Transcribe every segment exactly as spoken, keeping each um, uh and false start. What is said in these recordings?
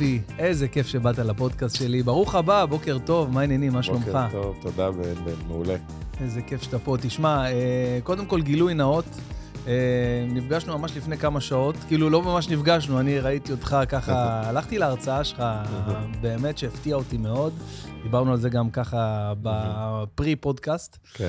אבי, איזה כיף שבאת לפודקאסט שלי. ברוך הבא, בוקר טוב, מה העניינים, מה שלומך? בוקר טוב, תודה בן בן, מעולה. איזה כיף שאתה פה. תשמע, קודם כל גילוי נאות, נפגשנו ממש לפני כמה שעות, כאילו לא ממש נפגשנו, אני ראיתי אותך ככה, הלכתי להרצאה שלך, באמת שהפתיע אותי מאוד, דיברנו על זה גם ככה בפרי פודקאסט. כן.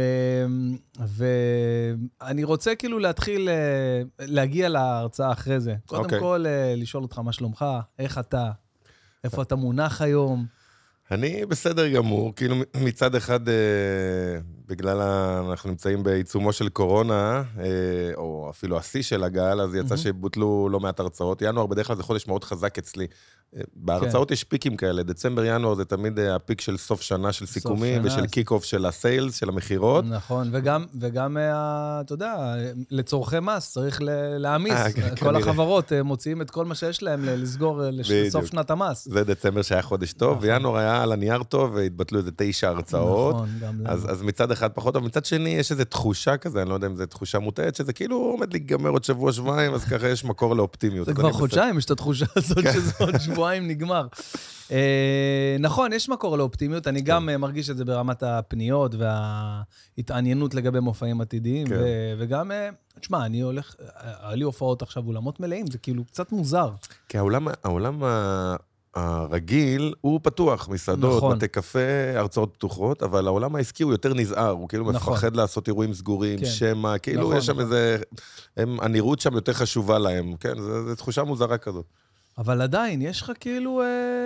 ואני רוצה כאילו להתחיל להגיע להרצאה אחרי זה. קודם כל, לשאול אותך מה שלומך, איך אתה, איפה אתה מונח היום? אני בסדר גמור, כאילו מצד אחד, בגלל אנחנו נמצאים בעיצומו של קורונה, או אפילו השיא של הגל, אז יצא שבוטלו לא מעט הרצאות. ינואר בדרך כלל זה חודש מאוד חזק אצלי. בהרצאות יש פיקים כאלה, דצמבר, ינואר זה תמיד הפיק של סוף שנה של סיכומים, ושל קיק-אוף של הסיילס, של המחירות. נכון, וגם, וגם, אתה יודע, לצורכי מס צריך להעמיס. כל החברות מוציאים את כל מה שיש להם לסגור לסוף שנת המס. זה דצמבר שהיה חודש טוב, וינואר היה על הנייר טוב, והתבטלו איזה תשע הרצאות. נכון, גם למה. אז מצד אחד פחות, אבל מצד שני יש איזו תחושה כזה, אני לא יודע אם זו תחושה מוטעת, שזה כאילו עומד להיגמר עוד שבוע, שבועיים, אז ככה יש מקור לאופטימיות. זה כבר חודשיים, יש את התחושה הזאת שזה עוד שבועיים נגמר. נכון, יש מקור לאופטימיות, אני גם מרגיש את זה ברמת הפניות וההתעניינות לגבי מופעים עתידיים, וגם, תשמע, אני הולך, היה לי הופעות עכשיו אולמות מלאים, זה כאילו קצת מוזר. כי העולם הרגיל הוא פתוח, מסעדות, בתי קפה, הרצאות פתוחות, אבל העולם העסקי הוא יותר נזהר, הוא כאילו מפחד לעשות אירועים סגורים, שמה, כאילו יש שם איזה, הנראות שם יותר חשובה להם, כן, זו תחושה מוזרה כזאת. אבל עדיין, יש לך כאילו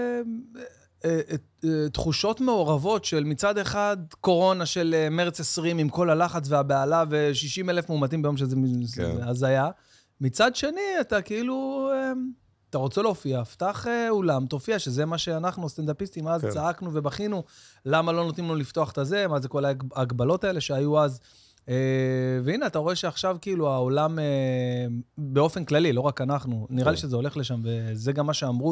תחושות מעורבות של מצד אחד קורונה של מרץ עשרים עם כל הלחץ והבעלה ו-שישים אלף מאומתים ביום שזה הזיה. מצד שני, אתה כאילו, אתה רוצה להופיע, פתח אולם, תופיע, שזה מה שאנחנו סטנדאפיסטים אז צעקנו ובכינו, למה לא נותנים לנו לפתוח את זה, מה זה כל ההגבלות האלה שהיו אז. והנה, אתה רואה שעכשיו כאילו העולם באופן כללי, לא רק אנחנו, נראה לי שזה הולך לשם, וזה גם מה שאמרו,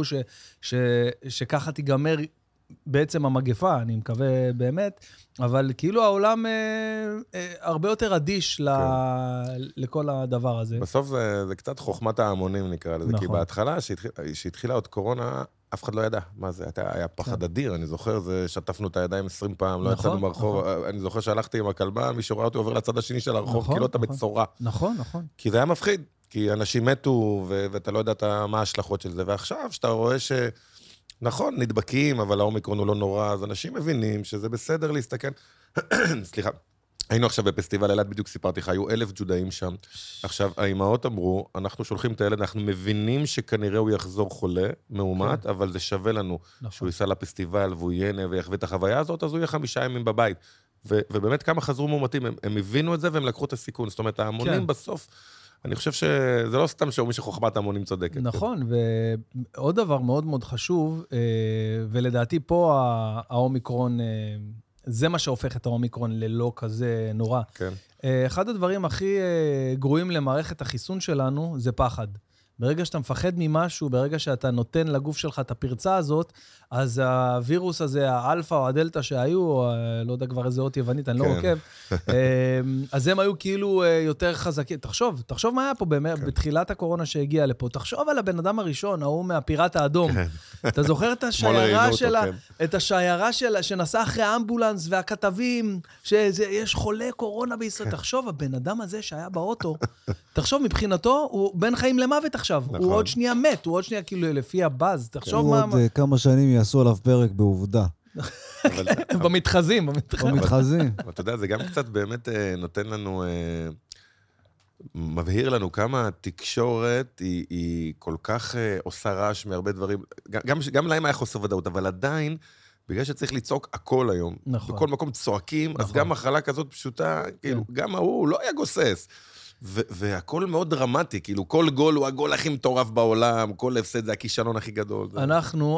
שככה תיגמר בעצם המגפה, אני מקווה באמת, אבל כאילו העולם הרבה יותר אדיש לכל הדבר הזה. בסוף זה קצת חוכמת ההמונים נקרא לזה, כי בהתחלה שהתחילה עוד קורונה, אף אחד לא ידע מה זה, היה פחד אדיר, אני זוכר, שטפנו את הידיים עשרים פעם, לא יצאנו ברחוב, אני זוכר שהלכתי עם הכלבה, מישהו ראה אותי עובר לצד השני של הרחוב, כאילו אתה בצורה. נכון, נכון. כי זה היה מפחיד, כי אנשים מתו, ואתה לא יודעת מה ההשלכות של זה, ועכשיו שאתה רואה ש... נכון, נדבקים, אבל האומיקרון הוא לא נורא, אז אנשים מבינים שזה בסדר להסתכן. סליחה. היינו עכשיו בפסטיבל אלעד, בדיוק סיפרתי לך, היו אלף ג'ודאים שם. עכשיו, האימהות אמרו, אנחנו שולחים את הילד, אנחנו מבינים שכנראה הוא יחזור חולה, מאומת, אבל זה שווה לנו שהוא ייסע לפסטיבל, והוא ייהנה ויחווה את החוויה הזאת, אז הוא יהיה חמישה ימים בבית. ובאמת כמה חזרו מאומתים, הם הבינו את זה והם לקחו את הסיכון. זאת אומרת, ההמונים בסוף, אני חושב שזה לא סתם שאומרים שחוכמת ההמונים צודקת. נכון, ועוד דבר מאוד מאוד חשוב, ולדעתי פה האומיקרון, זה מה שהופך את האומיקרון ללא כזה נורא. כן. אחד הדברים הכי גרועים למערכת החיסון שלנו, זה פחד. ברגע שאתה מפחד ממשהו, ברגע שאתה נותן לגוף שלך את הפרצה הזאת, אז הווירוס הזה, האלפא או הדלטה שהיו, או לא יודע כבר איזה אות יוונית, אני לא עוקב, אז הם היו כאילו יותר חזקים. תחשוב, תחשוב מה היה פה בתחילת הקורונה שהגיעה לפה. תחשוב על הבן אדם הראשון, ההוא מהפיראט האדום. אתה זוכר את השיירה שלה, את השיירה שלה, שנסע אחרי האמבולנס והכתבים, שיש חולה קורונה בישראל. תחשוב, הבן אדם הזה שהיה באוטו, תחשוב, מבחינתו, הוא בן חיים למוות עכשיו. הוא עוד שנייה מת, הוא עוד שנייה כאילו לפי הבאז. תחשוב מה... עוד כמה שנים יעשו עליו פרק בעובדה. במתחזים, במתחזים. אתה יודע, זה גם קצת באמת נותן לנו, מבהיר לנו כמה התקשורת היא כל כך עושה רעש מהרבה דברים. גם להם היה חוסר ודאות, אבל עדיין, בגלל שצריך לצעוק הכל היום, בכל מקום צועקים, אז גם מחלה כזאת פשוטה, גם ההוא לא היה גוסס. והכל מאוד דרמטי, כאילו כל גול הוא הגול הכי מטורף בעולם, כל הפסד זה הכישלון הכי גדול. אנחנו,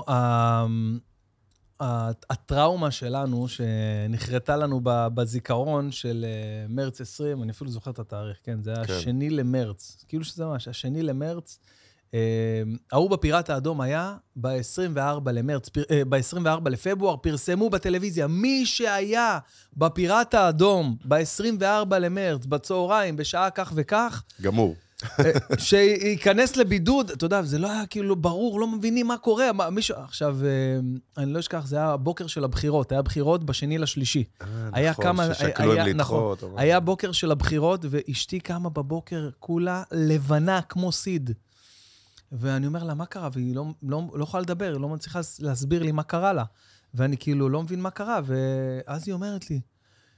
הטראומה שלנו, שנחרטה לנו בזיכרון של מרץ עשרים, אני אפילו זוכר את התאריך, כן, זה היה השני למרץ, כאילו שזה ממש, השני למרץ, ההוא בפיראט האדום היה ב-עשרים וארבעה למרץ, ב-עשרים וארבעה לפברואר, פרסמו בטלוויזיה, מי שהיה בפיראט האדום ב-עשרים וארבעה למרץ, בצהריים, בשעה כך וכך, גמור. שייכנס לבידוד, אתה יודע, זה לא היה כאילו ברור, לא מבינים מה קורה, מה, מישהו, עכשיו, אני לא אשכח, זה היה הבוקר של הבחירות, היה בחירות בשני לשלישי. היה נכון, כמה, ששקלו היה, אם לדחות. נכון, היה בוקר של הבחירות, ואשתי קמה בבוקר, כולה לבנה כמו סיד. ואני אומר לה, מה קרה? והיא לא, לא, לא יכולה לדבר, היא לא מצליחה להסביר לי מה קרה לה. ואני כאילו לא מבין מה קרה, ואז היא אומרת לי,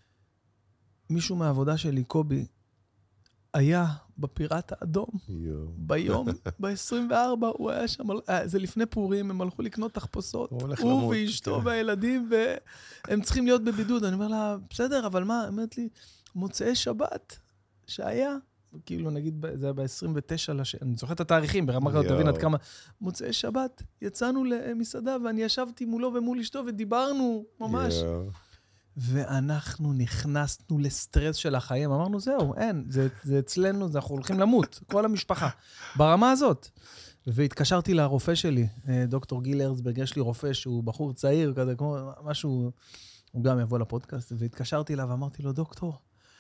מישהו מהעבודה שלי, קובי, היה בפיראט האדום, ביום, ב-עשרים וארבע, הוא היה שם, זה לפני פורים, הם הלכו לקנות תחפושות, הוא ואשתו והילדים, והם צריכים להיות בבידוד. אני אומר לה, בסדר, אבל מה? היא אומרת לי, מוצאי שבת, שהיה, כאילו נגיד, זה היה ב-עשרים ותשע, אני זוכר את התאריכים, ברמה כזאת, תבין עד כמה, מוצאי שבת, יצאנו למסעדה, ואני ישבתי מולו ומול אשתו, ודיברנו ממש. ואנחנו נכנסנו לסטרס של החיים, אמרנו, זהו, אין, זה, זה אצלנו, אנחנו הולכים למות, כל המשפחה, ברמה הזאת. והתקשרתי לרופא שלי, דוקטור גיל הרצברג, יש לי רופא שהוא בחור צעיר, כזה, כמו משהו, הוא גם יבוא לפודקאסט, והתקשרתי אליו ואמרתי לו, דוקטור,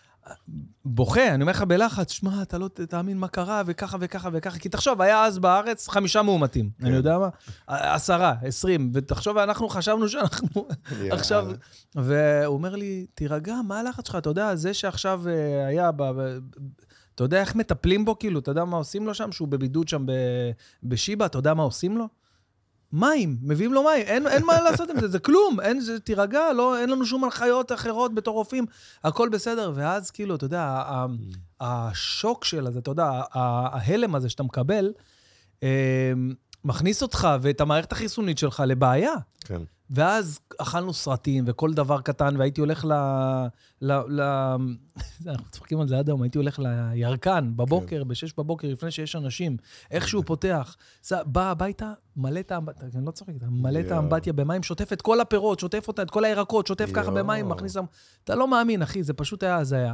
בוכה, אני אומר לך בלחץ, שמה, אתה לא תאמין מה קרה, וככה וככה וככה, כי תחשוב, היה אז בארץ חמישה מאומתים, אני יודע מה? עשרה, עשרים, ותחשוב, אנחנו חשבנו שאנחנו עכשיו, והוא אומר לי, תירגע, מה הלחץ שלך? אתה יודע, זה שעכשיו היה, אתה יודע איך מטפלים בו, כאילו, אתה יודע מה עושים לו שם, שהוא בבידוד שם בשיבה, אתה יודע מה עושים לו? מים, מביאים לו מים, אין, אין מה לעשות עם זה, זה כלום, אין, זה תירגע, לא, אין לנו שום הנחיות אחרות בתור רופאים, הכל בסדר, ואז כאילו, אתה יודע, השוק של הזה, אתה יודע, ההלם הזה שאתה מקבל, מכניס אותך ואת המערכת החיסונית שלך לבעיה. כן. ואז אכלנו סרטים וכל דבר קטן, והייתי הולך ל... ל... ל... אנחנו צוחקים על זה עד היום, הייתי הולך לירקן בבוקר, בשש בבוקר, לפני שיש אנשים, איכשהו פותח, בא הביתה, מלא את האמבטיה, אני לא צוחק, מלא את האמבטיה במים, שוטף את כל הפירות, שוטף אותה, את כל הירקות, שוטף ככה במים, מכניס... אתה לא מאמין, אחי, זה פשוט היה הזיה.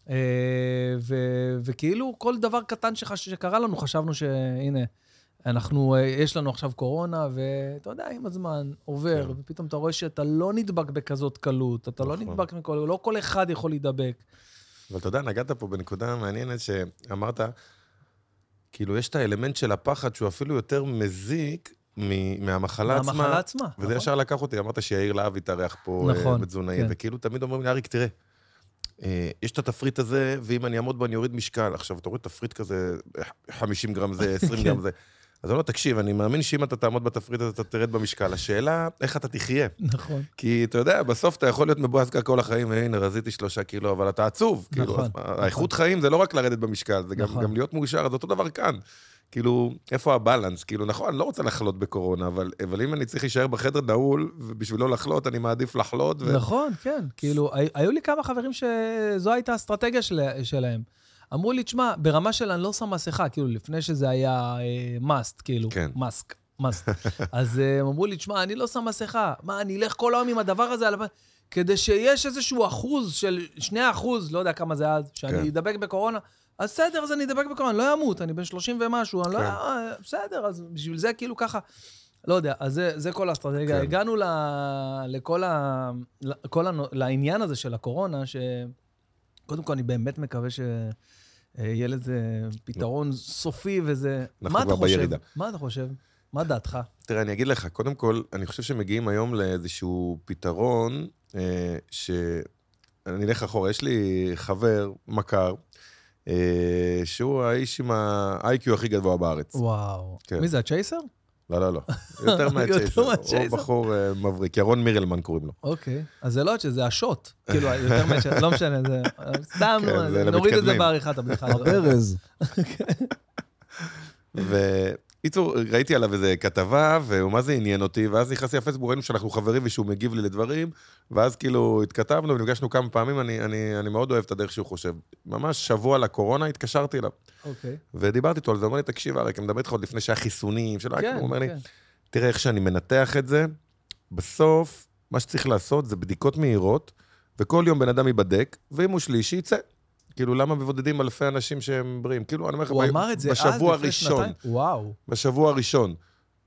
וכאילו, כל דבר קטן שקרה לנו, חשבנו שהנה, אנחנו, יש לנו עכשיו קורונה, ואתה יודע, עם הזמן עובר, כן. ופתאום אתה רואה שאתה לא נדבק בכזאת קלות, אתה נכון. לא נדבק מכל, לא כל אחד יכול להידבק. אבל אתה יודע, נגעת פה בנקודה מעניינת שאמרת, כאילו יש את האלמנט של הפחד, שהוא אפילו יותר מזיק מהמחלה עצמה. מהמחלה עצמה, וזה נכון. ישר לקח אותי, אמרת שיאיר להב התארח פה נכון, בתזונאי, כן. וכאילו תמיד אומרים לי, אריק, תראה, יש את התפריט הזה, ואם אני אעמוד בו, אני אוריד משקל. עכשיו, אתה רואה תפריט כזה, חמישים גרם זה, עשרים גרם זה. אז אני לא, תקשיב, אני מאמין שאם אתה תעמוד בתפריט הזה, אתה תרד במשקל. השאלה, איך אתה תחיה? נכון. כי אתה יודע, בסוף אתה יכול להיות מבועז כל החיים, הנה, רזיתי שלושה קילו, אבל אתה עצוב. נכון. האיכות חיים זה לא רק לרדת במשקל, זה גם להיות מאושר, אז אותו דבר כאן. כאילו, איפה הבלנס? כאילו, נכון, אני לא רוצה לחלות בקורונה, אבל, אבל אם אני צריך להישאר בחדר נעול, ובשביל לא לחלות, אני מעדיף לחלות. ו... נכון, כן. כאילו, היו לי כמה חברים שזו הייתה האסטרטגיה שלהם. אמרו לי, תשמע, ברמה של אני לא שם מסכה, כאילו, לפני שזה היה מאסט, כאילו, כן. מאסק, מאסט. אז הם אמרו לי, תשמע, אני לא שם מסכה. מה, אני אלך כל היום עם הדבר הזה, כדי שיש איזשהו אחוז של שני אחוז, לא יודע כמה זה אז, שאני כן. אדבק בקורונה, אז בסדר, אז אני אדבק בקורונה, לא ימות, אני בן שלושים ומשהו, אני כן. לא, בסדר, אז בשביל זה כאילו ככה, לא יודע, אז זה, זה כל האסטרטגיה. כן. הגענו ל, לכל ה, לכל ה, לעניין הזה של הקורונה, שקודם כל אני באמת מקווה שיהיה לזה פתרון סופי וזה... מה אתה חושב? בירידה. מה אתה חושב? מה דעתך? תראה, אני אגיד לך, קודם כל, אני חושב שמגיעים היום לאיזשהו פתרון, שאני אלך אחורה, יש לי חבר, מכר, שהוא האיש עם ה-איי קיו הכי גבוה בארץ. וואו. מי זה, הצ'ייסר? לא, לא, לא. יותר מהצ'ייסר. הוא בחור מבריק, ירון מירלמן קוראים לו. אוקיי. אז זה לא שזה השוט. כאילו, יותר מהצ'ייסר, לא משנה, זה... סתם, נוריד את זה בעריכת הבדיחה. הברז. איצור, ראיתי עליו איזה כתבה, ומה זה עניין אותי, ואז נכנסתי לפייסבוק, ראינו שאנחנו חברים ושהוא מגיב לי לדברים, ואז כאילו התכתבנו ונפגשנו כמה פעמים, אני, אני, אני מאוד אוהב את הדרך שהוא חושב. ממש שבוע לקורונה התקשרתי אליו. אוקיי. ודיברתי איתו על זה, הוא אומר לי, תקשיב, אריק, אני מדבר איתך עוד לפני שהיה חיסונים, שלא היה, הוא אומר לי, תראה איך שאני מנתח את זה, בסוף, מה שצריך לעשות זה בדיקות מהירות, וכל יום בן אדם ייבדק, ואם הוא שלישי, יצא. כאילו, למה מבודדים אלפי אנשים שהם בריאים? כאילו, אני אומר לך, הוא אמר את זה אז לפני שנתיים? וואו. בשבוע הראשון.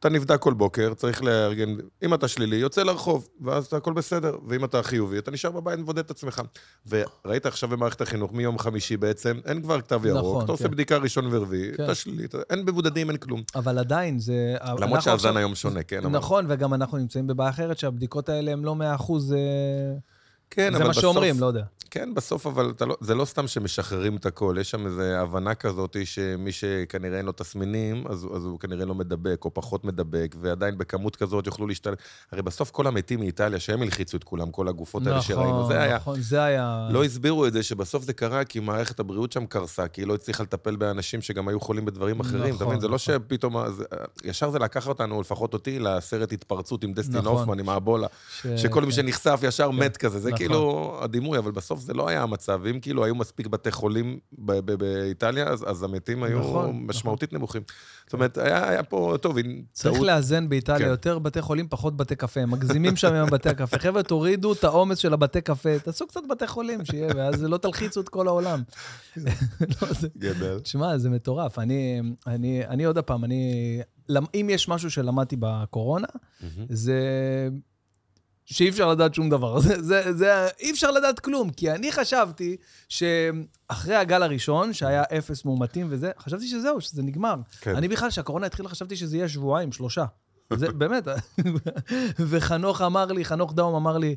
אתה נבדק כל בוקר, צריך לארגן, אם אתה שלילי, יוצא לרחוב, ואז אתה הכל בסדר, ואם אתה חיובי, אתה נשאר בבית ובודד את עצמך. וראית עכשיו במערכת החינוך, מיום חמישי בעצם, אין כבר כתב ירוק, נכון, אתה כן. עושה בדיקה ראשון ורביעי, כן. אתה שלילי, אתה... אין מבודדים, אין כלום. אבל עדיין זה... למרות שהזן עכשיו... היום שונה, כן? נכון, אבל... וגם אנחנו נמצאים בבעיה אחרת, שהבדיקות האלה הם לא מאה אחוז... כן, זה מה בסוף, שאומרים, לא יודע. כן, בסוף, אבל לא, זה לא סתם שמשחררים את הכל, יש שם איזו הבנה כזאת שמי שכנראה אין לו תסמינים, אז, אז הוא כנראה לא מדבק, או פחות מדבק, ועדיין בכמות כזאת יוכלו להשתלם. הרי בסוף כל המתים מאיטליה, שהם הלחיצו את כולם, כל הגופות האלה שראינו, זה היה... נכון, זה היה... לא הסבירו את זה, שבסוף זה קרה, כי מערכת הבריאות שם קרסה, כי היא לא הצליחה לטפל באנשים שגם היו חולים בדברים אחרים, נכון, זה לא שפתאום... ישר זה לקח אותנו, לפחות אותי, לסרט התפרצות עם דסטין הופמן, עם האבולה, שכל מי שנחשף ישר מת כזה, זה כאילו הדימוי, אבל בסוף זה לא היה המצב, ואם כאילו היו מספיק בתי חולים באיטליה, אז המתים היו משמעותית נמוכים. זאת אומרת, היה פה, טוב, צריך לאזן באיטליה, יותר בתי חולים, פחות בתי קפה, הם מגזימים שם עם בתי הקפה. חבר'ה, תורידו את העומס של הבתי קפה, תעשו קצת בתי חולים, שיהיה, ואז לא תלחיצו את כל העולם. גדל. תשמע, זה מטורף. אני עוד הפעם, אם יש משהו שלמדתי בקורונה, זה... שאי אפשר לדעת שום דבר. זה, זה, זה, אי אפשר לדעת כלום, כי אני חשבתי שאחרי הגל הראשון, שהיה אפס מאומתים וזה, חשבתי שזהו, שזה נגמר. כן. אני בכלל, שהקורונה התחילה, חשבתי שזה יהיה שבועיים, שלושה. זה באמת. וחנוך אמר לי, חנוך דאום אמר לי,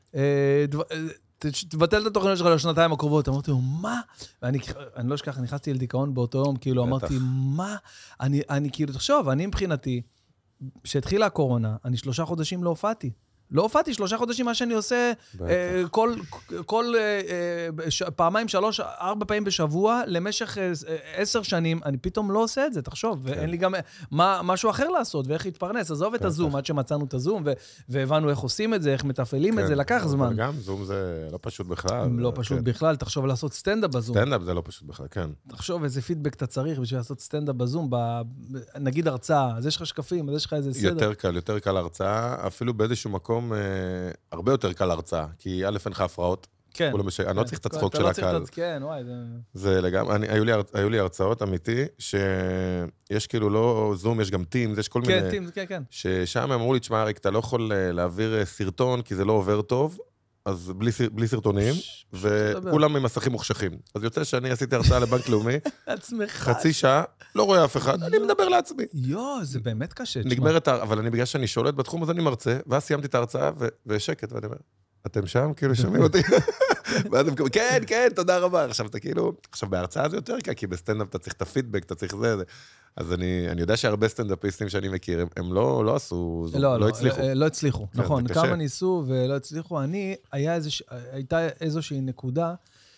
תבטל את התוכניות שלך לשנתיים הקרובות. אמרתי לו, מה? ואני אני לא אשכח, נכנסתי לדיכאון באותו יום, כאילו אמרתי, מה? אני, אני כאילו, תחשוב, אני מבחינתי, שהתחילה הקורונה, אני שלושה חודשים לא הופעתי. לא הופעתי שלושה חודשים, מה שאני עושה אה, כל, כל אה, ש, פעמיים, שלוש, ארבע פעמים בשבוע, למשך אה, עשר שנים, אני פתאום לא עושה את זה, תחשוב, כן. ואין לי גם מה, משהו אחר לעשות, ואיך להתפרנס, עזוב כן, את הזום, כן. עד שמצאנו את הזום, ו, והבנו איך עושים את זה, איך מתפעלים כן. את זה, לקח זמן. גם זום זה לא פשוט בכלל. לא פשוט כן. בכלל, תחשוב לעשות סטנדאפ בזום. סטנדאפ זה לא פשוט בכלל, כן. תחשוב איזה פידבק אתה צריך בשביל לעשות סטנדאפ בזום, ב, נגיד הרצאה, אז יש לך שקפים, אז יש לך איזה סדר. יותר קל, יותר קל הרצאה, אפילו באיזשהו מקום הרבה יותר קל הרצאה, כי א' אין לך הפרעות. כן. אני לא צריך את הצחוק של הקהל. כן, וואי. זה לגמרי, היו לי הרצאות אמיתי, שיש כאילו לא זום, יש גם טים, יש כל מיני... כן, טים, כן, כן. ששם אמרו לי, תשמע, אריק, אתה לא יכול להעביר סרטון, כי זה לא עובר טוב, אז בלי סרטונים, וכולם עם מסכים מוחשכים. אז יוצא שאני עשיתי הרצאה לבנק לאומי, חצי שעה, לא רואה אף אחד, אני מדבר לעצמי. יו, זה באמת קשה. נגמרת, אבל אני בגלל שאני שולט בתחום, אז אני מרצה, ואז סיימתי את ההרצאה, ושקט, ואני אומר, אתם שם? כאילו, שומעים אותי? ואז הם כאילו, כן, כן, תודה רבה. עכשיו אתה כאילו, עכשיו בהרצאה זה יותר קל, כי בסטנדאפ אתה צריך את הפידבק, אתה צריך זה, זה. אז אני, אני יודע שהרבה סטנדאפיסטים שאני מכיר, הם, הם לא, לא עשו, לא, לא הצליחו. לא, לא הצליחו, נכון. כמה ניסו ולא הצליחו. אני, היה איזוש, הייתה איזושהי נקודה,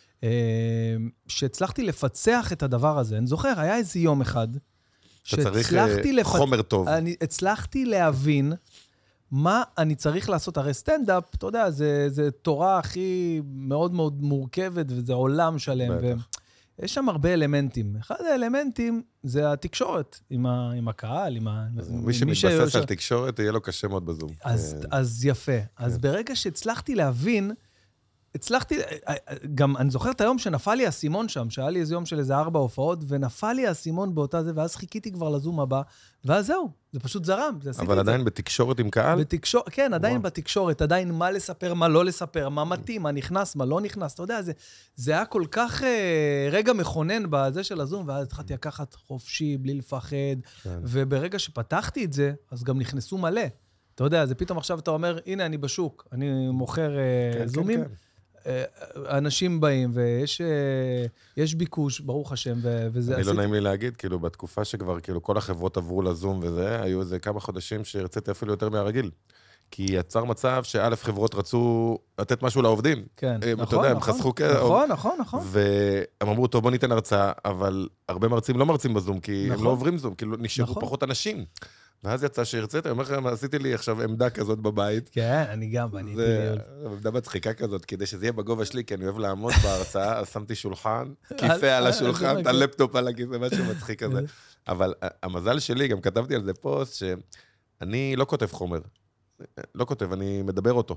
שהצלחתי לפצח את הדבר הזה. אני זוכר, היה איזה יום אחד, שהצלחתי לפצח, חומר טוב. אני הצלחתי להבין, מה אני צריך לעשות? הרי סטנדאפ, אתה יודע, זה, זה תורה הכי מאוד מאוד מורכבת, וזה עולם שלם, ויש שם הרבה אלמנטים. אחד האלמנטים זה התקשורת, עם, ה, עם הקהל, עם ה... מי שמתבסס ש... על תקשורת, יהיה לו קשה מאוד בזום. אז, אז יפה. אז ברגע שהצלחתי להבין, הצלחתי, גם אני זוכר את היום שנפל לי הסימון שם, שהיה לי איזה יום של איזה ארבע הופעות, ונפל לי הסימון באותה זה, ואז חיכיתי כבר לזום הבא, ואז זהו, זה פשוט זרם. אבל עדיין זה. בתקשורת עם קהל? בתקשור, כן, עדיין וואו. בתקשורת, עדיין מה לספר, מה לא לספר, מה מתאים, מה נכנס, מה לא נכנס, אתה יודע, זה, זה היה כל כך אה, רגע מכונן בזה של הזום, ואז התחלתי לקחת חופשי, בלי לפחד, כן. וברגע שפתחתי את זה, אז גם נכנסו מלא. אתה יודע, זה פתאום עכשיו אתה אומר, הנה, אני בשוק, אני מוכר אה, כן, זומים, כן, כן. אנשים באים, ויש יש ביקוש, ברוך השם, וזה... אני לא נעים לי להגיד, כאילו, בתקופה שכבר, כאילו, כל החברות עברו לזום וזה, היו איזה כמה חודשים שהרציתי אפילו יותר מהרגיל. כי יצר מצב שא' חברות רצו לתת משהו לעובדים. כן, נכון, אתה יודע, הם חסכו כסף. נכון, נכון, נכון. והם אמרו, טוב, בוא ניתן הרצאה, אבל הרבה מרצים לא מרצים בזום, כי הם לא עוברים זום, כאילו, נשארו פחות אנשים. ואז יצא שהרצית, אני אומר לכם, עשיתי לי עכשיו עמדה כזאת בבית. כן, אני גם, בניתי לי. זה עמדה מצחיקה כזאת, כדי שזה יהיה בגובה שלי, כי אני אוהב לעמוד בהרצאה, אז שמתי שולחן, כיסא על השולחן, את הלפטופ על הכיסא, משהו מצחיק כזה. אבל המזל שלי, גם כתבתי על זה פוסט, שאני לא כותב חומר. לא כותב, אני מדבר אותו.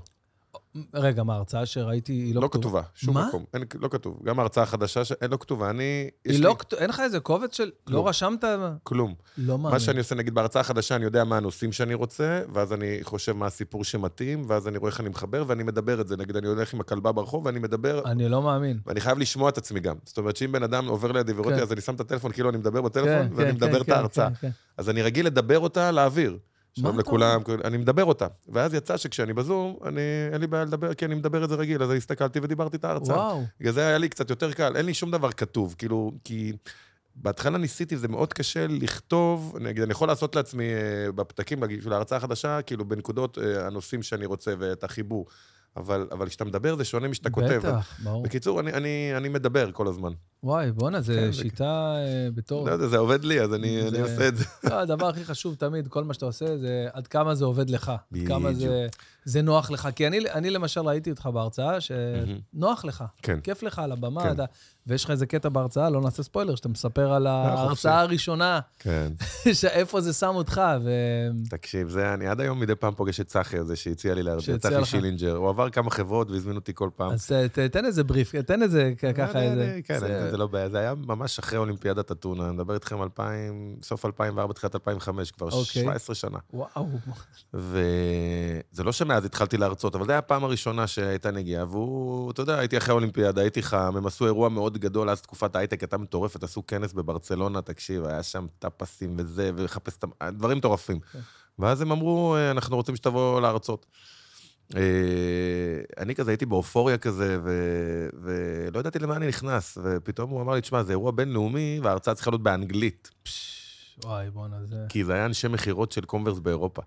רגע, מה, ההרצאה שראיתי היא לא, לא כתוב? כתובה, שום מה? מקום. אין, לא כתוב. גם ההרצאה החדשה, ש... אין, לא כתובה. אני... יש היא לי לא כתוב, אין לך איזה קובץ של... כלום. לא רשמת? כלום. לא מאמין. מה שאני עושה, נגיד, בהרצאה החדשה, אני יודע מה הנושאים שאני רוצה, ואז אני חושב מה הסיפור שמתאים, ואז אני רואה איך אני מחבר, ואני מדבר את זה. נגיד, אני הולך עם הכלבה ברחוב, ואני מדבר... אני לא מאמין. ואני חייב לשמוע את עצמי גם. זאת אומרת, שאם בן אדם עובר לידי ורואה אותי, כן. אז אני שם את הטלפון, כאילו אני מדבר בטלפון, כן, ואני כן, מדבר כן, את ההרצאה. כן, כן. אז אני רגיל לדבר אותה לאוויר. שלום מה אתה לכולם, אני מדבר אותה. ואז יצא שכשאני בזום, אני, אין לי בעיה לדבר, כי אני מדבר את זה רגיל, אז הסתכלתי ודיברתי את ההרצאה. וואו. בגלל זה היה לי קצת יותר קל, אין לי שום דבר כתוב, כאילו, כי בהתחלה ניסיתי, זה מאוד קשה לכתוב, נגיד, אני יכול לעשות לעצמי בפתקים, בשביל ההרצאה החדשה, כאילו, בנקודות הנושאים שאני רוצה ואת החיבור. אבל, אבל כשאתה מדבר זה שונה משאתה כותב. בטח, ברור. בקיצור, אני, אני, אני מדבר כל הזמן. וואי, בוא'נה, זה כן, שיטה אה, בתור... לא יודע, זה עובד לי, אז אני, זה- אני עושה את זה. לא, הדבר הכי חשוב תמיד, כל מה שאתה עושה, זה עד כמה זה עובד לך. עד כמה בדיוק. זה, זה נוח לך. כי אני, אני למשל ראיתי אותך בהרצאה, שנוח לך. כן. כיף לך על הבמה, כן. אתה, ויש לך איזה קטע בהרצאה, לא נעשה ספוילר, שאתה מספר על חופשי. ההרצאה הראשונה, כן. שאיפה זה שם אותך, ו... תקשיב, זה, אני עד היום מדי פעם פוגש את צחי הזה שהציע לי להרצאה, שהציע צחי לך. שילינג'ר. הוא עבר כמה חברות והזמינו אותי כל פעם. אז ת- תן איזה בריף, תן איזה כ- ככה אה, איזה... כן, זה- זה לא בעיה. זה היה ממש אחרי אולימפיאדת אתונה. אני מדבר איתכם אלפיים, סוף אלפיים וארבע, תחילת אלפיים וחמש, כבר אוקיי. שבע עשרה שנה. וואו. וזה לא שמאז התחלתי להרצות, אבל זה היה הפעם הראשונה שהייתה נגיעה, והוא, אתה יודע, הייתי אחרי האולימפיאדה, הייתי חם, הם עשו אירוע מאוד גדול, אז תקופת ההייטק הייתה מטורפת, עשו כנס בברצלונה, תקשיב, היה שם טאפסים וזה, וחפש את ה... דברים מטורפים. ואז הם אמרו, אנחנו רוצים שתבוא להרצות. אני כזה הייתי באופוריה כזה, ולא ידעתי למה אני נכנס, ופתאום הוא אמר לי, תשמע, זה אירוע בינלאומי, וההרצאה צריכה להיות באנגלית. וואי, בוא'נה, זה... כי זה היה אנשי מחירות של קומברס באירופה.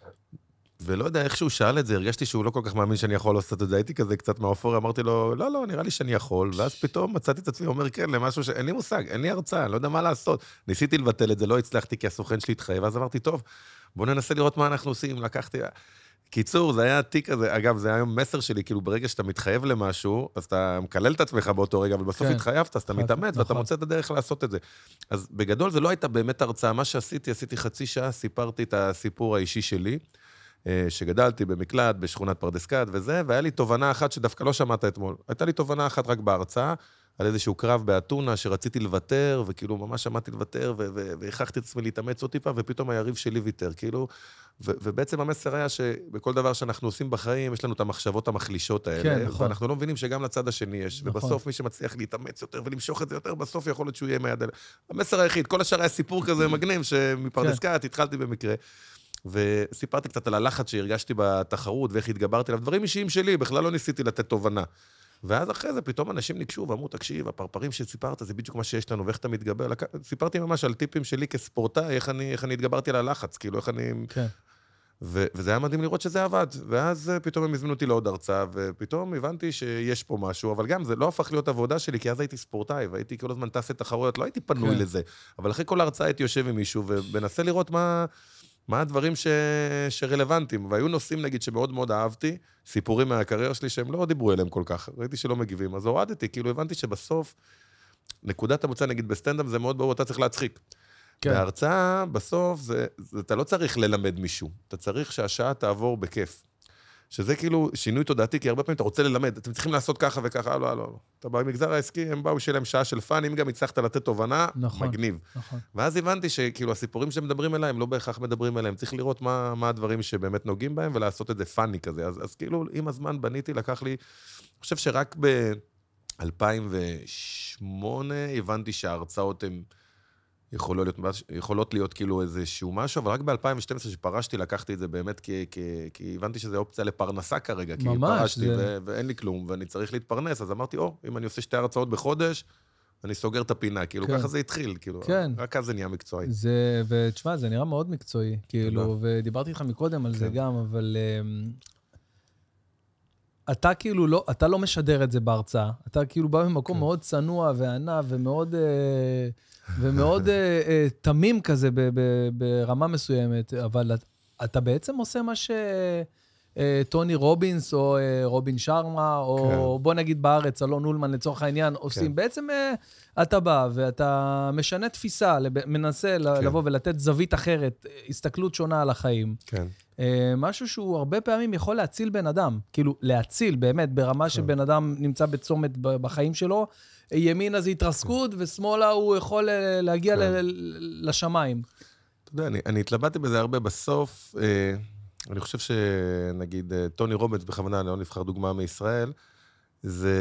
ולא יודע, איך שהוא שאל את זה, הרגשתי שהוא לא כל כך מאמין שאני יכול לעשות את זה, הייתי כזה קצת מהאופוריה, אמרתי לו, לא, לא, נראה לי שאני יכול, ואז פתאום מצאתי את עצמי, אומר כן, למשהו שאין לי מושג, אין לי הרצאה, אני לא יודע מה לעשות. ניסיתי לבטל את זה, לא הצלחתי, כי הסוכן שלי התחייב, ואז אמרתי, טוב, בוא ננסה לראות מה אנחנו עושים, לקחתי... קיצור, זה היה התיק הזה, אגב, זה היה היום מסר שלי, כאילו ברגע שאתה מתחייב למשהו, אז אתה מקלל את עצמך באותו רגע, אבל בסוף כן. התחייבת, אז אתה נכון, מתאמץ, ואתה נכון. מוצא את הדרך לעשות את זה. אז בגדול זה לא הייתה באמת הרצאה, מה שעשיתי, עשיתי חצי שעה, סיפרתי את הסיפור האישי שלי, אה, שגדלתי במקלט, בשכונת פרדס כץ וזה, והיה לי תובנה אחת שדווקא לא שמעת אתמול. הייתה לי תובנה אחת רק בהרצאה, על איזשהו קרב באתונה, שרציתי לוותר, וכאילו ממש שמעתי לוותר, ו- ו- והכרחתי את עצמי להתאמץ עוד טיפה, ופתאום היריב שלי ויתר, כאילו, ו- ובעצם המסר היה שבכל דבר שאנחנו עושים בחיים, יש לנו את המחשבות המחלישות האלה, כן, נכון. ואנחנו לא מבינים שגם לצד השני יש, נכון. ובסוף מי שמצליח להתאמץ יותר ולמשוך את זה יותר, בסוף יכול להיות שהוא יהיה מהיד אלה. המסר היחיד, כל השאר היה סיפור כזה מגניב, שמפרדס כץ התחלתי במקרה, וסיפרתי קצת על הלחץ שהרגשתי בתחרות, ואיך התגברתי עליו, דברים אישיים שלי, בכלל לא ניסיתי לתת תובנה. ואז אחרי זה פתאום אנשים ניגשו ואמרו, תקשיב, הפרפרים שסיפרת, זה בדיוק מה שיש לנו, ואיך אתה מתגבר. לק... סיפרתי ממש על טיפים שלי כספורטאי, איך אני, איך אני התגברתי על הלחץ, כאילו, איך אני... כן. ו... וזה היה מדהים לראות שזה עבד. ואז פתאום הם הזמינו אותי לעוד הרצאה, ופתאום הבנתי שיש פה משהו, אבל גם זה לא הפך להיות עבודה שלי, כי אז הייתי ספורטאי, והייתי כל הזמן טס את תחרויות, לא הייתי פנוי כן. לזה. אבל אחרי כל הרצאה הייתי יושב עם מישהו, ומנסה לראות מה... מה הדברים ש... שרלוונטיים, והיו נושאים, נגיד, שמאוד מאוד אהבתי, סיפורים מהקריירה שלי שהם לא דיברו אליהם כל כך, ראיתי שלא מגיבים, אז הורדתי, כאילו הבנתי שבסוף, נקודת המוצא, נגיד, בסטנדאפ זה מאוד ברור, אתה צריך להצחיק. כן. בהרצאה, בסוף, זה, זה, אתה לא צריך ללמד מישהו, אתה צריך שהשעה תעבור בכיף. שזה כאילו שינוי תודעתי, כי הרבה פעמים אתה רוצה ללמד, אתם צריכים לעשות ככה וככה, לא, לא, לא. אתה במגזר העסקי, הם באו שיהיה להם שעה של פאן, אם גם הצלחת לתת תובנה, נכון. מגניב. נכון. ואז הבנתי שכאילו הסיפורים שמדברים אליהם, לא בהכרח מדברים אליהם, צריך לראות מה, מה הדברים שבאמת נוגעים בהם, ולעשות את זה פאני כזה. אז, אז כאילו, עם הזמן בניתי, לקח לי, אני חושב שרק ב-אלפיים ושמונה הבנתי שההרצאות הן יכולות להיות, יכולות להיות כאילו איזשהו משהו, אבל רק ב-אלפיים ושתים עשרה שפרשתי, לקחתי את זה באמת, כי, כי, כי הבנתי שזה אופציה לפרנסה כרגע, כי ממש, פרשתי זה... ו- ואין לי כלום, ואני צריך להתפרנס, אז אמרתי, או, אם אני עושה שתי הרצאות בחודש, אני סוגר את הפינה, כאילו, כן. ככה זה התחיל, כאילו, כן. רק אז זה נהיה מקצועי. זה, ותשמע, זה נראה מאוד מקצועי, כאילו, ודיברתי איתך מקודם על כן. זה גם, אבל אתה כאילו לא, אתה לא משדר את זה בהרצאה, אתה כאילו בא ממקום כן. מאוד צנוע וענב ומאוד, ומאוד תמים כזה ב- ב- ברמה מסוימת, אבל אתה בעצם עושה מה ש... אה, טוני רובינס, או אה, רובין שרמה, או כן. בוא נגיד בארץ, אלון אולמן לצורך העניין, עושים. כן. בעצם אה, אתה בא ואתה משנה תפיסה, לב- מנסה כן. לבוא ולתת זווית אחרת, הסתכלות שונה על החיים. כן. אה, משהו שהוא הרבה פעמים יכול להציל בן אדם. כאילו, להציל באמת, ברמה שבן אדם נמצא בצומת בחיים שלו, ימינה זה התרסקות, ושמאלה הוא יכול להגיע לשמיים. אתה יודע, אני, אני התלבטתי בזה הרבה בסוף. אה, אני חושב שנגיד, טוני רובינס, בכוונה, אני לא נבחר דוגמה מישראל, זה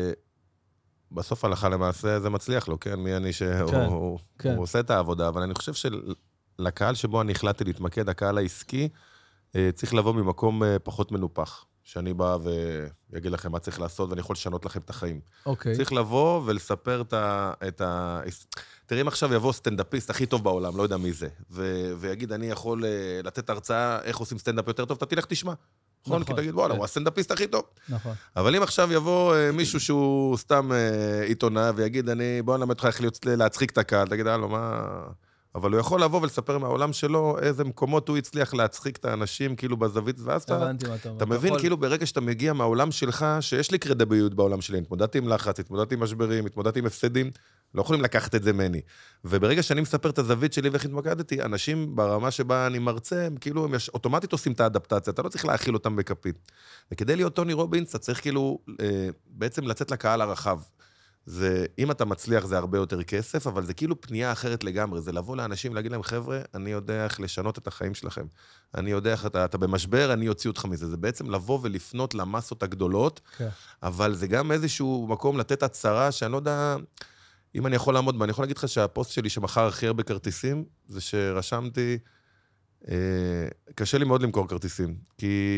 בסוף הלכה למעשה, זה מצליח לו, כן? מי אני שהוא כן, הוא, כן. הוא עושה את העבודה, אבל אני חושב שלקהל שבו אני החלטתי להתמקד, הקהל העסקי, אה, צריך לבוא ממקום אה, פחות מנופח. שאני בא ויגיד לכם מה צריך לעשות, ואני יכול לשנות לכם את החיים. אוקיי. צריך לבוא ולספר את ה... את ה... תראי אם עכשיו יבוא סטנדאפיסט הכי טוב בעולם, לא יודע מי זה, ו... ויגיד, אני יכול לתת הרצאה איך עושים סטנדאפ יותר טוב, אתה תלך תשמע. נכון? כי תגיד, וואלה, הוא הסטנדאפיסט הכי טוב. נכון. אבל אם עכשיו יבוא מישהו שהוא סתם עיתונאי, ויגיד, אני, בוא נלמד אותך איך להצחיק את הקהל, תגיד, הלו, מה... אבל הוא יכול לבוא ולספר מהעולם שלו איזה מקומות הוא הצליח להצחיק את האנשים, כאילו בזווית, ואז אתה, אתה מבין, כאילו ברגע שאתה מגיע מהעולם שלך, שיש לי קרדיביליות בעולם שלי, התמודדתי עם לחץ, התמודדתי עם משברים, התמודדתי עם הפסדים, לא יכולים לקחת את זה ממני. וברגע שאני מספר את הזווית שלי ואיך התמקדתי, אנשים ברמה שבה אני מרצה, הם כאילו, הם יש, אוטומטית עושים את האדפטציה, אתה לא צריך להאכיל אותם בכפית. וכדי להיות טוני רובינס, אתה צריך כאילו, אה, בעצם לצאת לקהל הרחב. זה, אם אתה מצליח זה הרבה יותר כסף, אבל זה כאילו פנייה אחרת לגמרי, זה לבוא לאנשים ולהגיד להם, חבר'ה, אני יודע איך לשנות את החיים שלכם. אני יודע איך אתה, אתה במשבר, אני אוציא אותך מזה. זה בעצם לבוא ולפנות למסות הגדולות, okay. אבל זה גם איזשהו מקום לתת הצהרה, שאני לא יודע, אם אני יכול לעמוד בה, אני יכול להגיד לך שהפוסט שלי שמחר הכי הרבה כרטיסים, זה שרשמתי, אה, קשה לי מאוד למכור כרטיסים, כי...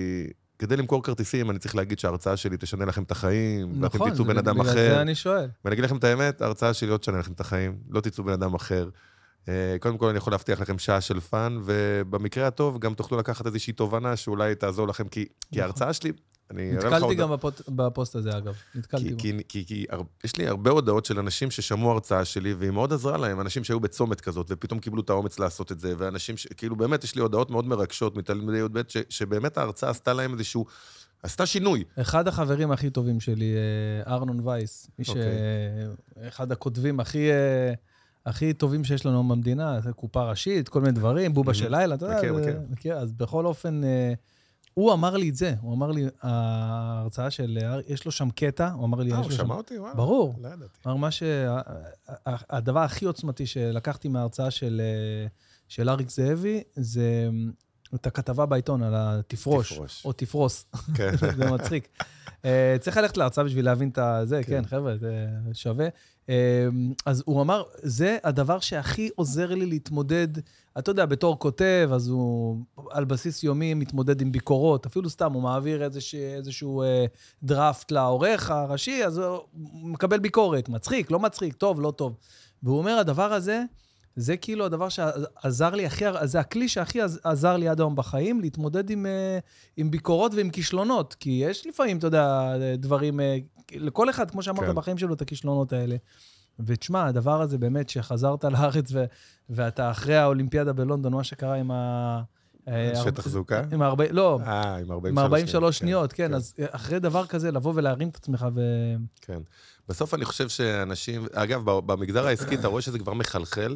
כדי למכור כרטיסים, אני צריך להגיד שההרצאה שלי תשנה לכם את החיים, ואתם תיצאו בן אדם אחר. נכון, בגלל זה אני שואל. ואני אגיד לכם את האמת, ההרצאה שלי לא תשנה לכם את החיים, לא תיצאו בן אדם אחר. קודם כל, אני יכול להבטיח לכם שעה של פן, ובמקרה הטוב, גם תוכלו לקחת איזושהי תובנה שאולי תעזור לכם, כי ההרצאה שלי, אני אראה לך נתקלתי גם בפוסט הזה, אגב. נתקלתי בו. כי יש לי הרבה הודעות של אנשים ששמעו הרצאה שלי, והיא מאוד עזרה להם, אנשים שהיו בצומת כזאת, ופתאום קיבלו את האומץ לעשות את זה, ואנשים שכאילו באמת יש לי הודעות מאוד מרגשות מתלמידי י"ב, שבאמת ההרצאה עשתה להם איזשהו, עשתה שינוי. אחד החברים הכי טובים שלי, ארנון וייס, אחד הכותבים הכי... הכי טובים שיש לנו במדינה, קופה ראשית, כל מיני דברים, בובה של לילה, אתה יודע, אז בכל אופן... הוא אמר לי את זה, הוא אמר לי, ההרצאה של, יש לו שם קטע, הוא אמר לי, אה, יש הוא לו שמע שם... אותי? וואו, ברור. לא ידעתי. אמר מה ש... הדבר הכי עוצמתי שלקחתי מההרצאה של, של אריק זאבי, זה את הכתבה בעיתון על התפרוש, תפרוש. או תפרוס. כן. זה מצחיק. צריך ללכת להרצאה בשביל להבין את זה, כן, חבר'ה, זה שווה. אז הוא אמר, זה הדבר שהכי עוזר לי להתמודד, אתה יודע, בתור כותב, אז הוא על בסיס יומי מתמודד עם ביקורות, אפילו סתם, הוא מעביר איזשהו דראפט לעורך הראשי, אז הוא מקבל ביקורת, מצחיק, לא מצחיק, טוב, לא טוב. והוא אומר, הדבר הזה, זה כאילו הדבר שעזר לי הכי, זה הכלי שהכי עזר לי עד היום בחיים, להתמודד עם, עם ביקורות ועם כישלונות, כי יש לפעמים, אתה יודע, דברים, לכל אחד, כמו שאמרת, כן. בחיים שלו, את הכישלונות האלה. ותשמע, הדבר הזה באמת שחזרת לארץ, ו, ואתה אחרי האולימפיאדה בלונדון, מה שקרה עם ה... שטח זוקה? עם הרבה, לא, אה, עם ארבעים ושלוש שניות, כן, אז אחרי דבר כזה, לבוא ולהרים את עצמך ו... כן. בסוף אני חושב שאנשים, אגב, במגזר העסקי, אתה רואה שזה כבר מחלחל,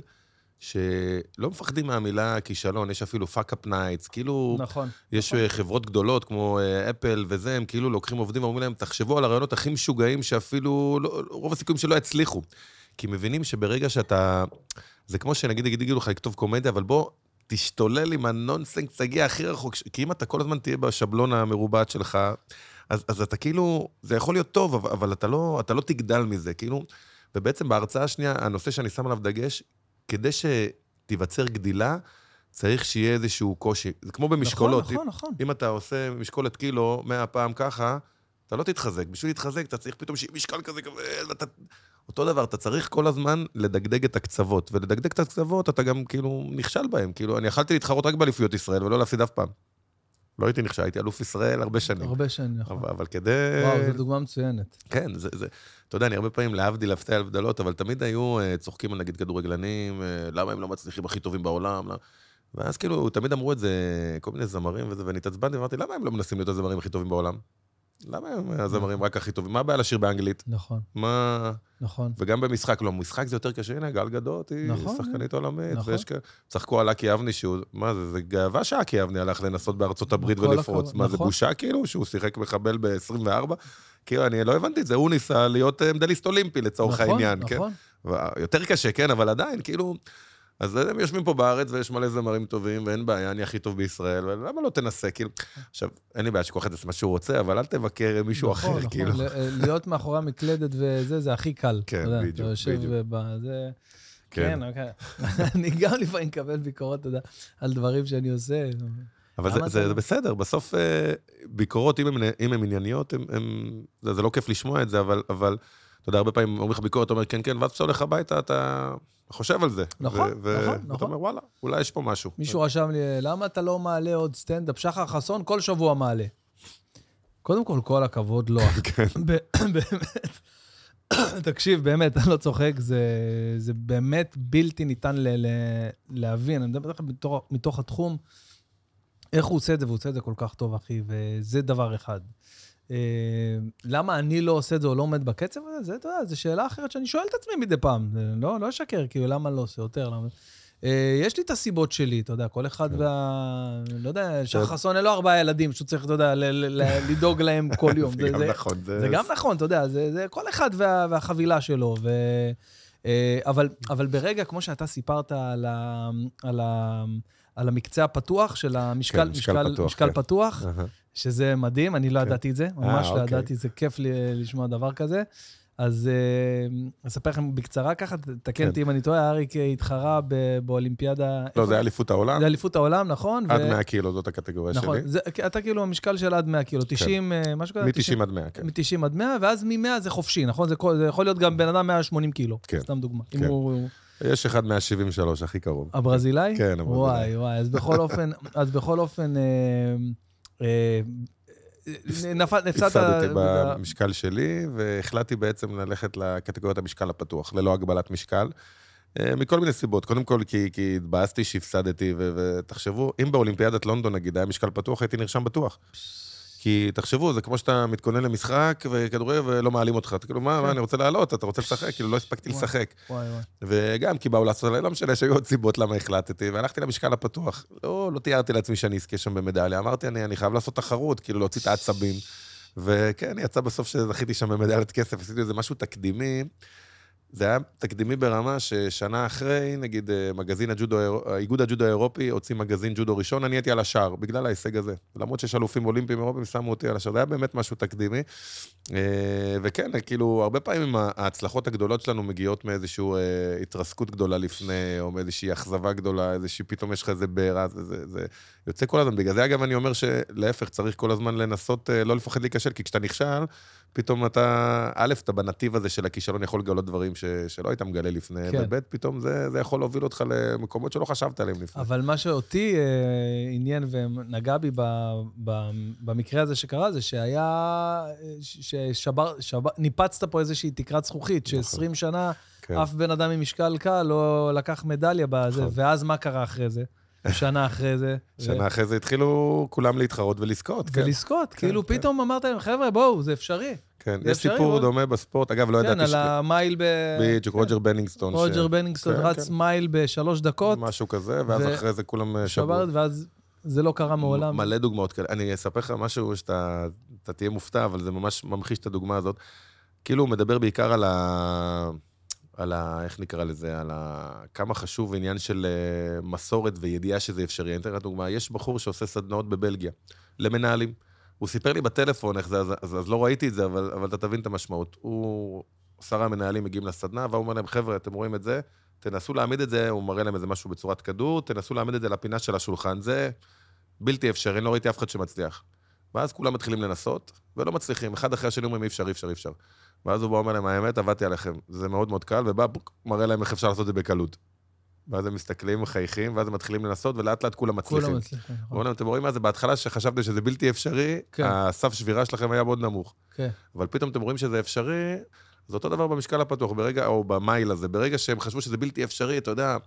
שלא מפחדים מהמילה כישלון, יש אפילו פאק-אפ נייטס, כאילו, נכון, יש נכון. חברות גדולות כמו אפל וזה, הם כאילו לוקחים עובדים ואומרים להם, תחשבו על הרעיונות הכי משוגעים שאפילו, לא, רוב הסיכויים שלא יצליחו. כי מבינים שברגע שאתה, זה כמו שנגיד, יגיד, יגידו לך לכתוב קומדיה, אבל בוא, תשתולל עם הנונסנס, תגיע הכי רחוק, כי אם אתה כל הזמן תהיה בשבלון המרובעת שלך, אז, אז אתה כאילו, זה יכול להיות טוב, אבל, אבל אתה לא, אתה לא תגדל מזה, כאילו, ובעצם בהרצאה השנייה, הנושא שאני שם עליו דגש, כדי שתיווצר גדילה, צריך שיהיה איזשהו קושי. זה כמו במשקולות. נכון, נכון, נכון. אם אתה עושה משקולת קילו, מאה פעם ככה, אתה לא תתחזק. בשביל להתחזק, אתה צריך פתאום משקל כזה, ואתה... אותו דבר, אתה צריך כל הזמן לדגדג את הקצוות, ולדגדג את הקצוות, אתה גם כאילו נכשל בהם. כאילו, אני יכלתי להתחרות רק באליפויות ישראל, ולא להפסיד אף פעם. לא הייתי נכשל, הייתי אלוף ישראל הרבה שנים. הרבה שנים, נכון. אבל, אבל כדי... וואו, זו דוגמה מצוינת. כן, זה, זה... אתה יודע, אני הרבה פעמים להבדיל להפתיע על הבדלות, אבל תמיד היו צוחקים על נגיד כדורגלנים, למה הם לא מצליחים הכי טובים בעולם, למה... ואז כאילו, תמיד אמרו את זה, כל מיני זמרים וזה, ואני התעצבנתי, ואמרתי, למה הם לא מנסים להיות הזמרים הכי טובים בעולם? למה הם הזמרים רק הכי טובים? מה הבעיה לשיר באנגלית? נכון. מה... נכון. וגם במשחק, לא, משחק זה יותר קשה, הנה, גל גדות היא נכון, שחקנית עולמית, נכון. ויש כאלה, צחקו על אקי אבני, שהוא, מה זה, זה גאווה שאקי אבני הלך לנסות בארצות הברית כל ולפרוץ, הכבוד, מה זה נכון. בושה כאילו, שהוא שיחק מחבל ב-עשרים וארבע? כאילו, אני לא הבנתי את זה, הוא ניסה להיות אה, מדליסט אולימפי לצורך נכון, העניין, נכון. כן? יותר קשה, כן, אבל עדיין, כאילו, אז הם יושבים פה בארץ ויש מלא זמרים טובים, ואין בעיה, אני הכי טוב בישראל, ולמה לא תנסה, כאילו, עכשיו, אין לי בעיה שכל אחד יעשה מה שהוא רוצה, אבל אל תבקר מישהו נכון, אחר, נכון. כאילו. ל- להיות מאחורי המקלדת וזה, זה הכי קל. כן, אתה יודע, בדיוק, אתה יושב בדיוק. בזה... כן. כן, אוקיי. אני גם לפעמים מקבל ביקורות, אתה יודע, על דברים שאני עושה. אבל למה זה, אתה זה לא? בסדר, בסוף אה, ביקורות, אם הן, אם הן ענייניות, הם, הם, זה, זה לא כיף לשמוע את זה, אבל, אבל אתה יודע, הרבה פעמים אומרים לך ביקורת, אתה אומר, כן, כן, ואז כשאתה הולך הביתה, אתה חושב על זה. נכון, ו- נכון, ואתה נכון. אומר, וואלה, אולי יש פה משהו. מישהו רשם לי, למה אתה לא מעלה עוד סטנדאפ? שחר חסון כל שבוע מעלה. קודם כל, כל הכבוד לו. כן. ב- באמת. תקשיב, באמת, אני לא צוחק, זה, זה באמת בלתי ניתן ל- ל- להבין. אני מדבר לך מתוך, מתוך התחום, איך הוא עושה את זה, והוא עושה את זה כל כך טוב, אחי, וזה דבר אחד. אה, למה אני לא עושה את זה או לא עומד בקצב הזה? זה, אתה יודע, זו שאלה אחרת שאני שואל את עצמי מדי פעם. זה לא, לא אשקר, כאילו, למה אני לא עושה יותר? למה... אה, יש לי את הסיבות שלי, אתה יודע, כל אחד וה... לא יודע, שחר חסון, אין לו ארבעה ילדים, שהוא צריך, אתה יודע, ל- ל- ל- לדאוג להם כל יום. זה גם נכון. זה גם נכון, אתה יודע, זה, זה כל אחד וה, והחבילה שלו. ו, אה, אבל, אבל ברגע, כמו שאתה סיפרת על, ה, על, ה, על המקצה הפתוח של המשקל, כן, משקל משקל, פתוח, משקל כן. פתוח, אהה. שזה מדהים, אני לא כן. ידעתי את זה, ממש לא אוקיי. ידעתי, זה כיף לי לשמוע דבר כזה. אז אה, אספר לכם בקצרה ככה, תקן כן. אותי אם אני טועה, אריק התחרה ב- באולימפיאדה... לא, איפה? זה היה אליפות העולם, זה אליפות העולם, נכון? עד ו- מאה קילו, זאת הקטגוריה נכון, שלי. זה, אתה כאילו המשקל של עד מאה קילו, תשעים, אה, משהו כזה? מ-תשעים עד מאה, כן. מ-תשעים עד מאה, ואז מ-מאה זה חופשי, נכון? זה, כל- זה יכול להיות גם בן אדם מאה ושמונים קילו, כן. סתם דוגמה. כן. אם הוא, הוא יש אחד מאה שבעים ושלוש, הכי קרוב. הברזילאי? כן, הברזילאי. וואי, וואי, אז בכל אופן, אז בכל אופן, אה, אה, נפל, נפסדת... הפסדתי במשקל שלי, והחלטתי בעצם ללכת לקטגוריית המשקל הפתוח, ללא הגבלת משקל, אה, מכל מיני סיבות. קודם כל, כי, כי התבאסתי שהפסדתי, ו- ותחשבו, אם באולימפיאדת לונדון, נגיד, היה משקל פתוח, הייתי נרשם בטוח. כי תחשבו, זה כמו שאתה מתכונן למשחק, וכדורגל ולא מעלים אותך. אתה כאילו, מה, מה, אני רוצה לעלות, אתה רוצה לשחק? כאילו, לא הספקתי וואי. לשחק. וואי, וואי. וגם כי באו לעשות, לא משנה, שהיו עוד סיבות למה החלטתי, והלכתי למשקל הפתוח. לא, לא תיארתי לעצמי שאני אזכה שם במדליה. אמרתי, אני, אני חייב לעשות תחרות, כאילו להוציא את העצבים. וכן, יצא בסוף שזכיתי שם במדליית כסף, עשיתי איזה משהו תקדימי. זה היה תקדימי ברמה ששנה אחרי, נגיד, מגזין הג'ודו, האיגוד הג'ודו האירופי הוציא מגזין ג'ודו ראשון, אני הייתי על השער, בגלל ההישג הזה. למרות שיש אלופים אולימפיים אירופיים, שמו אותי על השער. זה היה באמת משהו תקדימי. וכן, כאילו, הרבה פעמים ההצלחות הגדולות שלנו מגיעות מאיזושהי התרסקות גדולה לפני, או מאיזושהי אכזבה גדולה, איזושהי, פתאום יש לך איזה בעירה, זה, זה, זה יוצא כל הזמן. בגלל זה, אגב, אני אומר שלהפך, צריך כל הזמן לנסות, לא לפחד להיכשל, כי כשאתה נכשל, פתאום אתה, א', אתה בנתיב הזה של הכישלון יכול לגלות דברים ש, שלא היית מגלה לפני, כן. וב', פתאום זה, זה יכול להוביל אותך למקומות שלא חשבת עליהם לפני. אבל מה שאותי אה, עניין ונגע בי ב, ב, במקרה הזה שקרה, זה שהיה, ששבר, שבר, ניפצת פה איזושהי תקרת זכוכית, ש-עשרים שנה כן. אף בן אדם עם משקל קל לא לקח מדליה בזה, נכון. ואז מה קרה אחרי זה? שנה אחרי זה. שנה אחרי זה התחילו כולם להתחרות ולזכות, כן. ולזכות, כאילו כן. פתאום אמרת להם, חבר'ה, בואו, זה אפשרי. כן, זה יש אפשרי, סיפור מאוד. דומה בספורט, אגב, לא כן, ידעתי... על ש- המייל ב... בדיוק, רוג'ר בנינגסטון. ש- רוג'ר בנינגסטון כן, רץ כן. מייל בשלוש דקות, משהו כזה, ואז ו- אחרי זה כולם אה, שברו. שבר, ואז זה לא קרה מעולם. מלא דוגמאות כאלה. אני אספר לך משהו שאתה אתה תהיה מופתע, אבל זה ממש ממחיש את הדוגמה הזאת. כאילו הוא מדבר בעיקר על ה... על ה... איך נקרא לזה? על ה... כמה חשוב עניין של אה, מסורת וידיעה שזה אפשרי. אני אתן לך דוגמה, יש בחור שעושה סדנאות בבלגיה, למנהלים. הוא סיפר לי בטלפון איך זה, אז, אז, אז לא ראיתי את זה, אבל, אבל אתה תבין את המשמעות. הוא, עשרה המנהלים מגיעים לסדנה, והוא אומר להם, חבר'ה, אתם רואים את זה? תנסו להעמיד את זה, הוא מראה להם איזה משהו בצורת כדור, תנסו להעמיד את זה לפינה של השולחן, זה בלתי אפשרי, אני לא ראיתי אף אחד שמצליח. ואז כולם מתחילים לנסות, ולא מצליחים, אחד אחרי השני אומרים, אי אפשר, אי אפשר, אי אפשר. ואז הוא בא אומר להם, האמת, עבדתי עליכם, זה מאוד מאוד קל, ובא, מראה להם איך אפשר לעשות את זה בקלות. ואז הם מסתכלים, מחייכים, ואז הם מתחילים לנסות, ולאט לאט כולם מצליחים. כולם מצליחים. הוא אומר להם, אתם רואים מה זה? בהתחלה שחשבתם שזה בלתי אפשרי, כן. הסף שבירה שלכם היה מאוד נמוך. כן. אבל פתאום אתם רואים שזה אפשרי, זה אותו דבר במשקל הפתוח, ברגע, או במייל הזה, ברגע שהם חשבו שזה בלתי אפשרי, אתה יודע,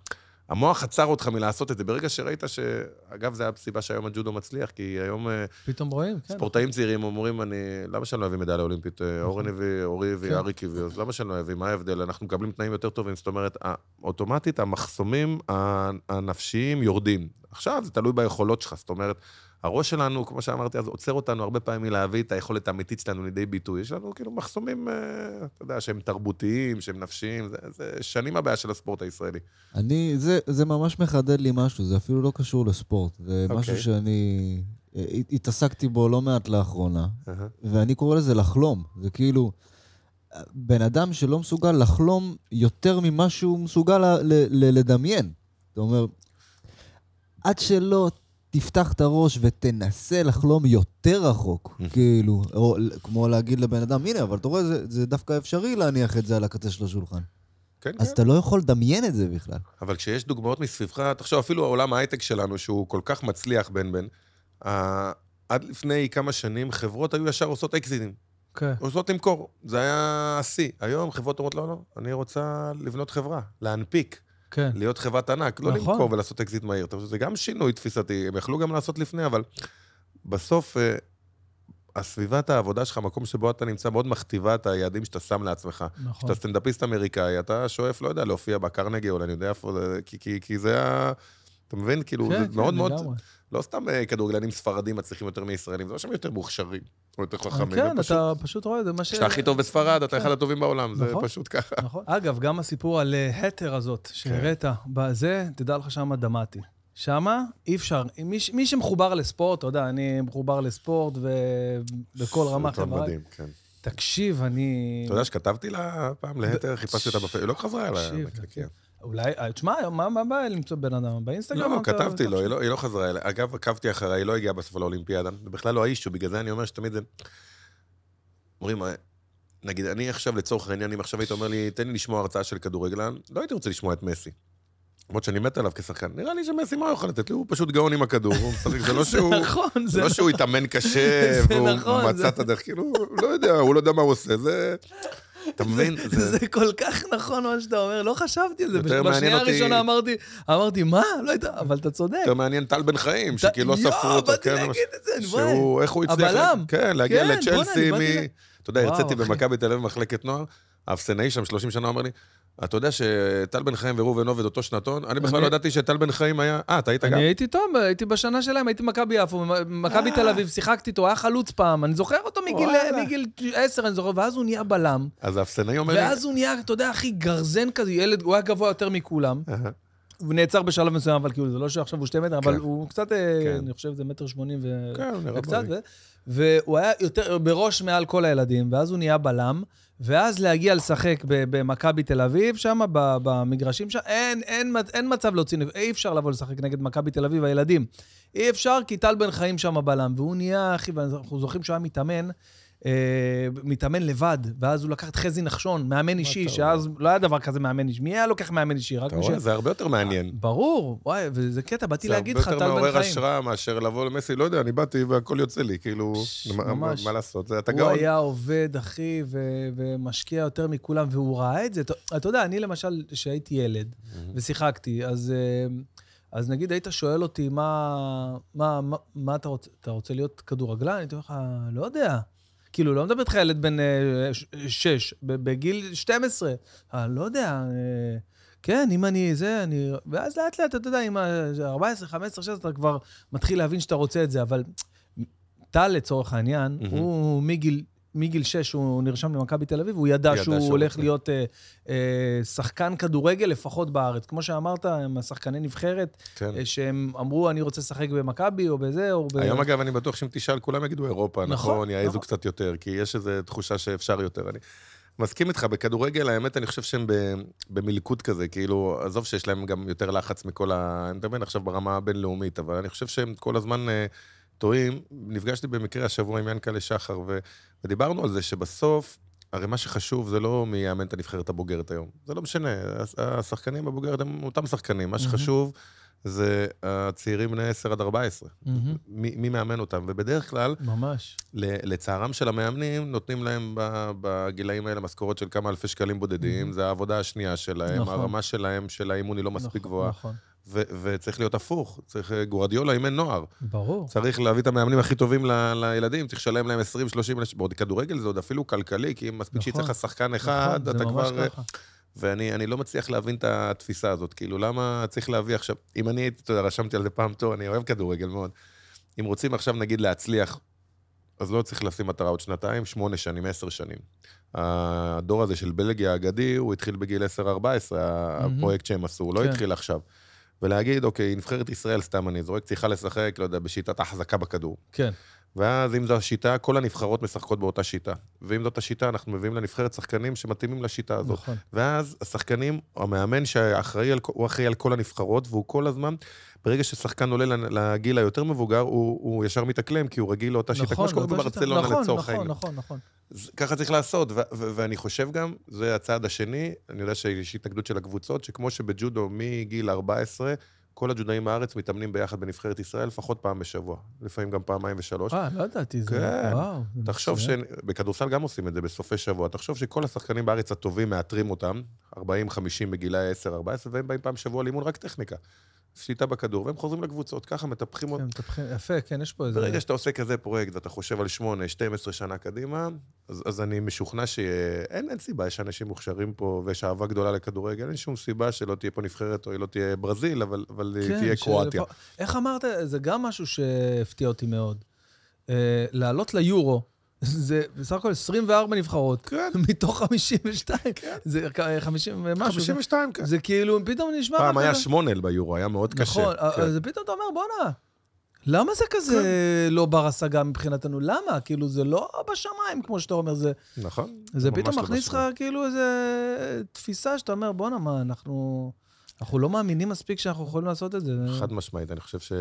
המוח עצר אותך מלעשות את זה. ברגע שראית ש... אגב, זה הסיבה שהיום הג'ודו מצליח, כי היום פתאום רואים, כן. ספורטאים צעירים אומרים, אני... למה שאני לא אביא מדליה אולימפית? אורן הביא, אורי הביא, אריק הביא, אז למה שאני לא אביא? מה ההבדל? אנחנו מקבלים תנאים יותר טובים, זאת אומרת, אוטומטית, המחסומים הנפשיים יורדים. עכשיו, זה תלוי ביכולות שלך, זאת אומרת, הראש שלנו, כמו שאמרתי, אז עוצר אותנו הרבה פעמים מלהביא את היכולת האמיתית שלנו לידי ביטוי. יש לנו כאילו מחסומים, אתה יודע, שהם תרבותיים, שהם נפשיים, זה, זה שנים הבעיה של הספורט הישראלי. אני, זה, זה ממש מחדד לי משהו, זה אפילו לא קשור לספורט. זה Okay. משהו שאני התעסקתי בו לא מעט לאחרונה, uh-huh. ואני קורא לזה לחלום. זה כאילו, בן אדם שלא מסוגל לחלום יותר ממה שהוא מסוגל ל- ל- ל- לדמיין. זאת אומרת, עד שלא תפתח את הראש ותנסה לחלום יותר רחוק, כאילו, או כמו להגיד לבן אדם, הנה, אבל אתה רואה, זה, זה דווקא אפשרי להניח את זה על הקצה של השולחן. כן, אז כן. אתה לא יכול לדמיין את זה בכלל. אבל כשיש דוגמאות מסביבך, תחשוב, אפילו העולם ההייטק שלנו, שהוא כל כך מצליח בן בן, אה, עד לפני כמה שנים, חברות היו ישר עושות אקזיטים. כן. עושות למכור. זה היה השיא. היום חברות אומרות, לא, לא, אני רוצה לבנות חברה, להנפיק. כן. להיות חברת ענק, לא נכון. למכור ולעשות אקזיט מהיר. זה גם שינוי תפיסתי, הם יכלו גם לעשות לפני, אבל בסוף, הסביבת העבודה שלך, המקום שבו אתה נמצא, מאוד מכתיבה את היעדים שאתה שם לעצמך. נכון. כשאתה סטנדאפיסט אמריקאי, אתה שואף, לא יודע, להופיע בקרנגי, או אני יודע איפה זה, כי, כי, כי זה ה... אתה מבין? כאילו, כן, זה כן, מאוד מאוד... לגמרי. לא סתם כדורגלנים ספרדים מצליחים יותר מישראלים, זה לא שהם יותר מוכשרים, או יותר חכמים. כן, אתה פשוט רואה, זה מה ש... כשאתה הכי טוב בספרד, אתה אחד הטובים בעולם, זה פשוט ככה. נכון. אגב, גם הסיפור על הטר הזאת, שהראית, בזה, תדע לך שמה דמתי. שמה אי אפשר. מי שמחובר לספורט, אתה יודע, אני מחובר לספורט ובכל רמה חברה. מדהים, כן. תקשיב, אני... אתה יודע שכתבתי לה פעם להטר, חיפשתי אותה בפייסבוק, היא לא חזרה אליי. אולי, תשמע, מה הבעיה למצוא בן אדם? באינסטגרם? לא, כתבתי לו, היא לא חזרה אליי. אגב, עקבתי אחריה, היא לא הגיעה בסוף לאולימפיאדה, זה בכלל לא האישו, בגלל זה אני אומר שתמיד זה... אומרים, נגיד, אני עכשיו לצורך העניין, אם עכשיו היית אומר לי, תן לי לשמוע הרצאה של כדורגלן, לא הייתי רוצה לשמוע את מסי. למרות שאני מת עליו כשחקן. נראה לי שמסי מה יכול לתת לי? הוא פשוט גאון עם הכדור, הוא משחק, זה לא שהוא... זה לא שהוא יתאמן קשה, והוא מצא את הדרך, כאילו, לא יודע, הוא לא יודע מה הוא עושה, זה... אתה מבין? זה כל כך נכון מה שאתה אומר, לא חשבתי על זה. בשנייה הראשונה אמרתי, אמרתי, מה? לא יודע, אבל אתה צודק. יותר מעניין טל בן חיים, שכאילו לא ספרו אותו. באתי להגיד את זה, שהוא, איך הוא הצליח... הבלם. כן, להגיע לצ'לסי, אתה יודע, הרציתי במכבי תל אביב מחלקת נוער, האפסנאי שם שלושים שנה אומר לי, אתה יודע שטל בן חיים וראובן עובד אותו שנתון? אני בכלל לא ידעתי שטל בן חיים היה... אה, אתה היית גם? אני הייתי טוב, הייתי בשנה שלהם, הייתי מכבי יפו, מכבי תל אביב, שיחקתי איתו, היה חלוץ פעם, אני זוכר אותו מגיל עשר, אני זוכר, ואז הוא נהיה בלם. אז האפסנאי אומר לי... ואז הוא נהיה, אתה יודע, הכי גרזן כזה, ילד, הוא היה גבוה יותר מכולם. הוא נעצר בשלב מסוים, אבל כאילו, זה לא שעכשיו הוא שתי מטר, אבל הוא קצת, אני חושב, זה מטר שמונים וקצת, והוא היה יותר בראש מעל כל הילדים, ואז הוא נהיה בלם, ואז להגיע לשחק במכבי תל אביב, שם, במגרשים שם, אין, אין, אין מצב להוציא, אי אפשר לבוא לשחק נגד מכבי תל אביב, הילדים. אי אפשר, כי טל בן חיים שם בלם, והוא נהיה, אחי, ואנחנו זוכרים שהוא היה מתאמן, מתאמן לבד, ואז הוא לקח את חזי נחשון, מאמן אישי, שאז לא היה דבר כזה מאמן אישי. מי היה לוקח מאמן אישי? אתה רואה, זה הרבה יותר מעניין. ברור, וואי, וזה קטע, באתי להגיד לך, טל בן חיים. זה הרבה יותר מעורר השראה מאשר לבוא למסי, לא יודע, אני באתי והכל יוצא לי, כאילו, מה לעשות, זה אתה גאון. הוא היה עובד, אחי, ומשקיע יותר מכולם, והוא ראה את זה. אתה יודע, אני למשל, שהייתי ילד, ושיחקתי, אז... אז נגיד, היית שואל אותי, מה, מה, מה, מה אתה רוצה? אתה רוצה להיות כדורגלן? אני אומר לך, לא יודע. כאילו, לא מדבר איתך ילד בן שש, בגיל שתים עשרה. לא יודע, כן, אם אני זה, אני... ואז לאט לאט, אתה יודע, עם ארבע עשרה, חמש עשרה, שש עשרה, אתה כבר מתחיל להבין שאתה רוצה את זה, אבל טל, לצורך העניין, הוא מגיל... מגיל שש הוא נרשם למכבי תל אביב, הוא ידע שהוא הולך להיות שחקן כדורגל לפחות בארץ. כמו שאמרת, הם השחקני נבחרת, שהם אמרו, אני רוצה לשחק במכבי או בזה, או... היום אגב, אני בטוח שאם תשאל, כולם יגידו אירופה, נכון, יעזו קצת יותר, כי יש איזו תחושה שאפשר יותר. אני מסכים איתך, בכדורגל, האמת, אני חושב שהם במלכוד כזה, כאילו, עזוב שיש להם גם יותר לחץ מכל ה... אני מדבר עכשיו ברמה הבינלאומית, אבל אני חושב שהם כל הזמן... טועים, נפגשתי במקרה השבוע עם ינקלה שחר, ו... ודיברנו על זה שבסוף, הרי מה שחשוב זה לא מי יאמן את הנבחרת הבוגרת היום. זה לא משנה, השחקנים הבוגרת הם אותם שחקנים, מה שחשוב זה הצעירים בני עשר עד ארבע עשרה. מי, מי מאמן אותם? ובדרך כלל, ממש. לצערם של המאמנים, נותנים להם בגילאים האלה משכורות של כמה אלפי שקלים בודדים, זה העבודה השנייה שלהם, נכון. הרמה שלהם, של האימון היא לא מספיק נכון, גבוהה. נכון. ו- וצריך להיות הפוך, צריך גוארדיולה אימן נוער. ברור. צריך להביא את המאמנים הכי טובים ל- לילדים, צריך לשלם להם עשרים שלושים, בעוד כדורגל זה עוד אפילו כלכלי, כי אם מספיק נכון. שיצטרך שחקן אחד, נכון, אתה זה ממש כבר... ככה. ואני אני לא מצליח להבין את התפיסה הזאת, כאילו, למה צריך להביא עכשיו, אם אני הייתי, אתה יודע, רשמתי על זה פעם טוב, אני אוהב כדורגל מאוד, אם רוצים עכשיו, נגיד, להצליח, אז לא צריך לשים מטרה עוד שנתיים, שמונה שנים, עשר שנים. הדור הזה של בלגיה האגדי, הוא התחיל בגיל עשר ארבע עשרה, הפרויקט שהם עשו, הוא לא התחיל עכשיו. ולהגיד, אוקיי, נבחרת ישראל, סתם אני זורק, צריכה לשחק, לא יודע, בשיטת החזקה בכדור. כן. ואז אם זו השיטה, כל הנבחרות משחקות באותה שיטה. ואם זאת השיטה, אנחנו מביאים לנבחרת שחקנים שמתאימים לשיטה הזאת. נכון. ואז השחקנים, המאמן שאחראי על, הוא אחראי על כל הנבחרות, והוא כל הזמן, ברגע ששחקן עולה לגיל היותר מבוגר, הוא, הוא ישר מתאקלם, כי הוא רגיל לאותה שיטה, כמו שקורה בברצלונה לצורך העניין. נכון, נכון, נכון. ככה צריך לעשות, ו- ו- ואני חושב גם, זה הצעד השני, אני יודע שיש התנגדות של הקבוצות, שכמו שבג'ודו מגיל ארבע עשרה, כל הג'ודאים בארץ מתאמנים ביחד בנבחרת ישראל, לפחות פעם בשבוע, לפעמים גם פעמיים ושלוש. אה, לא ידעתי, זה... כן. וואו. תחשוב שבכדורסל גם עושים את זה בסופי שבוע, תחשוב שכל השחקנים בארץ הטובים מאתרים אותם, ארבעים חמישים בגילאי עשר ארבע עשרה, והם באים פעם בשבוע לאימון רק טכניקה. שליטה בכדור, והם חוזרים לקבוצות, ככה מטפחים אותם. יפה, כן, יש פה איזה... ברגע שאתה עושה כזה פרויקט, ואתה חושב על שמונה, שתים עשרה שנה קדימה, אז, אז אני משוכנע שאין אין סיבה, יש אנשים מוכשרים פה, ויש אהבה גדולה לכדורגל, אין שום סיבה שלא תהיה פה נבחרת, או היא לא תהיה ברזיל, אבל, אבל כן, תהיה קרואטיה. לפ... איך אמרת? זה גם משהו שהפתיע אותי מאוד. אה, לעלות ליורו, זה בסך הכל עשרים וארבע נבחרות, כן. מתוך חמישים ושתיים, כן. זה חמישים ומשהו. חמישים ושתיים, כן. זה כאילו, פתאום נשמע... פעם היה שמונה ביורו, היה מאוד קשה. נכון, כן. זה פתאום אתה אומר, בוא נע, למה זה כזה כן. לא בר השגה מבחינתנו? למה? כאילו, זה לא בשמיים, כמו שאתה אומר, זה... נכון. זה פתאום לא מכניס לך כאילו איזה תפיסה שאתה אומר, בוא נע, מה, אנחנו... אנחנו לא מאמינים מספיק שאנחנו יכולים לעשות את זה. חד משמעית, אני חושב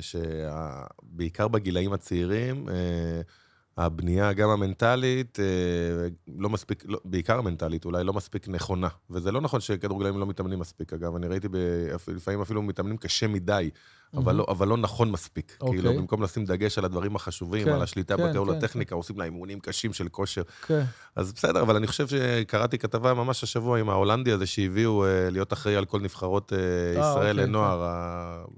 שבעיקר בגילאים הצעירים, הבנייה גם המנטלית, לא מספיק, לא, בעיקר המנטלית, אולי לא מספיק נכונה. וזה לא נכון שכדורגלנים לא מתאמנים מספיק. אגב, אני ראיתי ב, לפעמים אפילו מתאמנים קשה מדי, אבל, לא, אבל לא נכון מספיק. Okay. כאילו, במקום לשים דגש על הדברים החשובים, okay. על השליטה okay, בתיאוריה okay, הטכניקה, okay. עושים לה אימונים קשים של כושר. Okay. אז בסדר, אבל אני חושב שקראתי כתבה ממש השבוע עם ההולנדי הזה, שהביאו להיות אחראי על כל נבחרות ישראל okay, לנוער. Okay.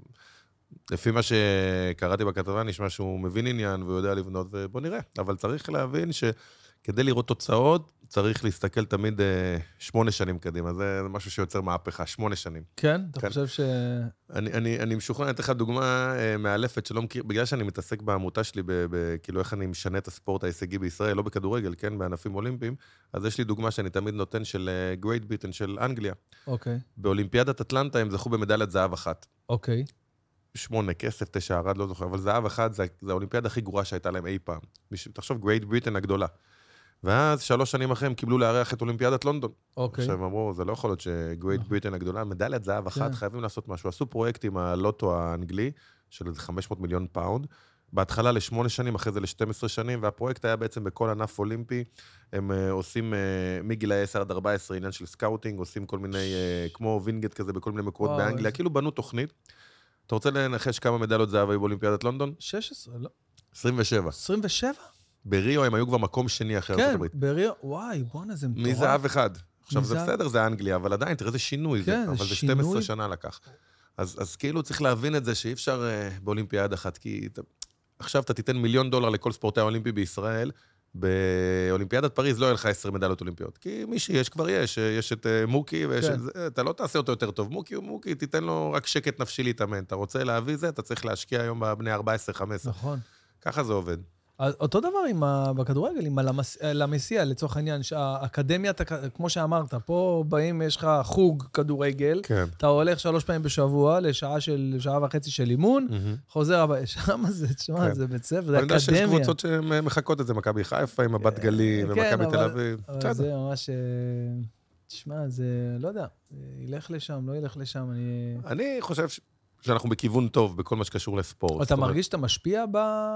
לפי מה שקראתי בכתבה, נשמע שהוא מבין עניין והוא יודע לבנות, ובוא נראה. אבל צריך להבין שכדי לראות תוצאות, צריך להסתכל תמיד שמונה שנים קדימה. זה משהו שיוצר מהפכה, שמונה שנים. כן? אתה כן. חושב ש... אני, אני, אני משוכנע, אני אתן לך דוגמה מאלפת שלא מכיר, בגלל שאני מתעסק בעמותה שלי, ב, ב, כאילו איך אני משנה את הספורט ההישגי בישראל, לא בכדורגל, כן, בענפים אולימפיים, אז יש לי דוגמה שאני תמיד נותן של גרייט ביטן של אנגליה. אוקיי. באולימפיאדת אטלנטה הם זכו במדליית זהב אחת. אוקיי. שמונה, כסף, תשע, ערד, לא זוכר, אבל זהב אחד, זה, זה האולימפיאדה הכי גרועה שהייתה להם אי פעם. תחשוב, גרייט בריטן הגדולה. ואז שלוש שנים אחרי הם קיבלו לארח את אולימפיאדת לונדון. אוקיי. עכשיו הם אמרו, זה לא יכול להיות שגרייט בריטן הגדולה, מדליית זהב אחת, חייבים לעשות משהו. עשו פרויקט עם הלוטו האנגלי, של חמש מאות מיליון פאונד, בהתחלה לשמונה שנים, אחרי זה ל-שתים עשרה שנים, והפרויקט היה בעצם בכל ענף אולימפי, הם עושים מגילי עשר עד ארבע עשרה עניין של סקאוטינג, עושים כל מיני, כמו וינגט כזה בכל מיני מקומות באנגליה, כאילו בנו תוכנית. אתה רוצה לנחש כמה מדליות זהב היו באולימפיאדת לונדון? שש עשרה, לא. עשרים ושבע. עשרים ושבע? בריו הם היו כבר מקום שני אחרי ארצות הברית. כן, בריו, וואי, בוא'נה, זה מטורף. מזהב אחד. עכשיו, זה בסדר, זה אנגליה, אבל עדיין, תראה, זה שינוי. כן, אבל זה שתים עשרה שנה לקח. אז כאילו צריך להבין את זה, שאי אפשר באולימפיאד אחת, כי עכשיו אתה תיתן מיליון דולר לכל ספורטאי אולימפי בישראל, באולימפיאדת פריז לא יהיה לך עשר מדליות אולימפיות, כי מי שיש כבר יש, יש את מוקי, אתה לא תעשה אותו יותר טוב, מוקי הוא מוקי, תיתן לו רק שקט נפשי להתאמן, אתה רוצה להביא זה, אתה צריך להשקיע היום בבני ארבע עשרה חמש עשרה. נכון. ככה זה עובד. אותו דבר בכדורגל, עם הלמסיע, לצורך העניין, שהאקדמיה, כמו שאמרת, פה באים, יש לך חוג כדורגל, אתה הולך שלוש פעמים בשבוע, לשעה של, שעה וחצי של אימון, חוזר הבא, שמה זה, שמה, זה בית ספר, זה אקדמיה. אני יודע שיש קבוצות שמחכות את זה, מכבי חיפה, עם הבת גלים, ומכבי תל אביב. זה ממש, תשמע, זה, לא יודע, ילך לשם, לא ילך לשם, אני... אני חושב ש... שאנחנו בכיוון טוב בכל מה שקשור לספורט. אתה מרגיש שאתה משפיע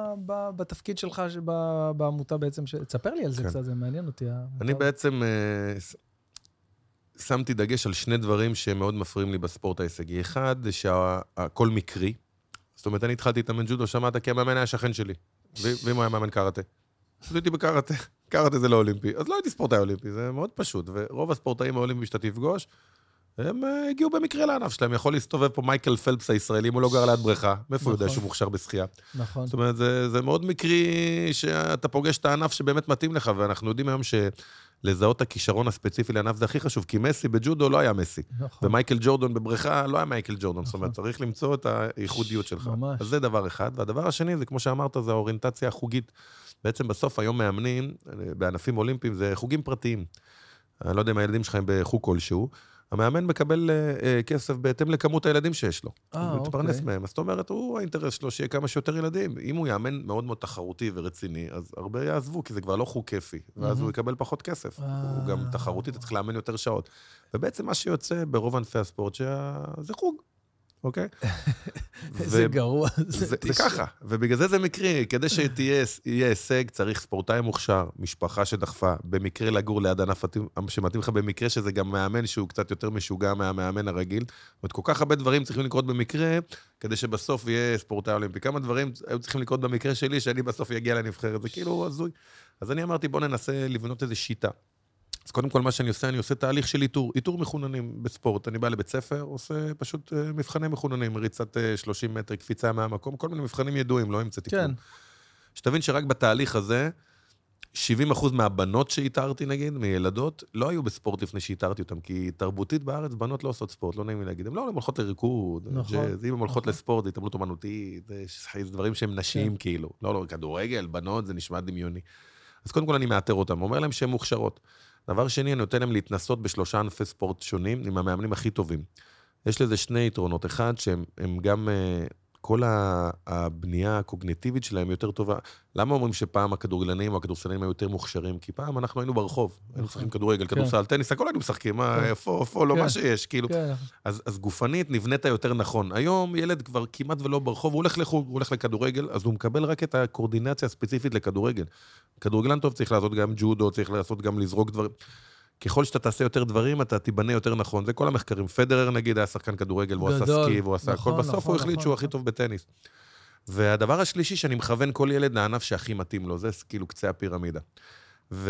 בתפקיד שלך, בעמותה בעצם, תספר לי על זה קצת, זה מעניין אותי. אני בעצם, שמתי דגש על שני דברים שמאוד מפריעים לי בספורט ההישגי. אחד, זה שהכל מקרי. זאת אומרת, אני התחלתי להתאמן ג'ודו, שמעת, כי המאמן היה שכן שלי. ואם הוא היה מאמן קראטה. אז הייתי בקראטה. קראטה זה לא אולימפי. אז לא הייתי ספורטאי אולימפי, זה מאוד פשוט. ורוב הספורטאים האולימפיים שאתה תפגוש, הם הגיעו במקרה לענף שלהם. יכול להסתובב פה מייקל פלפס הישראלי, אם הוא לא גר ליד בריכה. מאיפה הוא יודע שהוא מוכשר בשחייה? נכון. זאת אומרת, זה, זה מאוד מקרי שאתה פוגש את הענף שבאמת מתאים לך, ואנחנו יודעים היום שלזהות את הכישרון הספציפי לענף זה הכי חשוב, כי מסי בג'ודו לא היה מסי. נכון. ומייקל ג'ורדון בבריכה לא היה מייקל ג'ורדון. נכון. זאת אומרת, צריך למצוא את הייחודיות שלך. ממש. אז זה דבר אחד. והדבר השני, זה כמו שאמרת, זה האוריינטציה החוגית. בעצם בסוף היום מאמנים, בענפים אולימפיים, זה חוגים פרטיים. אני לא יודע אם הילדים שלך הם בחוג כלשהו, המאמן מקבל uh, כסף בהתאם לכמות הילדים שיש לו. אה, הוא מתפרנס אוקיי. מהם. אז זאת אומרת, הוא האינטרס שלו שיהיה כמה שיותר ילדים. אם הוא יאמן מאוד מאוד תחרותי ורציני, אז הרבה יעזבו, כי זה כבר לא חוג כיפי, ואז הוא יקבל פחות כסף. הוא גם תחרותי, אתה צריך לאמן יותר שעות. ובעצם מה שיוצא ברוב ענפי הספורט, שזה חוג. אוקיי? איזה גרוע. זה ככה, ובגלל זה זה מקרי, כדי שתהיה הישג, צריך ספורטאי מוכשר, משפחה שדחפה, במקרה לגור ליד ענף שמתאים לך, במקרה שזה גם מאמן שהוא קצת יותר משוגע מהמאמן הרגיל. זאת אומרת, כל כך הרבה דברים צריכים לקרות במקרה, כדי שבסוף יהיה ספורטאי אולימפי. כמה דברים היו צריכים לקרות במקרה שלי, שאני בסוף יגיע לנבחרת. זה כאילו הזוי. אז אני אמרתי, בוא ננסה לבנות איזו שיטה. אז קודם כל מה שאני עושה, אני עושה תהליך של איתור, איתור מחוננים בספורט. אני בא לבית ספר, עושה פשוט מבחני מחוננים, ריצת שלושים מטר, קפיצה מהמקום, כל מיני מבחנים ידועים, לא המצאתי כלום. שתבין שרק בתהליך הזה, שבעים אחוז מהבנות שאיתרתי נגיד, מילדות, לא היו בספורט לפני שאיתרתי אותם, כי תרבותית בארץ, בנות לא עושות ספורט, לא נעים לי להגיד, הן לא הולכות לריקוד, אם הן הולכות לספורט, זה התעמלות אומנותית, זה דברים שהם נשים כאילו, לא, לא, כדורגל, בנות, זה נשמע דמיוני. אז קודם כל אני מאתר אותם, אומר להם שהן מוכשרות. דבר שני, אני נותן להם להתנסות בשלושה ענפי ספורט שונים, עם המאמנים הכי טובים. יש לזה שני יתרונות. אחד, שהם גם, כל הבנייה הקוגניטיבית שלהם יותר טובה. למה אומרים שפעם הכדורגלנים או הכדורסלנים היו יותר מוכשרים? כי פעם אנחנו היינו ברחוב, היינו משחקים כדורגל, כדורסל, טניס, הכל היינו משחקים, איפה, איפה, לא מה שיש, כאילו. אז גופנית נבנית יותר נכון. היום ילד כבר כמעט ולא ברחוב, הוא הולך לחוג, הוא הולך לכדורגל, אז הוא מקבל רק את הקורדינציה הספציפית לכדורגל. כדורגלן טוב צריך לעשות גם ג'ודו, צריך לעשות גם לזרוק דברים. ככל שאתה תעשה יותר דברים, אתה תיבנה יותר נכון. זה כל המחקרים. פדרר, נגיד, היה שחקן כדורגל, והוא עשה סקי, והוא עשה הכל. בסוף הוא החליט שהוא הכי טוב בטניס. והדבר השלישי, שאני מכוון כל ילד לענף שהכי מתאים לו, זה כאילו קצה הפירמידה. ו...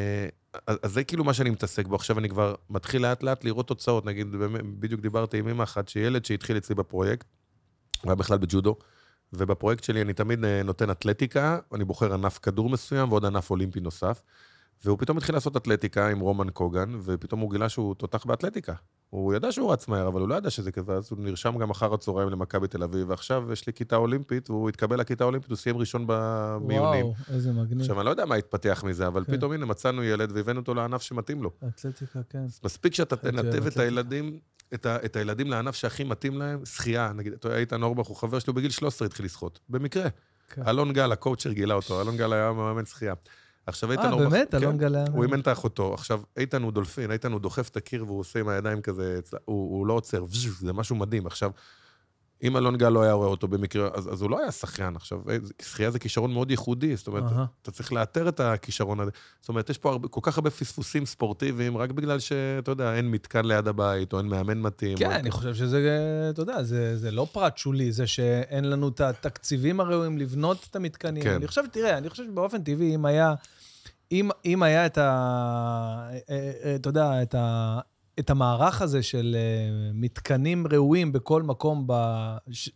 אז זה כאילו מה שאני מתעסק בו. עכשיו אני כבר מתחיל לאט לאט לראות תוצאות. נגיד, בדיוק דיברתי עם אמא אחת, שילד שהתחיל אצלי בפרויקט, הוא היה בכלל בג'ודו, ובפרויקט שלי אני תמיד נותן אתלטיקה, אני בוחר ענף כדור מסוים, ועוד ענף אולימפי נוסף. והוא פתאום התחיל לעשות אתלטיקה עם רומן קוגן, ופתאום הוא גילה שהוא תותח באתלטיקה. הוא ידע שהוא רץ מהר, אבל הוא לא ידע שזה כזה, אז הוא נרשם גם אחר הצהריים למכבי תל אביב, ועכשיו יש לי כיתה אולימפית, והוא התקבל לכיתה אולימפית, הוא סיים ראשון במיונים. וואו, איזה מגניב. עכשיו, אני לא יודע מה התפתח מזה, אבל כן. פתאום הנה, מצאנו ילד, והבאנו אותו לענף שמתאים לו. אתלטיקה, כן. מספיק שאתה תנתב את הילדים, את, ה, את הילדים לענף שהכי מתאים להם, שחייה, נגיד, איתן אורבך, הוא חבר שלו בגיל שלוש עשרה התחיל לשחות, במקרה. כן. אלון גל, הקואוצ'ר גילה אותו, אלון גל היה מאמן שחייה. עכשיו איתן אורבך, באמת, אלון גל היה... הוא אימן את אחותו, עכשיו איתן הוא דולפין, איתן הוא דוחף את הקיר והוא עושה עם הידיים כזה, הוא, הוא לא עוצר, זה משהו מדהים. עכשיו, אם אלון גל לא היה רואה אותו במקרה, אז, אז הוא לא היה שחיין. עכשיו, שחייה זה כישרון מאוד ייחודי, זאת אומרת, uh-huh. אתה צריך לאתר את הכישרון הזה. זאת אומרת, יש פה הרבה, כל כך הרבה פספוסים ספורטיביים, רק בגלל שאתה יודע, אין מתקן ליד הבית, או אין מאמן מתאים. כן, אני חושב שזה, אתה יודע, זה, זה לא פרט שולי, זה שאין לנו את התקציבים הראויים לבנות את המתקנים. כן. אני חושב, תראה, אני חושב שבאופן טבעי, אם היה, אם, אם היה את ה... אתה יודע, את ה... את המערך הזה של uh, מתקנים ראויים בכל מקום ב... ש...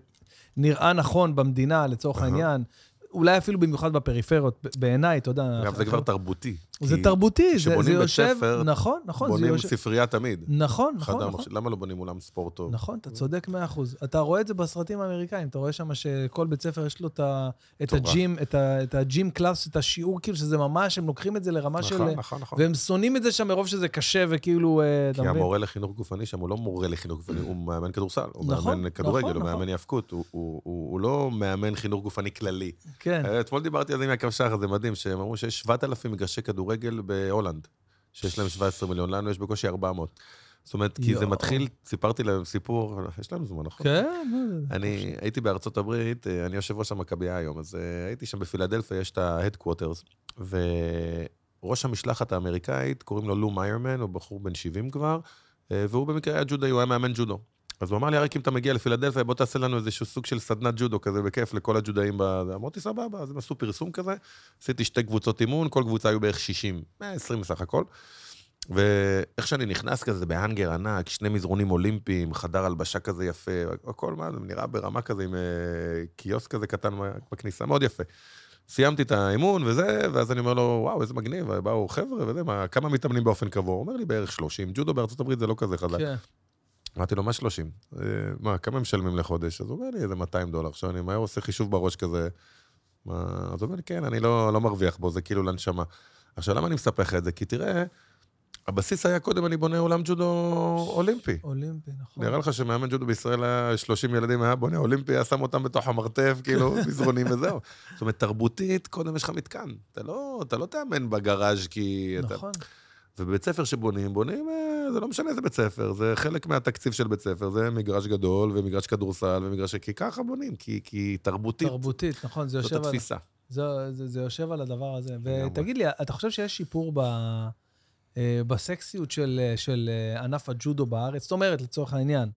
שנראה נכון במדינה, לצורך העניין, אולי אפילו במיוחד בפריפריות, בעיניי, אתה יודע... אגב, זה כבר תרבותי. זה תרבותי, זה יושב... נכון, נכון. בונים ספרייה תמיד. נכון, נכון. למה לא בונים אולם ספורט טוב? נכון, אתה צודק מאה אחוז. אתה רואה את זה בסרטים האמריקאים, אתה רואה שם שכל בית ספר יש לו את הג'ים, את הג'ים קלאס, את השיעור, כאילו שזה ממש, הם לוקחים את זה לרמה של... נכון, נכון. והם שונאים את זה שם מרוב שזה קשה וכאילו... כי המורה לחינוך גופני שם, הוא לא מורה לחינוך גופני, הוא מאמן כדורסל, הוא מאמן כדורגל, הוא מאמן יאבקות, הוא לא מאמן חינוך גופני כללי. אתמול דיברתי על זה עם יעקב שחר, זה מדהים, שהם אמרו שיש שבעת אלפים מגרשי כדורגל בהולנד, שיש להם שבעה עשר מיליון, לנו יש בקושי ארבע מאות. זאת אומרת, כי זה מתחיל, סיפרתי להם סיפור, יש להם זמן, נכון? כן. אני הייתי בארצות הברית, אני יושב ראש המכבייה היום, אז הייתי שם בפילדלפיה, יש את ה-headquarters, ראש המשלחת האמריקאית, קוראים לו לו מיירמן, הוא בחור בן שבעים כבר, והוא במקרה היה ג'ודו, הוא היה מאמן ג'ודו. אז הוא אמר לי, הרי אם אתה מגיע לפילדלפיה, בוא תעשה לנו איזשהו סוג של סדנת ג'ודו כזה, בכיף לכל הג'ודאים. אמרתי, סבבה, אז הם עשו פרסום כזה, עשיתי שתי קבוצות אימון, כל קבוצה היו בערך שישים, מאה ועשרים בסך הכל. ואיך שאני נכנס כזה בהנגר ענק, שני מזרונים אולימפיים, חדר הלבשה כזה יפה, הכל מה, זה נראה ברמה כזה עם קיוסק כזה קטן בכניסה, מאוד יפה. סיימתי את האימון וזה, ואז אני אומר לו, וואו, איזה מגניב, באו חבר'ה וזה, מה, כמה מתאמנים באופן קבוע? הוא אומר לי, בערך שלושים, ג'ודו בארצות הברית זה לא כזה חזק. אמרתי לו, מה שלושים? מה, כמה משלמים לחודש? אז הוא אומר לי, איזה מאתיים דולר. עכשיו אני מהר עושה חישוב בראש כזה. אז הוא אומר לי, כן, אני לא, לא מרוויח בו, זה כאילו לנשמה. עכשיו, למה אני מספח את זה? כי תראה, הבסיס היה קודם, אני בונה עולם ג'ודו אולימפי. אולימפי, נכון. נראה לך שמאמן ג'ודו בישראל היה שלושים ילדים, היה בונה אולימפי, היה שם אותם בתוך המרתף, כאילו, מזרונים וזהו. זאת אומרת, תרבותית, קודם יש לך מתקן. אתה לא, אתה לא תאמן בגראז' כי... נכון. אתה... ובבית ספר שבונים, בונים, זה לא משנה איזה בית ספר, זה חלק מהתקציב של בית ספר, זה מגרש גדול, ומגרש כדורסל, ומגרש... כי ככה בונים, כי, כי תרבותית. תרבותית, נכון, זה יושב זאת התפיסה. על... זה, זה, זה יושב על הדבר הזה. ותגיד לי, אתה חושב שיש שיפור ב... בסקסיות של, של ענף הג'ודו בארץ? זאת אומרת, לצורך העניין,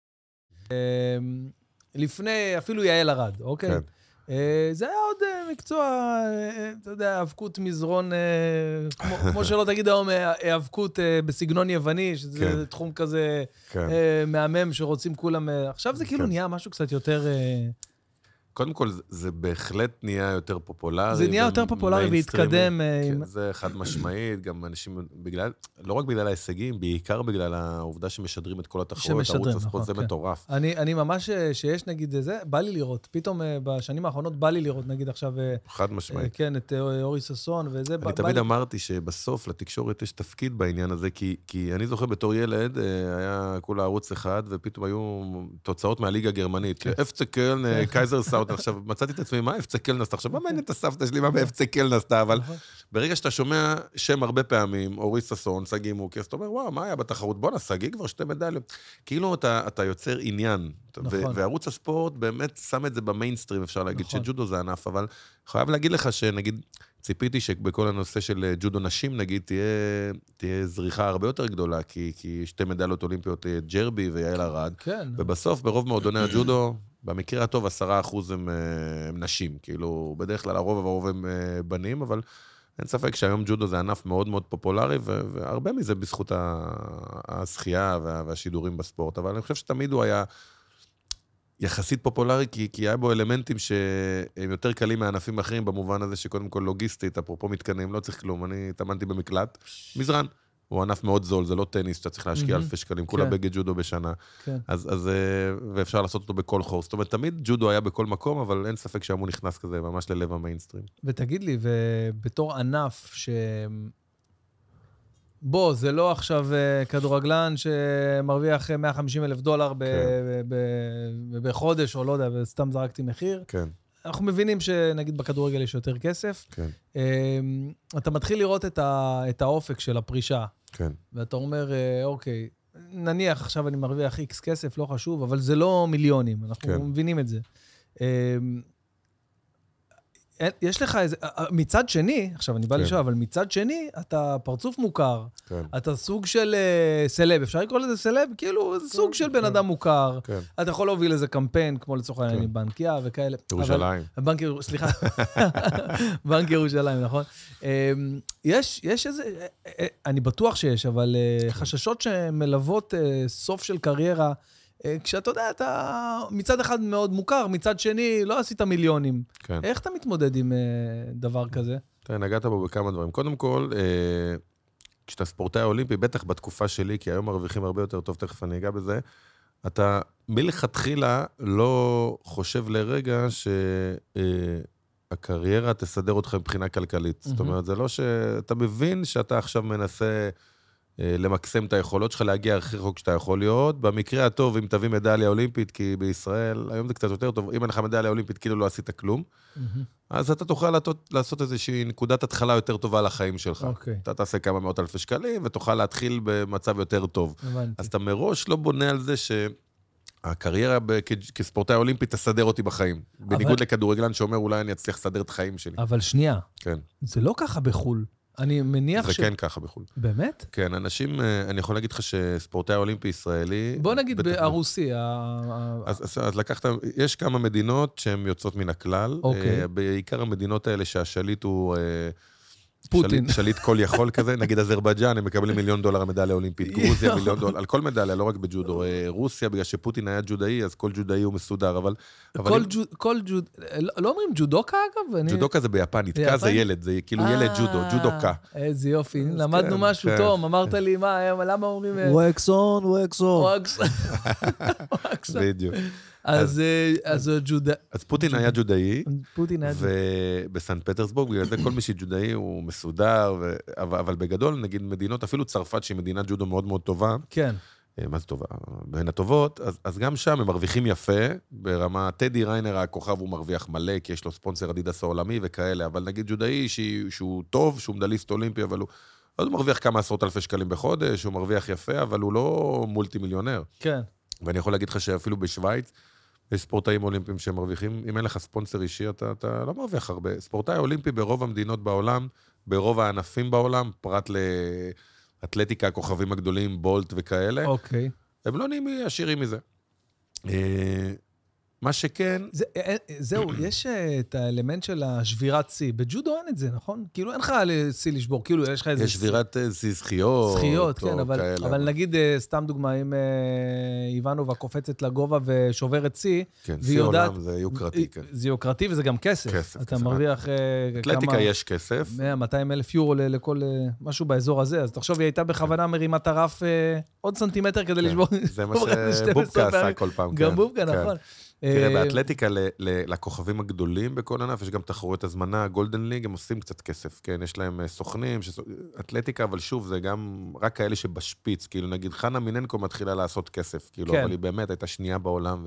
לפני, אפילו יעל ארד, אוקיי? כן. זה היה עוד מקצוע, אתה יודע, האבקות מזרון, כמו, כמו שלא תגיד היום, האבקות בסגנון יווני, שזה כן. תחום כזה כן. מהמם שרוצים כולם... עכשיו זה כאילו כן. נהיה משהו קצת יותר... קודם כל, זה בהחלט נהיה יותר פופולרי. זה נהיה יותר פופולרי והתקדם. כן, זה חד משמעית, גם אנשים, בגלל, לא רק בגלל ההישגים, בעיקר בגלל העובדה שמשדרים את כל התחרויות, ערוץ הספורט, זה מטורף. אני, אני ממש, שיש נגיד זה, בא לי לראות, פתאום בשנים האחרונות בא לי לראות, נגיד עכשיו, חד משמעית. כן, את אורי ששון וזה. אני תמיד אמרתי שבסוף לתקשורת יש תפקיד בעניין הזה, כי, כי אני זוכר בתור ילד, היה כולה ערוץ אחד, ופתאום היו תוצאות מהליגה הגרמנית. אפצה קלן, קייזר סאוט, עכשיו מצאתי את עצמי, מה אפצה קלנס? עכשיו, מה מעניין את הסבתא שלי, מה באפצה קלנס? אבל ברגע שאתה שומע שם הרבה פעמים, אורי ששון, סגי מוקי, אז אתה אומר, וואו, מה היה בתחרות? בוא נסגי כבר שתי מדליות. כאילו אתה, אתה יוצר עניין, וערוץ הספורט באמת שם את זה במיינסטרים, אפשר להגיד שג'ודו זה ענף, אבל חייב להגיד לך שנגיד, ציפיתי שבכל הנושא של ג'ודו נשים, נגיד, תהיה, תהיה זריחה הרבה יותר גדולה, כי, כי שתי מדליות אולימפיות, ג'רבי ויעל ארד, כן. ובסוף, ברוב מועדוני הג'ודו, במקרה הטוב, עשרה אחוז הם, הם נשים. כאילו, בדרך כלל הרוב הרוב הם בנים, אבל אין ספק שהיום ג'ודו זה ענף מאוד מאוד פופולרי, והרבה מזה בזכות השחייה והשידורים בספורט. אבל אני חושב שתמיד הוא היה יחסית פופולרי, כי, כי היה בו אלמנטים שהם יותר קלים מהענפים אחרים, במובן הזה שקודם כל לוגיסטית, אפרופו מתקנים, לא צריך כלום, אני התאמנתי במקלט. מזרן. הוא ענף מאוד זול, זה לא טניס, שאתה צריך להשקיע אלפי שקלים, כולה בגד ג'ודו בשנה. אז, ואפשר לעשות אותו בכל חור. זאת אומרת, תמיד ג'ודו היה בכל מקום, אבל אין ספק שהמו נכנס כזה ממש ללב המיינסטרים. ותגיד לי, ובתור ענף ש... בוא, זה לא עכשיו כדורגלן שמרוויח מאה וחמישים אלף דולר בחודש, או לא יודע, וסתם זרקתי מחיר. כן. אנחנו מבינים שנגיד בכדורגל יש יותר כסף. כן. אתה מתחיל לראות את, ה, את האופק של הפרישה. כן. ואתה אומר, אוקיי, נניח עכשיו אני מרוויח איקס כסף, לא חשוב, אבל זה לא מיליונים, אנחנו כן. מבינים את זה. יש לך איזה, מצד שני, עכשיו אני בא כן. לשאול, אבל מצד שני, אתה פרצוף מוכר, כן. אתה סוג של uh, סלב, אפשר לקרוא לזה סלב? כאילו, זה כן, סוג של כן. בן אדם מוכר, כן. אתה יכול להוביל איזה קמפיין, כמו לצורך העניין, כן. בנקיה וכאלה. ירושלים. אבל, בנק, סליחה, בנק ירושלים, נכון? יש, יש איזה, אני בטוח שיש, אבל כן. חששות שמלוות סוף של קריירה, כשאתה יודע, אתה מצד אחד מאוד מוכר, מצד שני לא עשית מיליונים. כן. איך אתה מתמודד עם דבר כזה? אתה נגעת בו בכמה דברים. קודם כל, כשאתה ספורטאי אולימפי, בטח בתקופה שלי, כי היום מרוויחים הרבה יותר טוב, תכף אני אגע בזה, אתה מלכתחילה לא חושב לרגע שהקריירה תסדר אותך מבחינה כלכלית. זאת אומרת, זה לא שאתה מבין שאתה עכשיו מנסה... למקסם את היכולות שלך, להגיע הכי רחוק שאתה יכול להיות. במקרה הטוב, אם תביא מדליה אולימפית, כי בישראל, היום זה קצת יותר טוב, אם אין לך מדליה אולימפית, כאילו לא עשית כלום, אז אתה תוכל לעשות איזושהי נקודת התחלה יותר טובה לחיים שלך. אתה תעשה כמה מאות אלפי שקלים, ותוכל להתחיל במצב יותר טוב. אז אתה מראש לא בונה על זה שהקריירה כספורטאי אולימפי תסדר אותי בחיים. בניגוד לכדורגלן שאומר, אולי אני אצליח לסדר את החיים שלי. אבל שנייה. כן. זה לא ככה בחול. אני מניח זה ש... כן ככה בחו"ל. באמת? כן, אנשים, אני יכול להגיד לך שספורטאי אולימפי ישראלי... בוא נגיד ברוסי. אז, אז, אז לקחת, יש כמה מדינות שהן יוצאות מן הכלל. אוקיי. בעיקר המדינות האלה שהשליט הוא... פוטין. שליט, שליט כל יכול כזה, נגיד אזרבייג'אן, הם מקבלים מיליון דולר המדליה האולימפית, גרוזיה מיליון דולר, על כל מדליה, לא רק בג'ודו, רוסיה, בגלל שפוטין היה ג'ודאי, אז כל ג'ודאי הוא מסודר, אבל... כל ג'וד, כל ג'וד, לא אומרים ג'ודוקה אגב? ג'ודוקה זה ביפנית, קה זה ילד, זה כאילו ילד ג'ודו, ג'ודוקה. איזה יופי, למדנו משהו טוב, אמרת לי, מה, למה אומרים... ווקסון, ווקסון. ווקסון. בדיוק. אז, אז ג'ודאי... אז פוטין היה ג'ודאי, פוטין היה ג'ודאי. ובסנט פטרסבורג, בגלל זה כל מי שג'ודאי הוא מסודר, אבל בגדול, נגיד מדינות, אפילו צרפת, שהיא מדינת ג'ודו מאוד מאוד טובה, כן. מה זה טובה? בין הטובות, אז, אז גם שם הם מרוויחים יפה, ברמה, טדי ריינר הכוכב הוא מרוויח מלא, כי יש לו ספונסר אדידס העולמי וכאלה, אבל נגיד ג'ודאי שהוא טוב, שהוא מדליסט אולימפי, אבל הוא, אז הוא מרוויח כמה עשרות אלפי שקלים בחודש, הוא מרוויח יפה, אבל הוא לא מולטי מיליונר. כן. ואני יכול להגיד לך שאפילו בשוויץ, יש ספורטאים אולימפיים שמרוויחים, אם אין לך ספונסר אישי, אתה, אתה לא מרוויח הרבה. ספורטאי אולימפי ברוב המדינות בעולם, ברוב הענפים בעולם, פרט לאתלטיקה, הכוכבים הגדולים, בולט וכאלה, אוקיי. הם לא נהיים עשירים מזה. מה שכן... זה, זהו, יש את האלמנט של השבירת צי. בג'ודו אין את זה, נכון? כאילו אין לך צי לשבור, כאילו יש לך איזה... יש שבירת זכיות. זכיות, כן, אבל, אבל נגיד, סתם דוגמה, אם איוונובה קופצת לגובה ושוברת צי, כן, צי עולם זה יוקרתי, כן. זה יוקרתי וזה גם כסף. כסף. אתה מרוויח כמה... אתלטיקה יש כסף. מאה מאתיים אלף יורו לכל משהו באזור הזה, אז תחשוב, היא הייתה בכוונה מרימה את הרף עוד סנטימטר כדי לשבור... זה מה שבובקה עשה כל פעם. גם בובקה, נכון. תראה, באתלטיקה לכוכבים הגדולים בכל ענף, יש גם תחרויות הזמנה, גולדן ליג, הם עושים קצת כסף, כן? יש להם סוכנים, אתלטיקה, אבל שוב, זה גם רק כאלה שבשפיץ, כאילו נגיד, חנה מיננקו מתחילה לעשות כסף, כאילו, אבל היא באמת הייתה שנייה בעולם.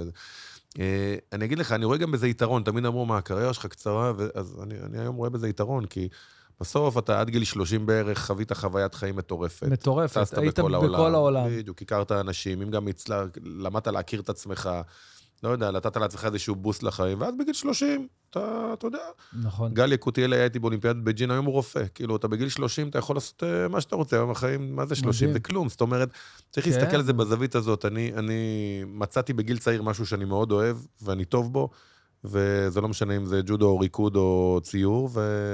אני אגיד לך, אני רואה גם בזה יתרון, תמיד אמרו, מה, הקריירה שלך קצרה, אז אני היום רואה בזה יתרון, כי בסוף אתה עד גיל שלושים בערך חווית חוויית חיים מטורפת. מטורפת, היית בכל העולם. בדיוק, הכרת אנשים, אם גם למדת להכיר את עצמך, לא יודע, נתת לעצמך איזשהו בוסט לחיים, ואז בגיל שלושים, אתה, אתה יודע. נכון. גל יקותיאל הייתי באולימפיאד בג'ין, היום הוא רופא. כאילו, אתה בגיל שלושים, אתה יכול לעשות מה שאתה רוצה, היום החיים, מה זה שלושים? זה כלום. זאת אומרת, צריך להסתכל על זה בזווית הזאת. אני, אני מצאתי בגיל צעיר משהו שאני מאוד אוהב, ואני טוב בו, וזה לא משנה אם זה ג'ודו או ריקוד או ציור,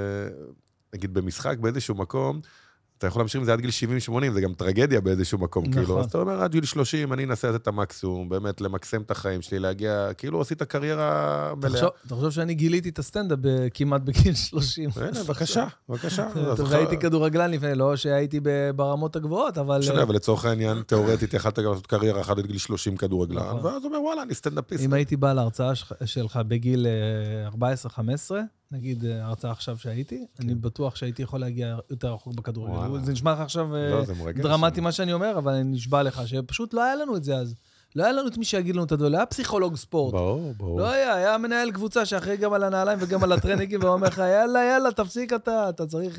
ונגיד במשחק באיזשהו מקום, אתה יכול להמשיך עם זה עד גיל שבעים שמונים, זה גם טרגדיה באיזשהו מקום, נכון. כאילו. אז אתה אומר, עד גיל שלושים, אני אנסה את המקסימום, באמת למקסם את החיים שלי, להגיע, כאילו עשית קריירה מלאה. תחשוב שאני גיליתי את הסטנדאפ כמעט בגיל שלושים. הנה, בבקשה, בבקשה. והייתי כדורגלן לפני, לא שהייתי ברמות הגבוהות, אבל... שונה, אבל לצורך העניין, תיאורטית, יכלת גם לעשות קריירה אחת עד גיל שלושים כדורגלן, ואז אומר, וואלה, אני סטנדאפיסט. אם הייתי בא להרצאה שלך בגיל ארבע עשרה חמש עשרה, נגיד ההרצאה עכשיו שהייתי, אני בטוח שהייתי יכול להגיע יותר רחוק בכדורגל. זה נשמע לך עכשיו דרמטי מה שאני אומר, אבל אני נשבע לך שפשוט לא היה לנו את זה אז. לא היה לנו את מי שיגיד לנו את הדבר, לא היה פסיכולוג ספורט. ברור, ברור. לא היה, היה מנהל קבוצה שאחרי גם על הנעליים וגם על הטרנינגים, ואומר לך, יאללה, יאללה, תפסיק אתה, אתה צריך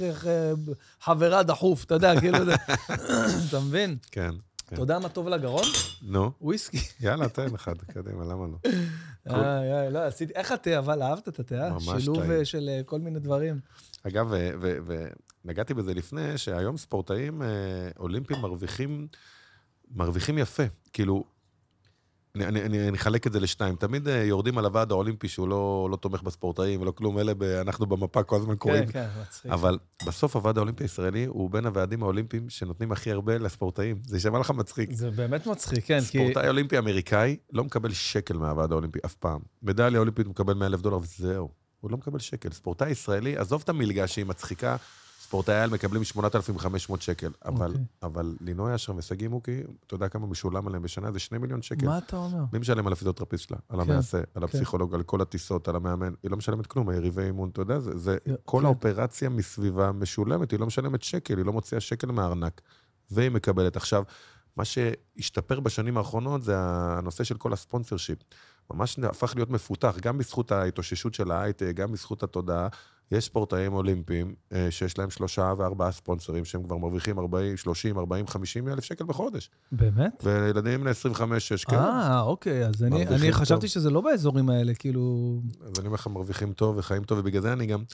חברה דחוף, אתה יודע, כאילו זה. אתה מבין? כן. אתה יודע מה טוב לגרון? נו. וויסקי. יאללה, תן אחד, קדימה, למה לא? אה, לא, עשיתי, איך התה, אבל אהבת את התה? שילוב של כל מיני דברים. אגב, ונגעתי בזה לפני, שהיום ספורטאים אולימפיים מרוויחים, מרוויחים יפה. כאילו, אני, אני, אני, אני חלק את זה לשתיים. תמיד יורדים על הוועד האולימפי שהוא לא, לא תומך בספורטאים, ולא כלום, אלה אנחנו במפה כל הזמן קוראים. כן, כן, מצחיק. אבל בסוף הוועד האולימפי הישראלי הוא בין הוועדים האולימפיים שנותנים הכי הרבה לספורטאים. זה יישמע לך מצחיק. זה באמת מצחיק, כן. ספורטאי כי... אולימפי אמריקאי לא מקבל שקל מהוועד האולימפי אף פעם. מדליה אולימפית מקבל מאה אלף דולר וזהו. הוא לא מקבל שקל. ספורטאי ישראלי, עזוב את המלגה שהיא מצחיקה, ספורטאי על מקבלים שמונת אלפים וחמש מאות שקל, אבל, okay. אבל לינוי אשר ושגיא מוקי, אתה יודע כמה משולם עליהם בשנה? זה שני מיליון שקל. מה אתה אומר? מי משלם על הפיזיותרפיסט שלה? על המעשה, okay. על הפסיכולוג, okay. על כל הטיסות, על המאמן. היא לא משלמת כלום, היריבי אימון, אתה יודע, זה, זה okay. כל האופרציה מסביבה משולמת, היא לא משלמת שקל, היא לא מוציאה שקל מהארנק, והיא מקבלת. עכשיו, מה שהשתפר בשנים האחרונות זה הנושא של כל הספונסרשיפ. ממש הפך להיות מפותח, גם בזכות ההתאוששות של ההייטק, גם בזכות התודעה. יש ספורטאים אולימפיים שיש להם שלושה וארבעה ספונסרים, שהם כבר מרוויחים ארבעים, שלושים, ארבעים, חמישים אלף שקל בחודש. באמת? וילדים בני עשרים וחמש, שש, כן. אה, אוקיי, אז אני, אני חשבתי שזה לא באזורים האלה, כאילו... אז אני אומר לך, מרוויחים טוב וחיים טוב, ובגלל זה אני גם...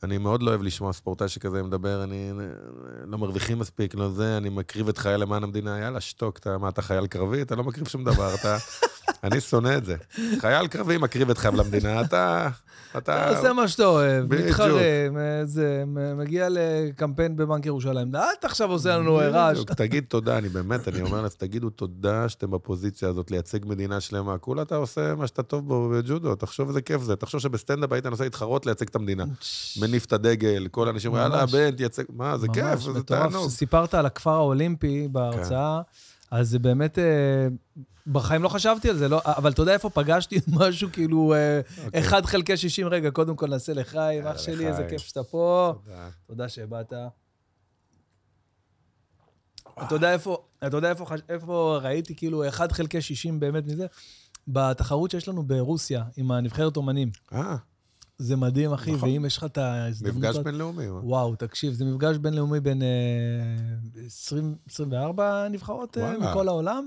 אני מאוד לא אוהב לשמוע ספורטאי שכזה מדבר, אני לא מרוויחים מספיק, לא זה, אני מקריב את חייל למען המדינה, יאללה, שתוק, אתה, מה, אתה חייל קרבי? אתה לא מקריב שום דבר, אתה... אני שונא את זה. חייל קרבי מקריב את חייל למדינה, אתה... אתה עושה מה שאתה אוהב, מתחרם, מגיע לקמפיין בבנק ירושלים. אתה עכשיו עושה לנו רעש. תגיד תודה, אני באמת, אני אומר לך, תגידו תודה שאתם בפוזיציה הזאת, לייצג מדינה שלמה. כולה אתה עושה מה שאתה טוב בו בג'ודו, תחשוב איזה כיף זה. תחשוב שבסטנדאפ היית נוסע להתחרות לייצג את המדינה. מניף את הדגל, כל האנשים, יאללה, בן, תייצג, מה, זה כיף, זה תענוג. סיפרת על הכפר האולימפי בהרצאה, אז זה באמת... בחיים לא חשבתי על זה, לא, אבל אתה יודע איפה פגשתי משהו כאילו אחד חלקי שישים, רגע, קודם כל נעשה לחיים, אח שלי, איזה כיף שאתה פה. תודה שבאת. אתה יודע איפה, אתה יודע איפה ראיתי כאילו אחד חלקי שישים באמת מזה? בתחרות שיש לנו ברוסיה, עם הנבחרת אומנים. אה. זה מדהים, אחי, ואם יש לך את ההזדמנות... מפגש בינלאומי. וואו, תקשיב, זה מפגש בינלאומי בין עשרים וארבע נבחרות מכל העולם.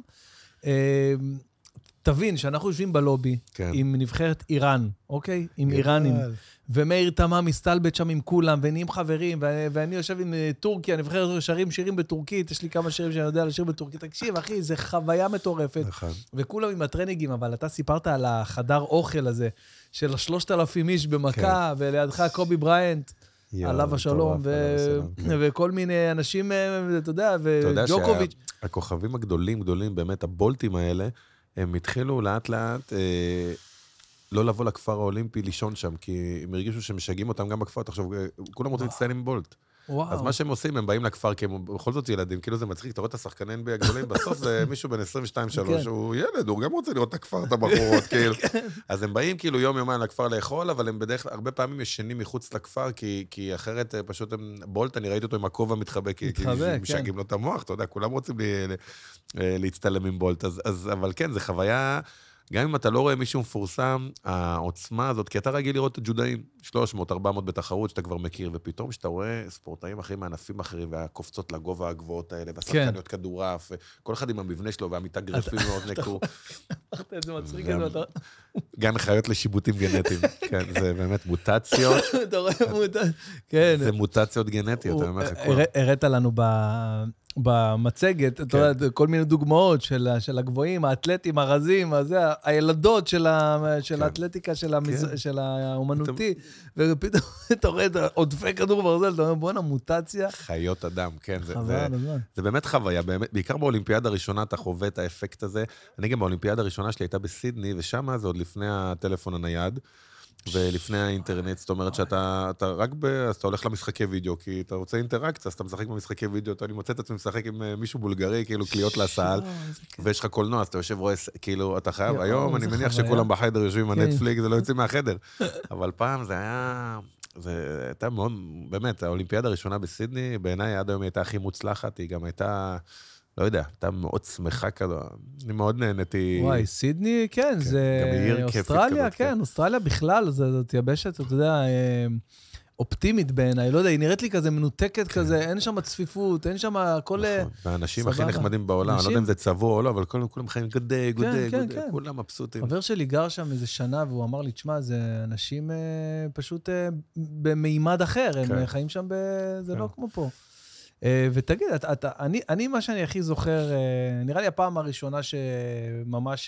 תבין שאנחנו יושבים בלובי עם נבחרת איראן, אוקיי? עם איראנים. ומאיר תמם מסתלבט שם עם כולם, ונהיים חברים, ואני יושב עם טורקיה, נבחרת שרים שירים בטורקית, יש לי כמה שירים שאני יודע לשיר בטורקית. תקשיב, אחי, זה חוויה מטורפת. וכולם עם הטרנינגים, אבל אתה סיפרת על החדר אוכל הזה, של שלושת אלפים איש במכה, ולידך קובי בריינט, עליו השלום, וכל מיני אנשים, אתה יודע, וג'וקוביץ'. הכוכבים הגדולים, גדולים, באמת, הבולטים האלה, הם התחילו לאט לאט לא לבוא לכפר האולימפי לישון שם, כי הם הרגישו שמשגעים אותם גם בכפר. עכשיו, כולם רוצים להצטיין עם בולט. אז מה שהם עושים, הם באים לכפר, כי הם בכל זאת ילדים, כאילו זה מצחיק, אתה רואה את השחקני אן בי איי הגדולים, בסוף זה מישהו בן עשרים ושתיים שלוש, הוא ילד, הוא גם רוצה לראות את הכפר, את הבחורות, כאילו. אז הם באים כאילו יום יומיים לכפר לאכול, אבל הם בדרך כלל, הרבה פעמים ישנים מחוץ לכפר, כי אחרת פשוט הם, בולט, אני ראיתי אותו עם הכובע מתחבק, כי משגעים לו את המוח, אתה יודע, כולם רוצים להצטלם עם בולט, אבל כן, זה חוויה, גם אם אתה לא רואה מישהו מפורסם, העוצמה הזאת, כי אתה רגיל לראות ג'ודאים, שלוש מאות ארבע מאות בתחרות, שאתה כבר מכיר, ופתאום שאתה רואה ספורטאים אחרים מענפים אחרים, והקופצות לגובה הגבוהות האלה, והשחקניות כדורעף, וכל אחד עם המבנה שלו, והמתאגרפים מאוד נקרו. זה מצחיק את זה. גן חיות לשיבוטים גנטיים. כן, זה באמת מוטציות. אתה רואה מוטציות. כן. זה מוטציות גנטיות, אני אומר לך כבר. הראת לנו ב... במצגת, אתה יודע, כל מיני דוגמאות של הגבוהים, האתלטים, הרזים, הילדות של האתלטיקה, של האומנותי, ופתאום אתה רואה את עודפי כדור ברזל, אתה אומר, בואנה, מוטציה. חיות אדם, כן. זה באמת חוויה, בעיקר באולימפיאדה הראשונה אתה חווה את האפקט הזה. אני גם באולימפיאדה הראשונה שלי הייתה בסידני, ושם זה עוד לפני הטלפון הנייד, ולפני האינטרנט, זאת אומרת שאתה אתה רק ב... אז אתה הולך למשחקי וידאו, כי אתה רוצה אינטראקציה, אז אתה משחק במשחקי וידאו, אתה, אני מוצא את עצמי משחק עם מישהו בולגרי, כאילו קליות לסל, ויש לך קולנוע, אז אתה יושב רואה, כאילו, אתה חייב, היום אני מניח שכולם בחדר יושבים עם הנטפליק, זה לא יוצאים מהחדר. אבל פעם זה היה, זה הייתה מאוד, באמת, האולימפיאדה הראשונה בסידני, בעיניי עד היום היא הייתה הכי מוצלחת, היא גם הייתה... לא יודע, הייתה מאוד שמחה כזו, אני מאוד נהניתי... וואי, סידני, כן, זה אוסטרליה, כן, אוסטרליה בכלל, זאת יבשת, אתה יודע, אופטימית בעיניי, לא יודע, היא נראית לי כזה מנותקת כזה, אין שם צפיפות, אין שם הכל... נכון, והאנשים הכי נחמדים בעולם, אני לא יודע אם זה צבוע או לא, אבל כולם חיים גודה, גודה, גודה, כולם מבסוטים. חבר שלי גר שם איזה שנה, והוא אמר לי, תשמע, זה אנשים פשוט במימד אחר, הם חיים שם, זה לא כמו פה. ותגיד, אתה, אתה, אני, אני, מה שאני הכי זוכר, נראה לי הפעם הראשונה שממש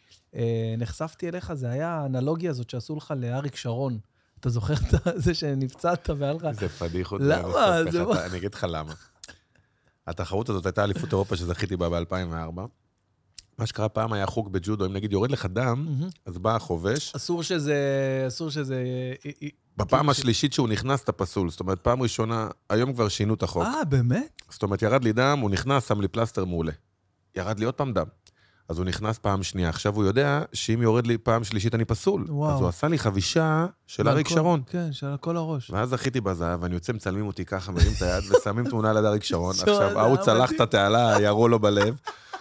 נחשפתי אליך, זה היה האנלוגיה הזאת שעשו לך לאריק שרון. אתה זוכר את זה שנפצעת והיה לך... זה פדיחות. למה? זה מה? אני אגיד לך למה. התחרות הזאת הייתה אליפות אירופה שזכיתי בה ב-אלפיים וארבע. מה שקרה פעם היה חוק בג'ודו, אם נגיד יורד לך דם, אז בא החובש. אסור שזה... אסור שזה... בפעם השלישית שהוא נכנס, אתה פסול. זאת אומרת, פעם ראשונה, היום כבר שינו את החוק. אה, באמת? זאת אומרת, ירד לי דם, הוא נכנס, שם לי פלסטר מעולה. ירד לי עוד פעם דם. אז הוא נכנס פעם שנייה. עכשיו הוא יודע שאם יורד לי פעם שלישית, אני פסול. וואו. אז הוא עשה לי חבישה של אריק שרון. כן, של כל הראש. ואז זכיתי בזהב, ואני יוצא, מצלמים אותי ככה, מרים את היד, ושמים תמונה ליד אריק שרון. עכשיו, ההוא צלח את התעלה, ירו לו בלב.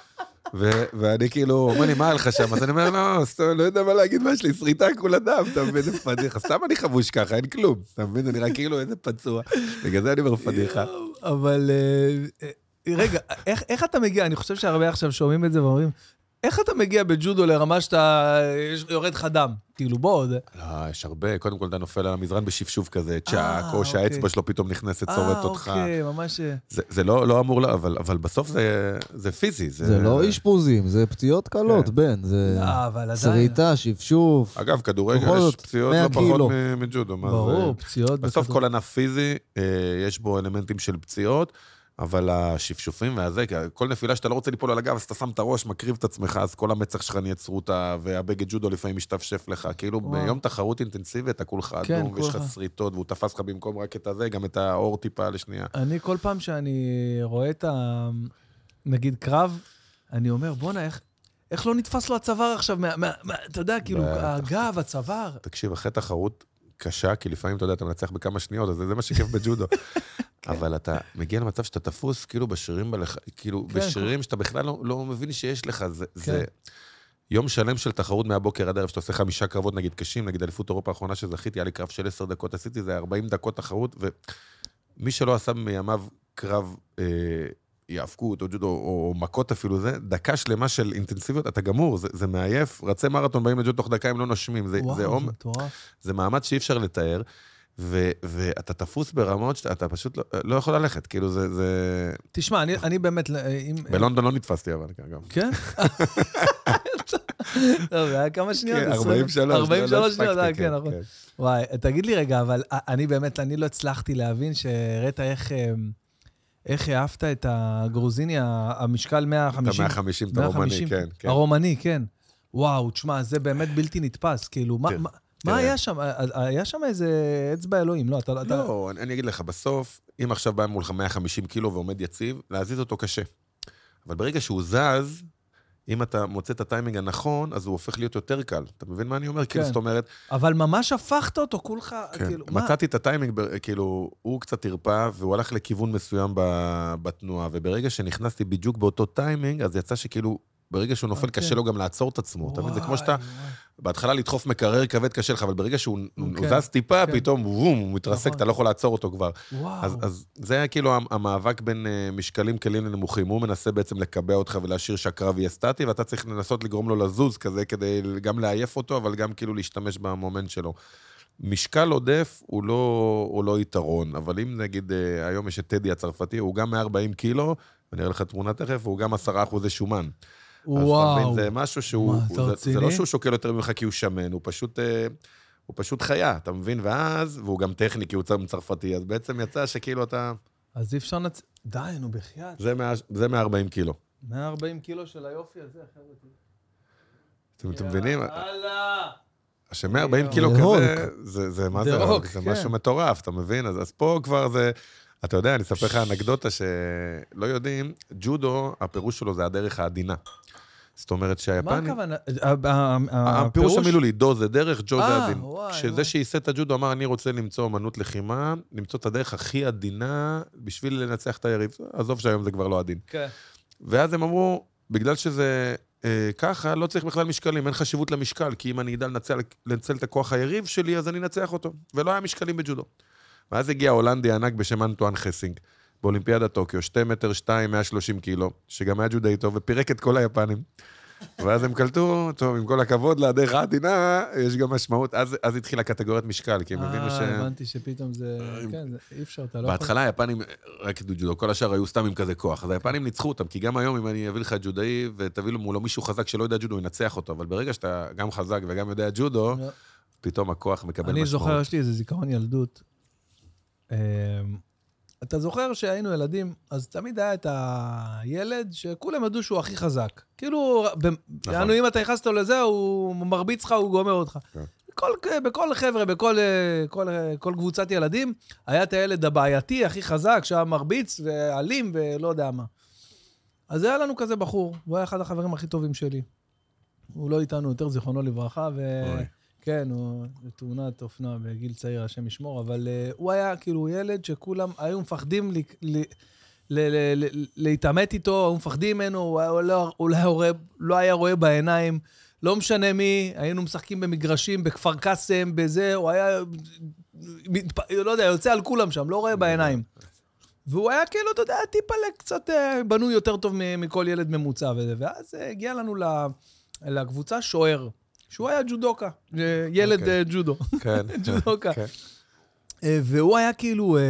ואני כאילו, אומר לי, מה לך שם? אז אני אומר, לא, לא יודע מה להגיד, מה שלי, שריטה כולה דם, אתה מבין, איזה פדיחה. סתם אני חבוש ככה, אין כלום. אתה מבין, זה נראה כאילו איזה פצוע. בגלל זה אני אומר פדיחה. אבל, רגע, איך אתה מגיע? אני חושב שהרבה עכשיו שומעים את זה ואומרים, איך אתה מגיע בג'ודו לרמה שאתה יורד לך דם? כאילו, בוא. לא, יש הרבה. קודם כל, אתה נופל על המזרן בשפשוף כזה, צ'אק, או שהאצבע שלו פתאום נכנסת, צורט אותך. אה, אוקיי, ממש... זה לא אמור, אבל בסוף זה פיזי. זה לא אשפוזים, זה פציעות קלות, בן. זה שריטה, שפשוף. אגב, כדורגל יש פציעות לא פחות מג'ודו. ברור, פציעות. בסוף כל ענף פיזי, יש בו אלמנטים של פציעות, אבל השפשופים והזה, כל נפילה שאתה לא רוצה ליפול על הגב, אז אתה שם את הראש, מקריב את עצמך, אז כל המצח שלך נעצרו אותה, והבגד ג'ודו לפעמים משתפשף לך. כאילו ביום תחרות אינטנסיבית, אתה כולך אדום, ויש לך שריטות, והוא תפס לך במקום רק את הזה, גם את האור טיפה לשנייה. אני כל פעם שאני רואה את ה... נגיד קרב, אני אומר, בוא'נה, איך... איך לא נתפס לו הצוואר עכשיו? אתה יודע, כאילו, הגב, הצוואר. תקשיב, אחרי תחרות קשה, כי לפעמים, אתה יודע, אתה מנצח בכמה שניות, אז זה מה שכיף בג'ודו. אבל אתה מגיע למצב שאתה תפוס, כאילו, בשרירים, כאילו, בשרירים שאתה בכלל לא מבין שיש לך. זה יום שלם של תחרות מהבוקר עד ערב, שאתה עושה חמישה קרבות, נגיד, קשים, נגיד, אליפות אירופה האחרונה שזכיתי, היה לי קרב של עשר דקות עשיתי, זה ארבעים דקות תחרות, ומי שלא עשה מימיו קרב יאבקות, או ג'ודו, או מכות אפילו זה, דקה שלמה של אינטנסיביות, אתה גמור, זה, זה מעייף, רצי מרתון באים לג'ודו תוך דקה, הם לא נושמים, זה, וואו, זה, עומ... זה מעמד שאי אפשר לתאר, ו, ואתה תפוס ברמות שאתה פשוט לא, לא יכול ללכת, כאילו זה... זה... תשמע, אני, אני באמת... אם... בלונדון לא נתפסתי, אבל גם. כן? טוב, היה כמה שניות? כן, ארבעים ושלוש. ארבעים ושלוש שניות, כן, נכון. וואי, תגיד לי רגע, אבל אני באמת, אני לא הצלחתי להבין שהראית איך... איך העפת את הגרוזיני, המשקל מאה וחמישים? את ה-מאה וחמישים, את הרומני, כן, כן. הרומני, כן. וואו, תשמע, זה באמת בלתי נתפס. כאילו, מה, מה היה שם? היה שם איזה אצבע אלוהים, לא? לא, אני אגיד לך, בסוף, אם עכשיו בא מולך מאה וחמישים קילו ועומד יציב, להזיז אותו קשה. אבל ברגע שהוא זז, אם אתה מוצא את הטיימינג הנכון, אז הוא הופך להיות יותר קל. אתה מבין מה אני אומר? כאילו, זאת אומרת... אבל ממש הפכת אותו, כולך, כאילו, מה? מצאתי את הטיימינג, כאילו, הוא קצת הרפא, והוא הלך לכיוון מסוים בתנועה, וברגע שנכנסתי בדיוק באותו טיימינג, אז יצא שכאילו, ברגע שהוא נופל, קשה לו גם לעצור את עצמו. אתה מבין? זה כמו שאתה... בהתחלה לדחוף מקרר כבד קשה לך, אבל ברגע שהוא זז טיפה, פתאום הוא מתרסק, אתה לא יכול לעצור אותו כבר. אז זה היה כאילו המאבק בין משקלים כלים לנמוכים. הוא מנסה בעצם לקבע אותך ולהשאיר שהקרב יהיה סטטי, ואתה צריך לנסות לגרום לו לזוז כזה, כדי גם לעייף אותו, אבל גם כאילו להשתמש במומנט שלו. משקל עודף הוא לא, הוא לא יתרון, אבל אם נגיד היום יש את טדי הצרפתי, הוא גם מאה וארבעים קילו, ואני אראה לך תמונה תכף, והוא גם עשרה אחוזי שומן. וואו. זה משהו שהוא, זה, זה לא שהוא שוקל יותר ממך כי הוא שמן, הוא פשוט, הוא פשוט חיה, אתה מבין? ואז, והוא גם טכני כי הוא צרפתי, אז בעצם יצא שכאילו אתה... אז אי אפשר נצ... די, נו, בחייאת. זה, זה מאה וארבעים קילו. מאה וארבעים קילו של היופי הזה, חבר'ה. אתם, אתם מבינים? יאללה! ש-מאה וארבעים קילו כזה, זה, זה, מה זה, זה משהו מטורף, אתה מבין? אז, אז פה כבר זה... אתה יודע, אני אספר לך אנקדוטה שלא יודעים, ג'ודו, הפירוש שלו זה הדרך העדינה. זאת אומרת שהיפנים... מה הכוונה? הפירוש המילולי, דו זה דרך, ג'ו זה עדין. שזה שייסד את הג'ודו אמר, אני רוצה למצוא אמנות לחימה, למצוא את הדרך הכי עדינה בשביל לנצח את היריב. עזוב שהיום זה כבר לא עדין. ואז הם אמרו, בגלל שזה ככה, לא צריך בכלל משקלים, אין חשיבות למשקל, כי אם אני אדע לנצל את הכוח היריב שלי, אז אני אנצח אותו. ולא היה משקלים בג'ודו. ואז הגיע הולנדי ענק בשם אנטואן חסינג, באולימפיאדה טוקיו, שתיים מטר שתיים, מאה ושלושים קילו, שגם היה ג'ודאי טוב, ופירק את כל היפנים. ואז הם קלטו, טוב, עם כל הכבוד לדרך העדינה, יש גם משמעות, אז, אז התחילה קטגוריית משקל, כי הם הבינו ש... אה, הבנתי שפתאום זה... כן, אי אפשר, אתה לא יכול... בהתחלה היפנים, רק ג'ודו, כל השאר היו סתם עם כזה כוח, אז היפנים ניצחו אותם, כי גם היום אם אני אביא לך ג'ודאי, ותביא לו מולו מישהו חזק שלא יודע ג'ודו, הוא ינצח אותו, אבל ברגע שאתה גם חזק וגם יודע ג'ודו, פתאום הכוח מקבל משמעות. אני זוכר, יש לי איזה זיכרון ילדות. אתה זוכר שהיינו ילדים, אז תמיד היה את הילד שכולם ידעו שהוא הכי חזק. כאילו, אם אתה נכנסת לו לזה, הוא מרביץ לך, הוא גומר אותך. בכל חבר'ה, בכל קבוצת ילדים, היה את הילד הבעייתי, הכי חזק, שהיה מרביץ ואלים ולא יודע מה. אז היה לנו כזה בחור, הוא היה אחד החברים הכי טובים שלי. הוא לא איתנו יותר זיכרונו לברכה, ו... כן, הוא תאונת אופנוע בגיל צעיר, השם ישמור, אבל uh, הוא היה כאילו ילד שכולם היו מפחדים ל, ל, ל, ל, ל, להתאמת איתו, היו מפחדים ממנו, הוא, הוא, לא, הוא לא, רואה, לא היה רואה בעיניים, לא משנה מי, היינו משחקים במגרשים, בכפר קסם, בזה, הוא היה, לא יודע, יוצא על כולם שם, לא רואה בעיניים. והוא היה כאילו, אתה יודע, טיפה קצת בנוי יותר טוב מכל ילד ממוצע, ואז הגיע לנו לקבוצה שוער, שהוא היה ג'ודוקה, ילד ג'ודו. כן. ג'ודוקה. והוא היה כאילו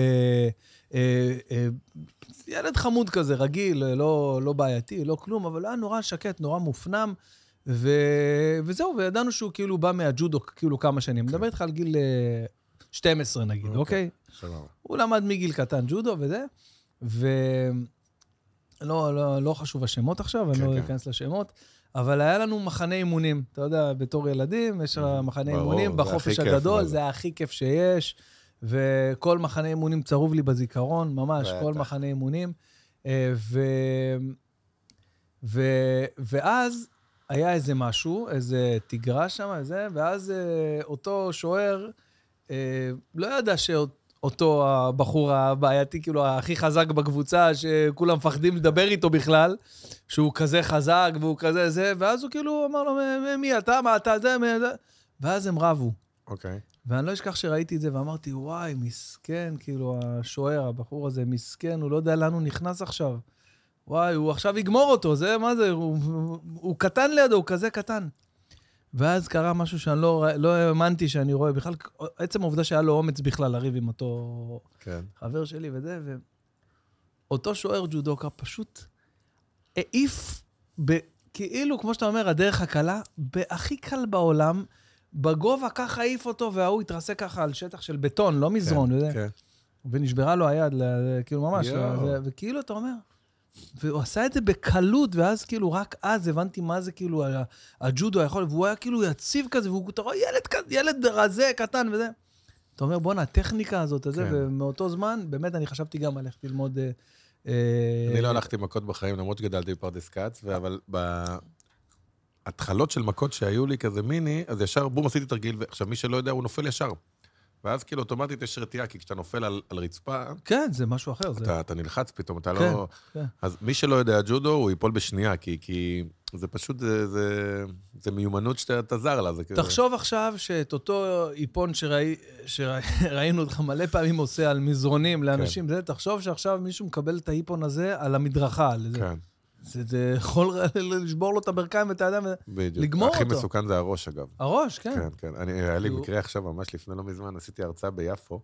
ילד חמוד כזה, רגיל, לא בעייתי, לא כלום, אבל היה נורא שקט, נורא מופנם, וזהו, וידענו שהוא כאילו בא מהג'ודו, כאילו כמה שנים. מדבר איתך על גיל שתים עשרה נגיד, אוקיי? הוא למד מגיל קטן ג'ודו וזה, ולא חשוב השמות עכשיו, אני לא אכנס לשמות, אבל היה לנו מחנה אימונים, אתה יודע, בתור ילדים, יש מחנה אימונים, בחופש הגדול, זה הכי כיף שיש, וכל מחנה אימונים צרוב לי בזיכרון, ממש, כל מחנה אימונים, ואז היה איזה משהו, איזה תיגרה שם, ואז אותו שוער, לא ידע שאותו הבחור הבעייתי, כאילו הכי חזק בקבוצה, שכולם מפחדים לדבר איתו בכלל, שהוא כזה חזק והוא כזה זה, ואז הוא כאילו אמר לו, מי אתה, מה אתה, זה, ואז הם רבו. אוקיי. ואני לא אשכח שראיתי את זה, ואמרתי, וואי, מסכן, כאילו השוער, הבחור הזה מסכן, הוא לא יודע לאן הוא נכנס עכשיו. וואי, הוא עכשיו יגמור אותו, זה, מה זה, הוא, הוא קטן לידו, הוא כזה קטן. ואז קרה משהו שאני לא, לא האמנתי שאני רואה, בכלל, עצם העובדה שהיה לו אומץ בכלל לריב עם אותו כן. חבר שלי וזה, ואותו שוער ג'ודוקה פשוט העיף, ב, כאילו, כמו שאתה אומר, הדרך הקלה, בהכי קל בעולם, בגובה ככה העיף אותו, והוא התרסק ככה על שטח של בטון, לא מזרון, כן, וזה. כן. ונשברה לו היד, כאילו ממש, וזה, וכאילו אתה אומר, והוא עשה את זה בקלות, ואז כאילו רק אז הבנתי מה זה כאילו הג'ודו יכול, והוא היה כאילו יציב כזה, והוא אתה רואה ילד כזה, ילד רזה, קטן וזה. אתה אומר, בוא'נה, הטכניקה הזאת, הזה, כן. ומאותו זמן, באמת אני חשבתי גם ללכת ללמוד... אני לא הלכתי מכות בחיים, למרות שגדלתי בפרדס כץ, אבל בהתחלות של מכות שהיו לי כזה מיני, אז ישר בום עשיתי תרגיל, ועכשיו מי שלא יודע, הוא נופל ישר. ואז כאילו אוטומטית יש רתיעה, כי כשאתה נופל על, על רצפה... כן, זה משהו אחר. אתה, זה... אתה נלחץ פתאום, אתה כן, לא... כן. אז מי שלא יודע ג'ודו, הוא ייפול בשנייה, כי, כי זה פשוט, זה, זה, זה מיומנות שאתה זר לה. זה תחשוב כאילו... עכשיו שאת אותו איפון שראי, שראינו אותך מלא פעמים עושה על מזרונים לאנשים, כן. זה, תחשוב שעכשיו מישהו מקבל את האיפון הזה על המדרכה. לזה. כן. זה, זה יכול לשבור לו את הברכיים ואת האדם ולגמור אותו. הכי מסוכן זה הראש, אגב. הראש, כן. כן, כן. אני, היה לי מקרה עכשיו, ממש לפני לא מזמן, עשיתי הרצאה ביפו,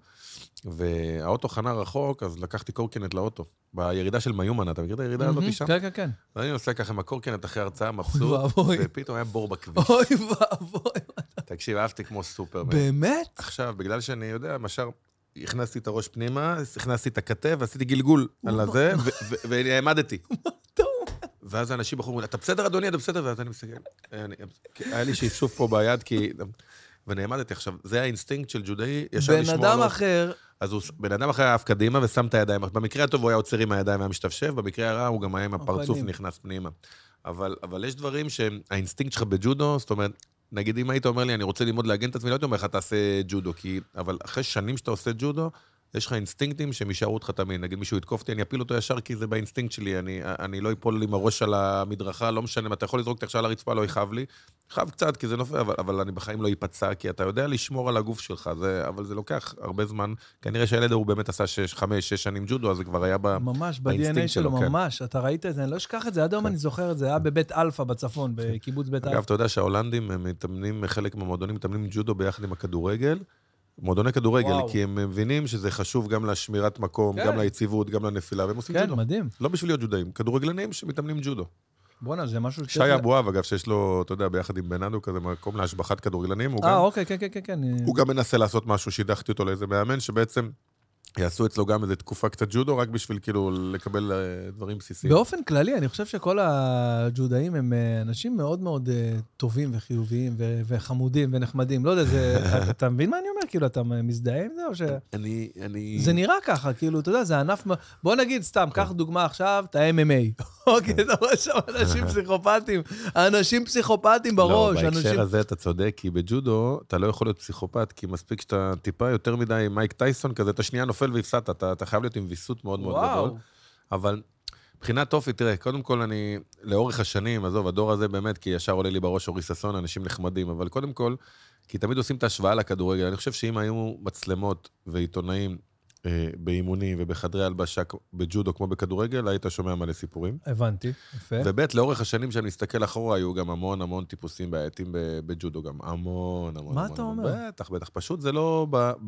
והאוטו חנה רחוק, אז לקחתי קורקינט לאוטו. בירידה של מיומן, אתה מכיר את הירידה הזאת שם? כן, כן, כן. ואני נוסע ככה עם הקורקינט אחרי הרצאה, מבסוט, ופתאום היה בור בכביש. אוי ואבוי. תקשיב, אהבתי כמו סופרמן. באמת? עכשיו, בגלל שאני יודע, משאר... הכנסתי את הראש פנימה, הכנסתי את הכתב, ועשיתי גלגול על הזה, והעמדתי. ואז האנשים בחרו, אתה בסדר, אדוני, אתה בסדר, ואז אני מסתכל. היה לי שיסוף פה ביד, כי... ונעמדתי עכשיו, זה האינסטינקט של ג'ודאי, ישר לשמור בן אדם אחר... אז הוא, בן אדם אחר היה אף קדימה, ושם את הידיים. במקרה הטוב הוא היה עוצר עם הידיים והמשתפשף, במקרה הרע הוא גם היה עם הפרצוף נכנס פנימה. אבל, אבל יש דברים שהאינסטינקט שלך בג'ודו, זאת אומרת, נגיד אם היית אומר לי, אני רוצה ללמוד להגן את עצמי, לא הייתי אומר לך, תעשה ג'ודו, כי... אבל אחרי שנים שאתה עושה ג'ודו, יש לך אינסטינקטים שהם יישארו אותך תמיד. נגיד מישהו יתקוף אותי, אני אפיל אותו ישר, כי זה באינסטינקט שלי, אני, אני לא אפול עם הראש על המדרכה, לא משנה, אתה יכול לזרוק את עכשיו על הרצפה, לא יחב לי. יחב קצת, כי זה נופל, אבל, אבל אני בחיים לא ייפצע, כי אתה יודע לשמור על הגוף שלך, זה, אבל זה לוקח הרבה זמן. כנראה שהילד הוא באמת עשה שש, חמש, שש שנים ג'ודו, אז זה כבר היה באינסטינקט ממש, ב-די אן איי שלו, ממש. אתה ראית את זה, אני לא אשכח את זה, עד היום אני זוכר את זה, היה בבית אלפא בצפון, בקיבוץ בית אלפא. אגב, אתה יודע שההולנדים הם מתאמנים, חלק מהמועדונים מתאמנים ג'ודו ביחד עם הכדורגל. מועדוני כדורגל, וואו. כי הם מבינים שזה חשוב גם לשמירת מקום, כן. גם ליציבות, גם לנפילה, והם עושים כן, ג'ודו. מדהים. לא בשביל להיות ג'ודאים, כדורגלנים שמתאמנים ג'ודו. בוא'נה, זה משהו... שי אבואב, אגב, שיש לו, אתה יודע, ביחד עם בננו, כזה מקום להשבחת כדורגלנים, אה, אוקיי, כן, כן, כן. הוא גם מנסה לעשות משהו, שידחתי אותו לאיזה מאמן, שבעצם יעשו אצלו גם איזו תקופה קצת ג'ודו, רק בשביל כאילו לקבל דברים בסיסיים. באופן כללי, אני חושב שכל הג'ודאים הם אנשים מאוד מאוד טובים וחיוביים וחמודים ונחמדים. לא יודע, אתה מבין מה אני אומר? כאילו, אתה מזדהה עם זה או ש... אני, אני... זה נראה ככה, כאילו, אתה יודע, זה ענף... בוא נגיד סתם, קח דוגמה עכשיו, את ה-אם אם איי. אוקיי, אתה רואה שם אנשים פסיכופטים, אנשים פסיכופטים בראש. לא, בהקשר הזה אתה צודק, כי בג'ודו אתה לא יכול להיות פסיכופט, כי מספיק שאתה טיפה יותר מדי מייק טייסון כזה, אתה שנייה נופל והפסדת, אתה, אתה חייב להיות עם ויסות מאוד מאוד גדול. אבל מבחינת אופי, תראה, קודם כל אני, לאורך השנים, עזוב, הדור הזה באמת, כי ישר עולה לי בראש אורי ששון, אנשים נחמדים, אבל קודם כל, כי תמיד עושים את ההשוואה לכדורגל, אני חושב שאם היו מצלמות ועיתונאים באימונים ובחדרי הלבשה בג'ודו כמו בכדורגל, היית שומע מלא סיפורים. הבנתי, יפה. ובית, לאורך השנים שאני מסתכל אחורה, היו גם המון המון טיפוסים בעייתים בג'ודו גם. המון, המון. מה אתה אומר? בטח, בטח. פשוט זה לא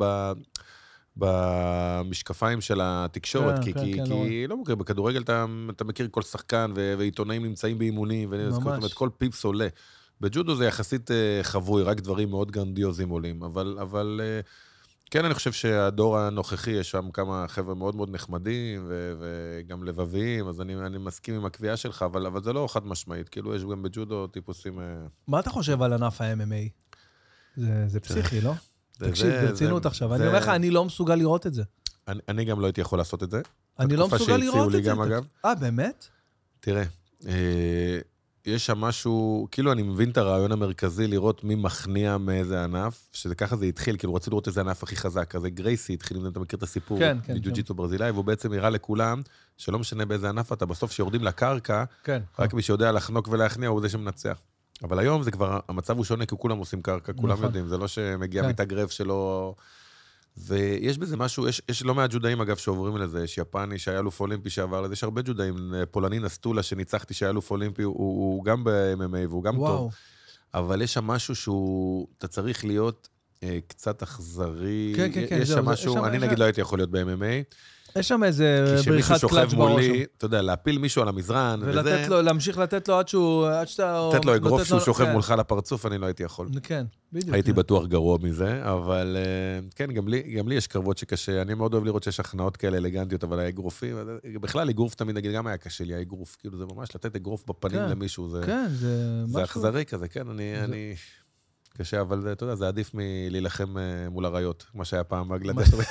במשקפיים של התקשורת, כי לא מכיר, בכדורגל אתה מכיר כל שחקן, ועיתונאים נמצאים באימונים, כל פיפס עולה. בג'ודו זה יחסית חבוי, רק דברים מאוד גרנדיוזיים עולים, אבל כן, אני חושב שהדור הנוכחי, יש שם כמה חבר'ה מאוד מאוד נחמדים, וגם לבביים, אז אני מסכים עם הקביעה שלך, אבל זה לא חד משמעית, כאילו יש גם בג'ודו טיפוסים... מה אתה חושב על ענף ה-אם אם איי? זה פסיכי, לא? תקשיב, ברצינות עכשיו. אני אומר לך, אני לא מסוגל לראות את זה. אני גם לא הייתי יכול לעשות את זה. אני לא מסוגל לראות את זה. אה, באמת? תראה, יש שם משהו, כאילו אני מבין את הרעיון המרכזי לראות מי מכניע מאיזה ענף, שזה ככה זה התחיל, כאילו רציתי לראות איזה ענף הכי חזק, אז גרייסי התחיל, אם אתה מכיר את הסיפור, כן, כן, מג'ו-ג'יטסו ברזילאי, והוא בעצם הראה לכולם, שלא משנה באיזה ענף אתה, בסוף שיורדים לקרקע, כן. רק מי שיודע לחנוק ולהכניע, הוא זה שמנצח. אבל היום זה כבר, המצב הוא שונה, כי כולם עושים קרקע, כולם יודעים, זה לא שמגיע מתאגרף שלו... ויש בזה משהו, יש, יש לא מעט ג'ודאים אגב שעוברים לזה, יש יפני שהיה אלוף אולימפי שעבר לזה, יש הרבה ג'ודאים, פולני נסטולה שניצחתי שהיה אלוף אולימפי, הוא, הוא גם ב-אם אם איי והוא גם וואו. טוב, אבל יש שם משהו שהוא, אתה צריך להיות אה, קצת אכזרי, כן, כן, כן, יש שם משהו, יש אני שם... נגיד לא הייתי יכול להיות ב-אם אם איי, יש שם איזה בריחת קלאץ' בראש. אתה יודע, להפיל מישהו על המזרן, ולתת לו, להמשיך לתת לו עד שהוא, עד שאתה... לתת לו אגרוף שהוא שוכב מולך לפרצוף, אני לא הייתי יכול. כן, בדיוק. הייתי בטוח גרוע מזה, אבל כן, גם לי, גם לי יש קרבות שקשה, אני מאוד אוהב לראות שיש הכנעות כאלה אלגנטיות, אבל האגרופים, בכלל אגרוף תמיד, נגיד, גם היה קשה לי, האגרוף, כאילו זה ממש לתת אגרוף בפנים למישהו, זה... כן, זה משהו... זה אכזרי כזה, כן, אני... אני... קשה, אבל אתה יודע, זה עדיף מלהילחם מול הריות, מה שהיה פעם בגלדיאטורים.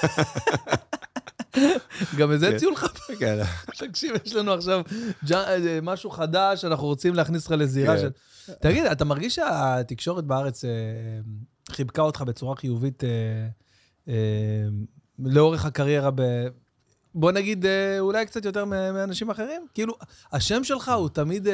גם איזה הציעו לך. תקשיב, יש לנו עכשיו משהו חדש, אנחנו רוצים להכניס לך לזירה של... תגיד, אתה מרגיש שהתקשורת בארץ חיבקה אותך בצורה חיובית לאורך הקריירה ב... בוא נגיד, אולי קצת יותר מאנשים אחרים? כאילו, השם שלך הוא תמיד...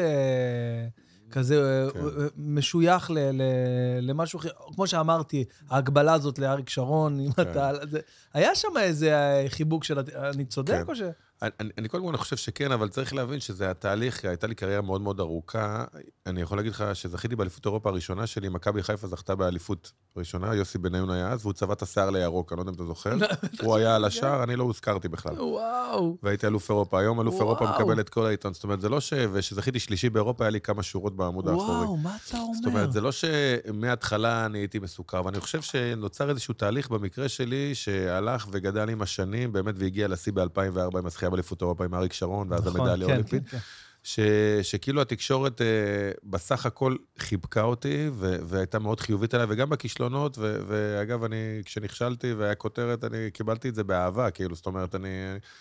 כזה משוייך למשהו, כמו שאמרתי, ההגבלה הזאת לאריק שרון, היה שם איזה חיבוק של... אני צודק או ש... אני קודם כל חושב שכן, אבל צריך להבין שזה התהליך, הייתה לי קריירה מאוד מאוד ארוכה, אני יכול להגיד לך שזכיתי באליפות אירופה הראשונה שלי, מכבי חיפה זכתה באליפות ראשונה, יוסי בניון היה אז, והוא צבע את השיער לירוק, אני לא יודע אם אתה זוכר, הוא היה על השער, אני לא הוזכרתי בכלל. וואו. והייתי אלוף אירופה, היום אלוף אירופה מקבל את כל העיתון, זאת אומרת, זה לא ש... ושזכיתי שלישי באירופה, היה לי כמה שורות בעמוד האחורי. וואו, מה אתה אומר? זאת אומרת, זה לא שמההתחלה אני הייתי מסוכר, ואני חושב שנוצר איזשהו תהליך במקרה שלי, שהלך וגדל עם השנים, באמת והגיע לשיא ב-אלפיים וארבע עם הזכייה באליפות אירופה עם אריק שרון, ואז המדליה האולימפית, שכאילו התקשורת בסך הכל חיבקה אותי, והייתה מאוד חיובית עליי, וגם בכישלונות, ואגב, אני, כשנכשלתי והיה כותרת, אני קיבלתי את זה באהבה, כאילו, זאת אומרת, אני...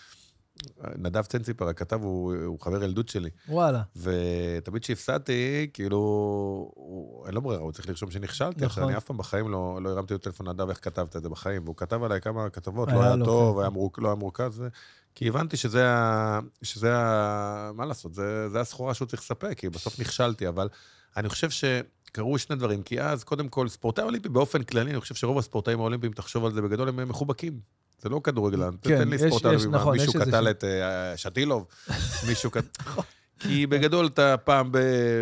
נדב צנציפר, הכתב, הוא, הוא חבר ילדות שלי. וואלה. ותמיד שהפסדתי, כאילו, אין לו ברירה, הוא צריך לרשום שנכשלתי, עכשיו אני אף פעם בחיים לא, לא הרמתי לו טלפון נדב איך כתבת את זה בחיים, והוא כתב עליי כמה כתבות, לא היה טוב, היה מרוק, לא היה מורכז, כי הבנתי שזה, שזה, מה לעשות, זה, זה הסחורה שהוא צריך לספק, כי בסוף נכשלתי, אבל אני חושב שקרו שני דברים, כי אז, קודם כל, ספורטאי אולימפי באופן כללי, אני חושב שרוב הספורטאים האולימפיים, תחשוב על זה בגדול, הם מחובקים. זה לא כדורגלן, תתן לי ספורטאי, מישהו קטל את שטילוב, מישהו קטל... כי בגדול אתה פעם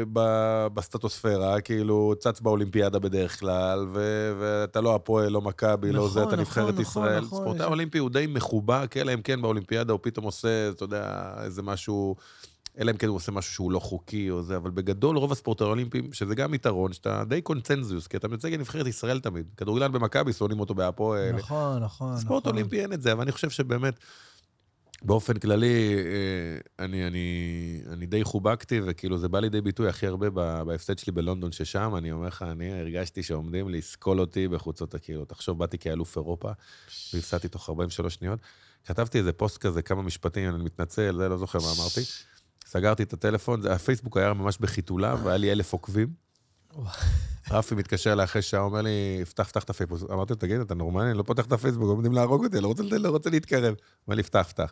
בסטטוספירה, כאילו צץ באולימפיאדה בדרך כלל, ואתה לא הפועל, לא מכבי, לא זה, אתה נבחרת ישראל. ספורטאי אולימפי הוא די מחובק, אלא אם כן באולימפיאדה הוא פתאום עושה, אתה יודע, איזה משהו... אלא אם כן הוא עושה משהו שהוא לא חוקי או זה, אבל בגדול רוב הספורט האולימפיים, שזה גם יתרון, שאתה די קונצנזוס, כי אתה מייצג את נבחרת ישראל תמיד. כדורגלן במכבי, שונאים אותו בהפועל. נכון, נכון. ספורט אולימפי אין את זה, אבל אני חושב שבאמת, באופן כללי, אני, אני, אני די חובקתי, וכאילו זה בא לידי ביטוי הכי הרבה בהפסד שלי בלונדון, ששם, אני אומר לך, אני הרגשתי שעומדים לסקול אותי בחוצות הקהילות. תחשוב, באתי כאלוף אירופה, והפסדתי תוך ארבעים ושלוש שניות. כתבתי איזה פוסט כזה, כמה משפטים, אני מתנצל, זה לא זוכר מה אמרתי. סגרתי את הטלפון, הפייסבוק היה ממש בחיתולה, והיה לי אלף עוקבים. רפי מתקשר אליי אחרי שעה, אומר לי, פתח, פתח את הפייסבוק. אמרתי, תגיד, אתה נורמלי, אני לא פותח את הפייסבוק, עומדים להרוג אותי, לא רוצה, לא רוצה להתקרב. אומר לי, פתח, פתח.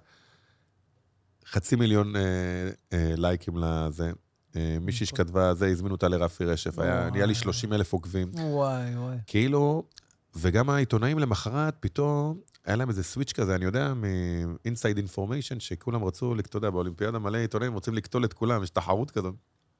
חצי מיליון אה, אה, לייקים לזה. אה, מישהי שכתבה זה, הזמינו אותה לרפי רשף. היה, נהיה לי שלושים אלף עוקבים. וואי, וואי. כאילו, וגם העיתונאים למחרת, פתאום היה להם איזה סוויץ' כזה, אני יודע, מ-inside information, שכולם רצו, אתה יודע, באולימפיאדה מלא עיתונאים רוצים לקטול את כולם, יש תחרות כזאת.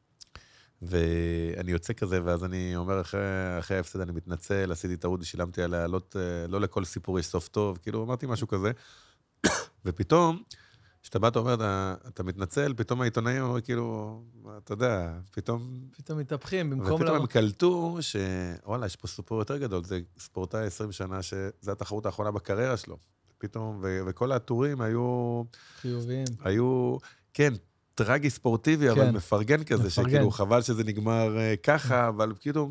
ואני יוצא כזה, ואז אני אומר, אחרי, אחרי ההפסד אני מתנצל, עשיתי טעות, שילמתי עליה, לא, לא לכל סיפור יש סוף טוב, כאילו, אמרתי משהו כזה. ופתאום, כשאתה בא, אתה אומר, אתה, אתה מתנצל, פתאום העיתונאים אומר, כאילו, אתה יודע, פתאום... פתאום מתהפכים, במקום... ופתאום הם קלטו שוואלה, יש פה סיפור יותר גדול, זה ספורטאי עשרים שנה, שזו התחרות האחרונה בקריירה שלו. פתאום, ו- וכל הטורים היו... חיוביים. היו, כן, טרגי ספורטיבי, אבל מפרגן כזה, שכאילו חבל שזה נגמר ככה, אבל כאילו...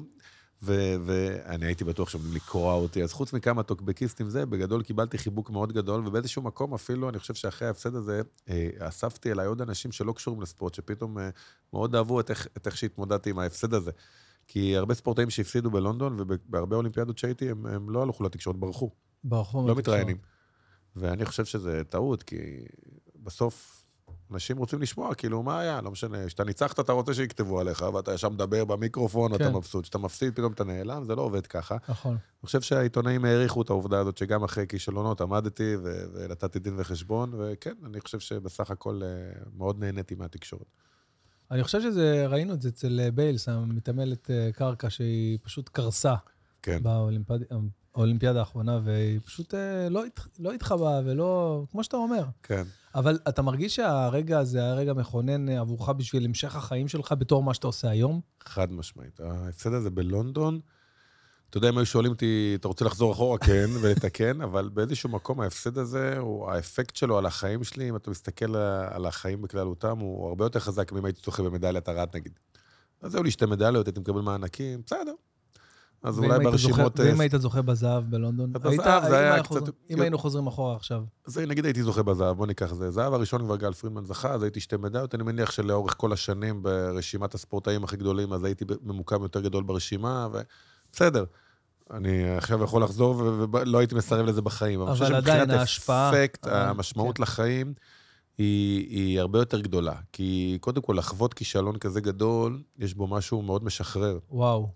ואני הייתי בטוח שעומדים לקרוע אותי, אז חוץ מכמה טוקבקיסטים זה, בגדול קיבלתי חיבוק מאוד גדול, ובאיזשהו מקום אפילו, אני חושב שאחרי ההפסד הזה, אספתי אליי עוד אנשים שלא קשורים לספורט, שפתאום מאוד אהבו את איך, את איך שהתמודדתי עם ההפסד הזה. כי הרבה ספורטאים שהפסידו בלונדון, ובהרבה אולימפיאדות שהייתי, הם, הם לא הלכו לתקשורת, ברחו. ברחו. לא מתראיינים. ואני חושב שזה טעות, כי בסוף... אנשים רוצים לשמוע, כאילו, מה היה? לא משנה, כשאתה ניצחת, אתה רוצה שיכתבו עליך, ואתה ישר מדבר במיקרופון, כן. אתה מבסוט. כשאתה מפסיד, פתאום אתה נעלם, זה לא עובד ככה. נכון. אני חושב שהעיתונאים העריכו את העובדה הזאת, שגם אחרי כישלונות עמדתי, ו- ונתתי דין וחשבון, וכן, אני חושב שבסך הכל מאוד נהניתי מהתקשורת. אני חושב שזה, ראינו את זה אצל ביילס, המתעמלת קרקע, שהיא פשוט קרסה. כן. באולימפיאדה. האולימפיאדה האחרונה, והיא פשוט לא, לא התחבאה, ולא, כמו שאתה אומר. כן. אבל אתה מרגיש שהרגע הזה היה רגע מכונן עבורך בשביל המשך החיים שלך בתור מה שאתה עושה היום? חד משמעית. ההפסד הזה בלונדון, אתה יודע, אם היו שואלים אותי, אתה רוצה לחזור אחורה? כן, ולתקן, אבל באיזשהו מקום ההפסד הזה, הוא, האפקט שלו על החיים שלי, אם אתה מסתכל על החיים בכללותם, הוא הרבה יותר חזק ממה הייתי זוכה במדליית ארד, נגיד. אז זהו לי שתי מדליות, הייתי מקבל מענקים, בסדר. אז אולי ברשימות... ואם היית זוכה בזהב בלונדון? בזהב זה היה קצת... אם היינו חוזרים אחורה עכשיו. אז נגיד הייתי זוכה בזהב, בוא ניקח זה. זהב הראשון כבר גל פרידמן זכה, אז הייתי שתי מדליות, אני מניח שלאורך כל השנים ברשימת הספורטאים הכי גדולים, אז הייתי ממוקם יותר גדול ברשימה, ובסדר. אני עכשיו יכול לחזור ולא הייתי מסרב לזה בחיים. אבל עדיין ההשפעה... המשמעות לחיים היא הרבה יותר גדולה. כי קודם כל, לחוות כישלון כזה גדול, יש בו משהו מאוד משחרר. וואו.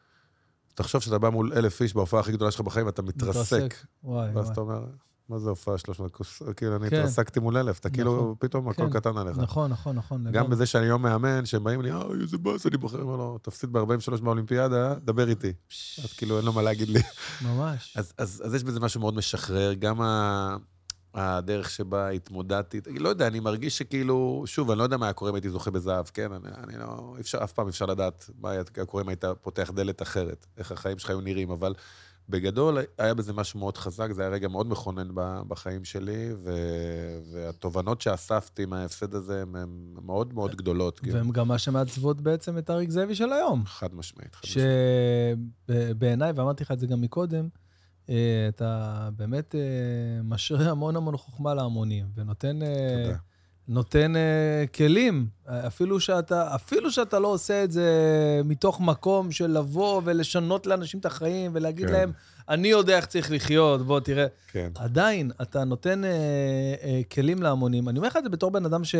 תחשוב שאתה בא מול אלף איש בהופעה הכי גדולה שלך בחיים, אתה מתרסק. וואי, ואז וואי. אתה אומר, מה זה הופעה שלוש מאות כוס? כאילו, אני התרסקתי מול אלף, אתה כאילו, פתאום הכל קטן עליך. נכון, נכון, נכון. גם בזה שאני יום מאמן, שהם באים לי, אה, איזה באס, אני בוחר, אומר לו, תפסיד ב-ארבעים ושלוש באולימפיאדה, דבר איתי. אז כאילו, אין לו מה להגיד לי. ממש. אז יש בזה משהו מאוד משחרר, גם הדרך שבה התמודדתי, לא יודע, אני מרגיש שכאילו, שוב, אני לא יודע מה היה קורה אם הייתי זוכה בזהב, כן? אני לא, אף פעם אפשר לדעת מה היה קורה אם היית פותח דלת אחרת, איך החיים שלך היו נראים, אבל בגדול היה בזה משהו מאוד חזק, זה היה רגע מאוד מכונן בחיים שלי, והתובנות שאספתי מההפסד הזה הן מאוד מאוד גדולות. והן גם מה שמעצבות בעצם את אריק זאבי של היום. חד משמעית. שבעיניי, ואמרתי לך את זה גם מקודם, אתה באמת משרה המון המון חוכמה להמונים, ונותן נותן כלים, אפילו שאתה, אפילו שאתה לא עושה את זה מתוך מקום של לבוא ולשנות לאנשים את החיים, ולהגיד כן. להם, אני יודע איך צריך לחיות, בוא תראה. כן. עדיין, אתה נותן כלים להמונים. אני אומר לך את זה בתור בן אדם ש...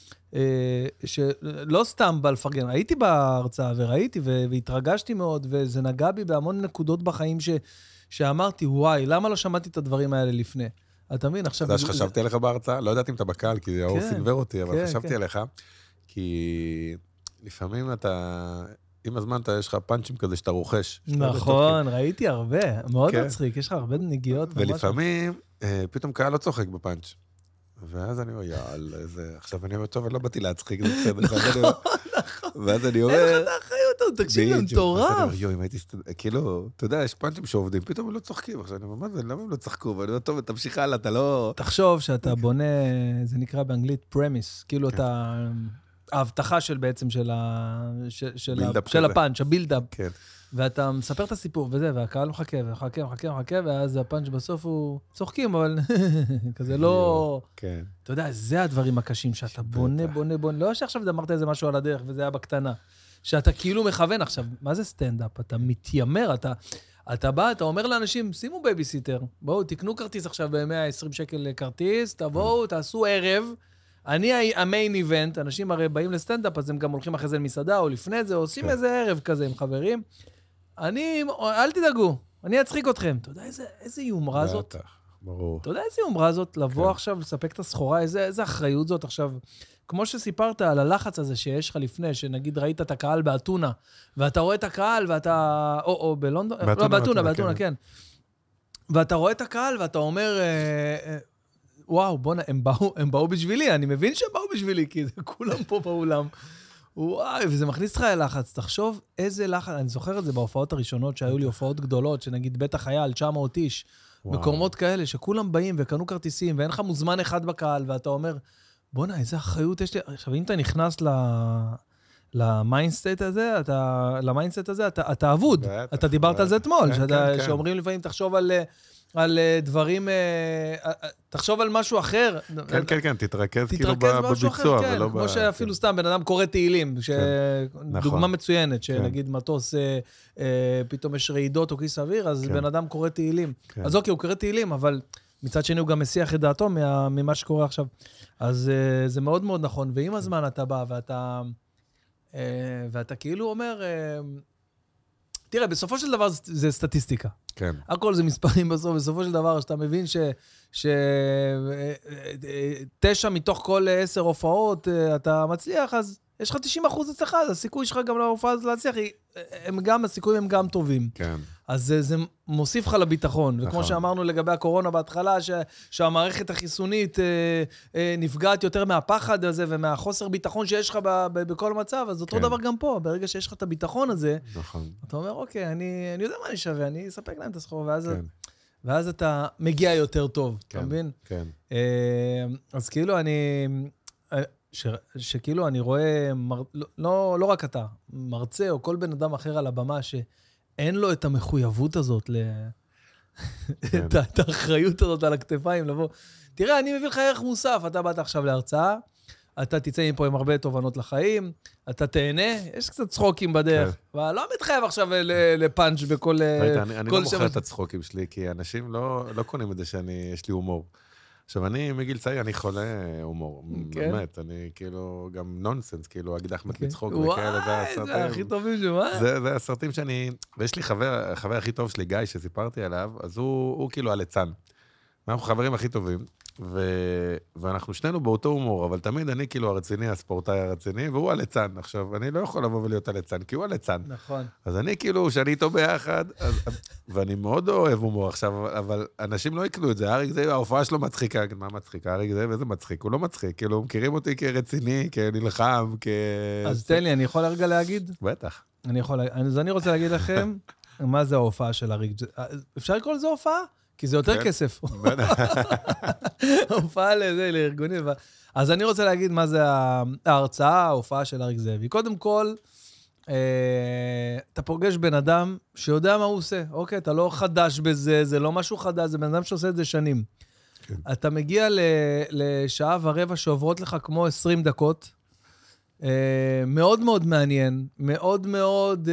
שלא סתם בא לפרגן, הייתי בהרצאה וראיתי והתרגשתי מאוד, וזה נגע בי בהמון נקודות בחיים ש... שאמרתי, וואי, למה לא שמעתי את הדברים האלה לפני? אתה מבין, עכשיו... אתה יודע שחשבתי עליך בהרצאה? לא ידעתי אם אתה בקהל, כי האור סינבר אותי, אבל חשבתי עליך, כי לפעמים אתה... עם הזמן אתה, יש לך פאנצ'ים כזה שאתה רוכש. נכון, ראיתי הרבה, מאוד מצחיק, יש לך הרבה נגיעות. ולפעמים, פתאום קהל לא צוחק בפאנץ'. ואז אני אומר, יאל, איזה... עכשיו אני אומר, טוב, אני לא באתי להצחיק, זה בסדר. ואז אני אומר... אין לך את האחריות, תקשיב, זה מטורף. יואי, אם הייתי... כאילו, אתה יודע, יש פאנצ'ים שעובדים, פתאום הם לא צוחקים. עכשיו אני אומר, מה זה, למה הם לא צחקו? ואני אומר, טוב, תמשיך הלאה, אתה לא... תחשוב שאתה בונה, זה נקרא באנגלית פרמיס, כאילו אתה... ההבטחה של בעצם של הפאנץ', הבילדאפ. כן. ואתה מספר את הסיפור וזה, והקהל מחכה, ומחכה, מחכה, מחכה, ואז הפאנץ' בסוף הוא צוחקים, אבל כזה לא... כן. אתה יודע, זה הדברים הקשים, שאתה בונה, בונה, בונה. לא שעכשיו אמרת איזה משהו על הדרך, וזה היה בקטנה. שאתה כאילו מכוון עכשיו, מה זה סטנדאפ? אתה מתיימר, אתה... אתה בא, אתה אומר לאנשים, שימו בייביסיטר, בואו, תקנו כרטיס עכשיו ב-מאה ועשרים שקל כרטיס, תבואו, תעשו ערב. אני המיין איבנט, אנשים הרי באים לסטנדאפ, אז הם גם הולכים אחרי זה למסעדה, או לפני זה, עושים איזה ערב כזה עם חברים. אני, אל תדאגו, אני אצחיק אתכם. אתה יודע איזה, איזה יומרה זאת? בטח, ברור. אתה יודע איזה יומרה זאת? לבוא כן. עכשיו, לספק את הסחורה, איזה, איזה אחריות זאת עכשיו. כמו שסיפרת על הלחץ הזה שיש לך לפני, שנגיד ראית את הקהל באתונה, ואתה רואה את הקהל ואתה... או, או בלונדון... באתונה, לא, באתונה, באתונה, באתונה, כן. ואתה רואה את הקהל ואתה אומר, אה, אה, וואו, בוא נ... הם באו, הם באו בשבילי, אני מבין שהם באו בשבילי, כי כולם פה באולם. וואי, וזה מכניס לך ללחץ. תחשוב איזה לחץ, אני זוכר את זה בהופעות הראשונות, שהיו לי הופעות גדולות, שנגיד בית החייל, תשע מאות איש, מקומות כאלה, שכולם באים וקנו כרטיסים, ואין לך מוזמן אחד בקהל, ואתה אומר, בוא'נה, איזה אחריות יש לי. עכשיו, אם אתה נכנס ל... למיינדסט הזה, אתה, למיינדסט הזה, אתה, אתה אבוד. אתה דיברת על זה אתמול, שאומרים לפעמים, תחשוב על, על דברים, תחשוב על משהו אחר. כן, כן, כן, תתרכז כאילו בביצוע, ולא ב... כמו שאפילו סתם, בן אדם קורא תהילים, דוגמה מצוינת, שנגיד מטוס, פתאום יש רעידות או כיס אוויר, אז בן אדם קורא תהילים. אז אוקיי, הוא קורא תהילים, אבל מצד שני הוא גם מסיח את דעתו ממה שקורה עכשיו. אז זה מאוד מאוד נכון, ועם הזמן אתה בא ואתה... ואתה כאילו אומר, תראה, בסופו של דבר זה סטטיסטיקה. כן. הכל זה מספרים בסוף, בסופו של דבר, שאתה מבין שתשע מתוך כל עשר הופעות אתה מצליח, אז יש לך תשעים אחוז אצלך, אז הסיכוי שלך גם להופעה הזאת להצליח, הם גם, הסיכויים הם גם טובים. כן. אז זה, זה מוסיף לך לביטחון. נכון. וכמו שאמרנו לגבי הקורונה בהתחלה, ש, שהמערכת החיסונית אה, אה, נפגעת יותר מהפחד הזה, ומהחוסר ביטחון שיש לך ב, ב, בכל מצב, אז אותו כן. דבר גם פה. ברגע שיש לך את הביטחון הזה, נכון. אתה אומר, אוקיי, אני, אני יודע מה אני שווה, אני אספק להם את הסחורה, ואז, כן. ואז אתה מגיע יותר טוב, כן. אתה מבין? כן. אה, אז כאילו אני... ש, שכאילו אני רואה, מר, לא, לא רק אתה, מרצה או כל בן אדם אחר על הבמה, שאין לו את המחויבות הזאת, ל... כן. את, את האחריות הזאת על הכתפיים, לבוא. תראה, אני מביא לך ערך מוסף, אתה באת עכשיו להרצאה, אתה תצא מפה עם הרבה תובנות לחיים, אתה תהנה, יש קצת צחוקים בדרך, כן. אבל לא מתחייב עכשיו לפאנץ' בכל... ראית, אני, אני כל לא מוכר שבש... את הצחוקים שלי, כי אנשים לא, לא קונים את זה שאני, יש לי הומור. עכשיו, אני מגיל צעיר, אני חולה הומור. כן? באמת, אני כאילו, גם נונסנס, כאילו, אגיד אחמד כן. מצחוק וכאלה, זה וואי, הסרטים. זה הכי טובים שמה? זה, זה הסרטים שאני... ויש לי חבר, החבר הכי טוב שלי, גיא, שסיפרתי עליו, אז הוא, הוא כאילו הליצן. אנחנו חברים הכי טובים, ו... ואנחנו שנינו באותו הומור, אבל תמיד אני כאילו הרציני, הספורטאי הרציני, והוא הליצן. עכשיו, אני לא יכול לבוא ולהיות הליצן, כי הוא הליצן. נכון. אז אני כאילו, שאני איתו ביחד, אז... ואני מאוד אוהב הומור עכשיו, אבל אנשים לא יקנו את זה. אריק זה, ההופעה שלו מצחיקה. מה מצחיקה? אריק זה, ואיזה מצחיק? הוא לא מצחיק. כאילו, מכירים אותי כרציני, כנלחם, כ... אז תן לי, אני יכול הרגע להגיד? בטח. אני יכול, אז אני רוצה להגיד לכם, מה זה ההופעה של אריק? אפשר לקרוא לזה הופעה? כי זה יותר כסף. הופעה לזה, לארגונים. אז אני רוצה להגיד מה זה ההרצאה, ההופעה של אריק זאבי. קודם כל, אתה פוגש בן אדם שיודע מה הוא עושה. אוקיי, אתה לא חדש בזה, זה לא משהו חדש, זה בן אדם שעושה את זה שנים. אתה מגיע לשעה ורבע שעוברות לך כמו עשרים דקות, מאוד מאוד מעניין, מאוד מאוד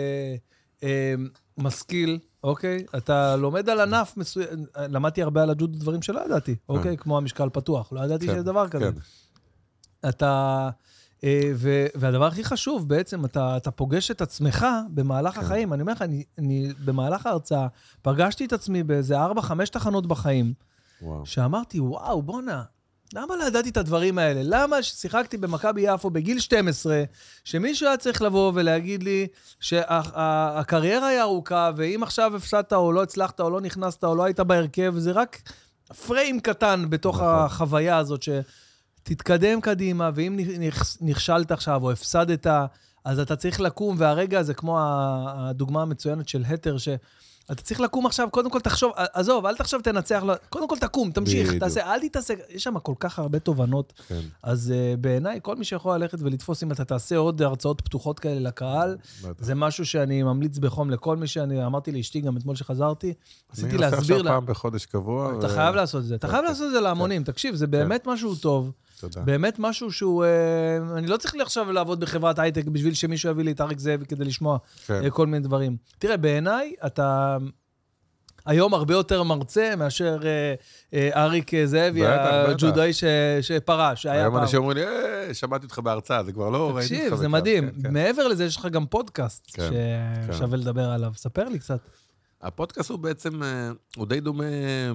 משכיל, אוקיי? אתה לומד על ענף מסוים, למדתי הרבה על הג'ודו דברים שלא ידעתי, אוקיי? כמו המשקל פתוח, לא ידעתי שיש דבר כזה. אתה, והדבר הכי חשוב בעצם, אתה פוגש את עצמך במהלך החיים. אני אומר לך, אני במהלך ההרצאה פגשתי את עצמי באיזה ארבע, חמש תחנות בחיים, שאמרתי, וואו, בונה, למה לא ידעתי את הדברים האלה? למה ששיחקתי במכבי יפו בגיל שתים עשרה, שמישהו היה צריך לבוא ולהגיד לי שהקריירה היא ארוכה, ואם עכשיו הפסדת או לא הצלחת או לא נכנסת או לא היית בהרכב, זה רק פריים קטן בתוך החוויה הזאת, שתתקדם קדימה, ואם נכשלת עכשיו או הפסדת, אז אתה צריך לקום, והרגע זה כמו הדוגמה המצוינת של הטר, ש... אתה צריך לקום עכשיו, קודם כל תחשוב, עזוב, אל תחשב תנצח, קודם כל תקום, תמשיך, תעשה, אל תתעסק, יש שם כל כך הרבה תובנות, כן. אז uh, בעיניי, כל מי שיכול ללכת ולתפוס, אם אתה תעשה עוד הרצאות פתוחות כאלה לקהל, זה משהו שאני ממליץ בחום לכל מי שאני, אמרתי לאשתי גם אתמול שחזרתי, עשיתי להסביר לה. אני עושה עכשיו פעם בחודש קבוע. אתה חייב לעשות את זה, אתה חייב לעשות את זה להמונים, תקשיב, זה באמת משהו טוב, באמת משהו שהוא, אני לא צריך לי עכשיו לעבוד בחברת הייטק בשביל שמישהו יביא לי את אריק זאבי כדי לשמוע כל מיני דברים. תראה, בעיניי, אתה היום הרבה יותר מרצה מאשר אריק זאבי, הג'ודאי שפרש, שהיה פעם. היום אנשים אומרים לי, שמעתי אותך בהרצאה, זה כבר לא ראיתי אותך. תקשיב, זה מדהים. מעבר לזה, יש לך גם פודקאסט ששווה לדבר עליו. ספר לי קצת. הפודקאסט הוא בעצם, הוא די דומה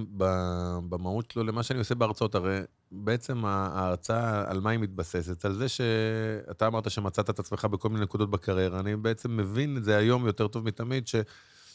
במהות שלו למה שאני עושה בהרצאות, הרי בעצם ההרצאה על מה היא מתבססת, על זה שאתה אמרת שמצאת את עצמך בכל מיני נקודות בקריירה, אני בעצם מבין את זה היום יותר טוב מתמיד, ש,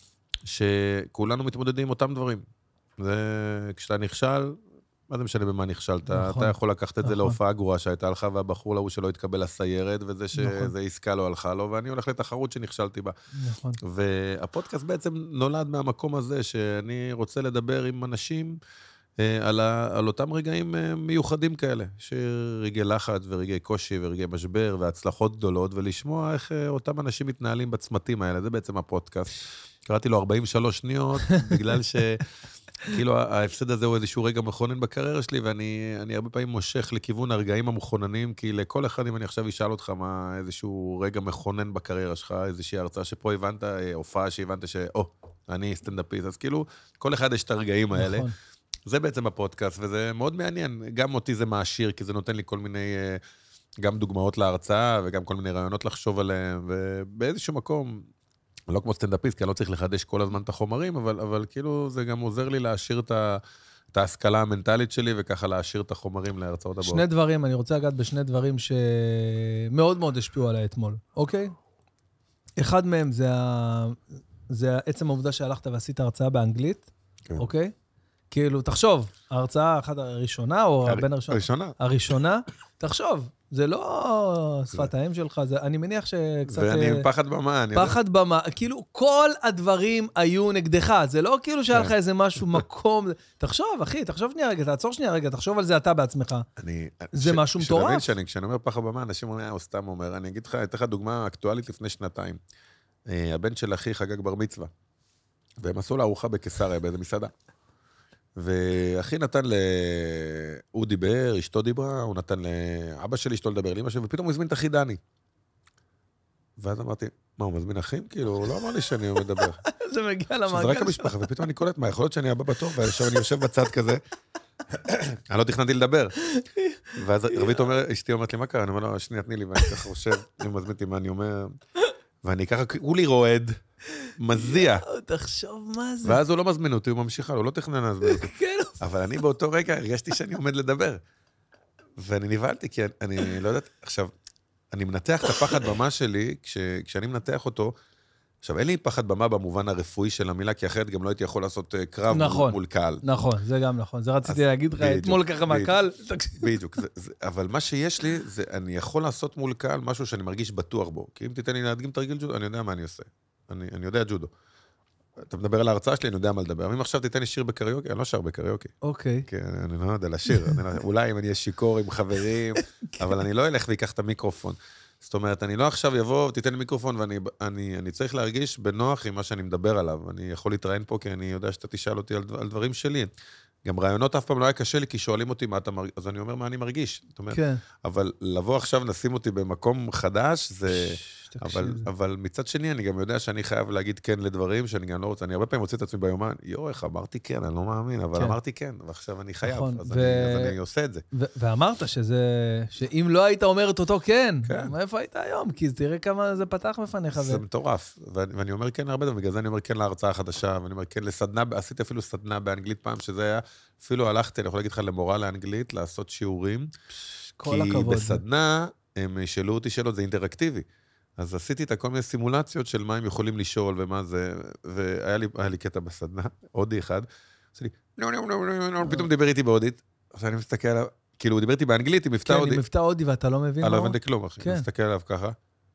שכולנו מתמודדים עם אותם דברים. זה, כשאתה נכשל, מה זה משנה במה נכשלת? נכון, אתה יכול לקחת את נכון. זה להופעה גרועה שהייתה לך, והבחור להוא שלא התקבל לסיירת, וזה שזה נכון. עסקה לא הלכה לו, ואני הולך לתחרות שנכשלתי בה. נכון. והפודקאסט בעצם נולד מהמקום הזה, שאני רוצה לדבר עם אנשים על, ה, על אותם רגעים מיוחדים כאלה, שרגעי לחץ ורגעי קושי ורגעי משבר והצלחות גדולות, ולשמוע איך אותם אנשים מתנהלים בצמתים האלה, זה בעצם הפודקאסט. קראתי לו ארבעים ושלוש שניות, בגלל ש... כאילו, ההפסד הזה הוא איזשהו רגע מכונן בקריירה שלי, ואני אני הרבה פעמים מושך לכיוון הרגעים המכוננים, כי לכל אחד, אם אני עכשיו אשאל אותך מה איזשהו רגע מכונן בקריירה שלך, איזושהי הרצאה שפה הבנת, הופעה שהבנת ש... או, אני סטנדאפיסט, אז כאילו, כל אחד יש את הרגעים האלה. נכון. זה בעצם הפודקאסט, וזה מאוד מעניין. גם אותי זה מעשיר, כי זה נותן לי כל מיני, גם דוגמאות להרצאה, וגם כל מיני רעיונות לחשוב עליהם, ובאיזשהו מקום... לא כמו סטנדאפיסט, כי אני לא צריך לחדש כל הזמן את החומרים, אבל, אבל כאילו זה גם עוזר לי להשאיר את, ה, את ההשכלה המנטלית שלי, וככה להשאיר את החומרים להרצאות הבאות. שני דברים, אני רוצה לגעת בשני דברים שמאוד מאוד השפיעו עליי אתמול, אוקיי? אחד מהם זה, ה... זה עצם העובדה שהלכת ועשית הרצאה באנגלית, כן. אוקיי? כאילו, תחשוב, ההרצאה האחת הראשונה, או הבין הראשונה? הראשונה. הראשונה, תחשוב. זה לא שפת האם שלך, זה, אני מניח שקצת... ואני פחד במה, אני יודע. פחד במה, כאילו כל הדברים היו נגדך, זה לא כאילו שהיה לך איזה משהו, מקום, תחשוב, אחי, תחשוב שנייה רגע, תעצור שנייה רגע, תחשוב על זה אתה בעצמך. זה משהו מטורף. כשאני אומר פחד במה, אנשים אומרים, או סתם אומר, אני אגיד לך, אתן לך דוגמה אקטואלית לפני שנתיים. הבן של אחי חגג בר מצווה, והם עשו לה ארוחה בקיסריה, באיזה מסעדה. ואחי נתן ל... הוא דיבר, אשתו דיברה, הוא נתן לאבא שלי, אשתו לדבר, לאמא שלי, ופתאום הוא הזמין את אחי דני. ואז אמרתי, מה, הוא מזמין אחים? כאילו, הוא לא אמר לי שאני מדבר. זה מגיע למעגל. שזה רק המשפחה, ופתאום אני קולט, מה, יכול להיות שאני הבא בתור, ועכשיו אני יושב בצד כזה, אני לא תכננתי לדבר. ואז רבית אומר, אשתי אומרת לי, מה קרה? אני אומר לו, שנייה, תני לי, ואני ככה חושב, אני מזמין אותי מה אני אומר, ואני ככה, הוא לי רועד, מזיע. תחשוב מה זה. ואז הוא לא מזמין אותי, הוא ממשיך, הוא לא תכנן להזמין אותי. אבל אני באותו רגע הרגשתי שאני עומד לדבר. ואני נבהלתי, כי אני לא יודעת, עכשיו, אני מנתח את הפחד במה שלי, כשאני מנתח אותו, עכשיו, אין לי פחד במה במובן הרפואי של המילה, כי אחרת גם לא הייתי יכול לעשות קרב מול קהל. נכון, זה גם נכון. זה רציתי להגיד לך, אתמול ככה מהקהל. בדיוק, אבל מה שיש לי, זה אני יכול לעשות מול קהל משהו שאני מרגיש בטוח בו. כי אם תיתן לי להדגים תרגיל ג'ודו, אני יודע מה אני עושה. אני יודע ג'ודו. אתה מדבר על ההרצאה שלי, אני יודע מה לדבר. אם עכשיו תיתן לי שיר בקריוקי, אני לא שר בקריוקי. אוקיי. כי אני לא יודע לשיר. אולי אם אני אהיה שיקור עם חברים, אבל אני לא אלך ויקח את המיקרופון. זאת אומרת, אני לא עכשיו יבוא, תיתן לי מיקרופון, ואני אני, אני צריך להרגיש בנוח עם מה שאני מדבר עליו. אני יכול להתראיין פה, כי אני יודע שאתה תשאל אותי על, על דברים שלי. גם רעיונות אף פעם לא היה קשה לי, כי שואלים אותי מה אתה מרגיש, אז אני אומר מה אני מרגיש. זאת אומרת, כן. אבל לבוא עכשיו, נשים אותי במקום חדש, זה... אבל, אבל מצד שני, אני גם יודע שאני חייב להגיד כן לדברים, שאני גם לא רוצה, אני הרבה פעמים מוצא את עצמי ביומן, יו, איך אמרתי כן, אני לא מאמין, אבל כן. אמרתי כן, ועכשיו אני חייב, נכון, אז, ו... אני, אז אני עושה את זה. ו- ואמרת שזה, שאם לא היית אומר את אותו כן, כן. מאיפה היית היום? כי תראה כמה זה פתח בפניך. זה ו... מטורף, ואני, ואני אומר כן הרבה דברים, בגלל זה אני אומר כן להרצאה החדשה, ואני אומר כן לסדנה, עשיתי אפילו סדנה באנגלית פעם, שזה היה, אפילו הלכתי, אני יכול להגיד לך למורה לאנגלית, לעשות שיעורים, כל הכבוד. כי בסדנה, הם שאלו אותי שאלות, זה אינטראקטיבי. אז עשיתי את כל מיני סימולציות של מה הם יכולים לשאול ומה זה, והיה לי, היה לי קטע בסדנה, הודי אחד, עושה לי, נו, נו, נו, נו, נו, פתאום דיבר איתי בהודית, עכשיו אני מסתכל עליו, כאילו הוא דיבר איתי באנגלית עם מבטא הודי. כן, עם מבטא הודי ואתה לא מבין מה? אני לא הבנתי כלום, אחי, אני מסתכל עליו ככה,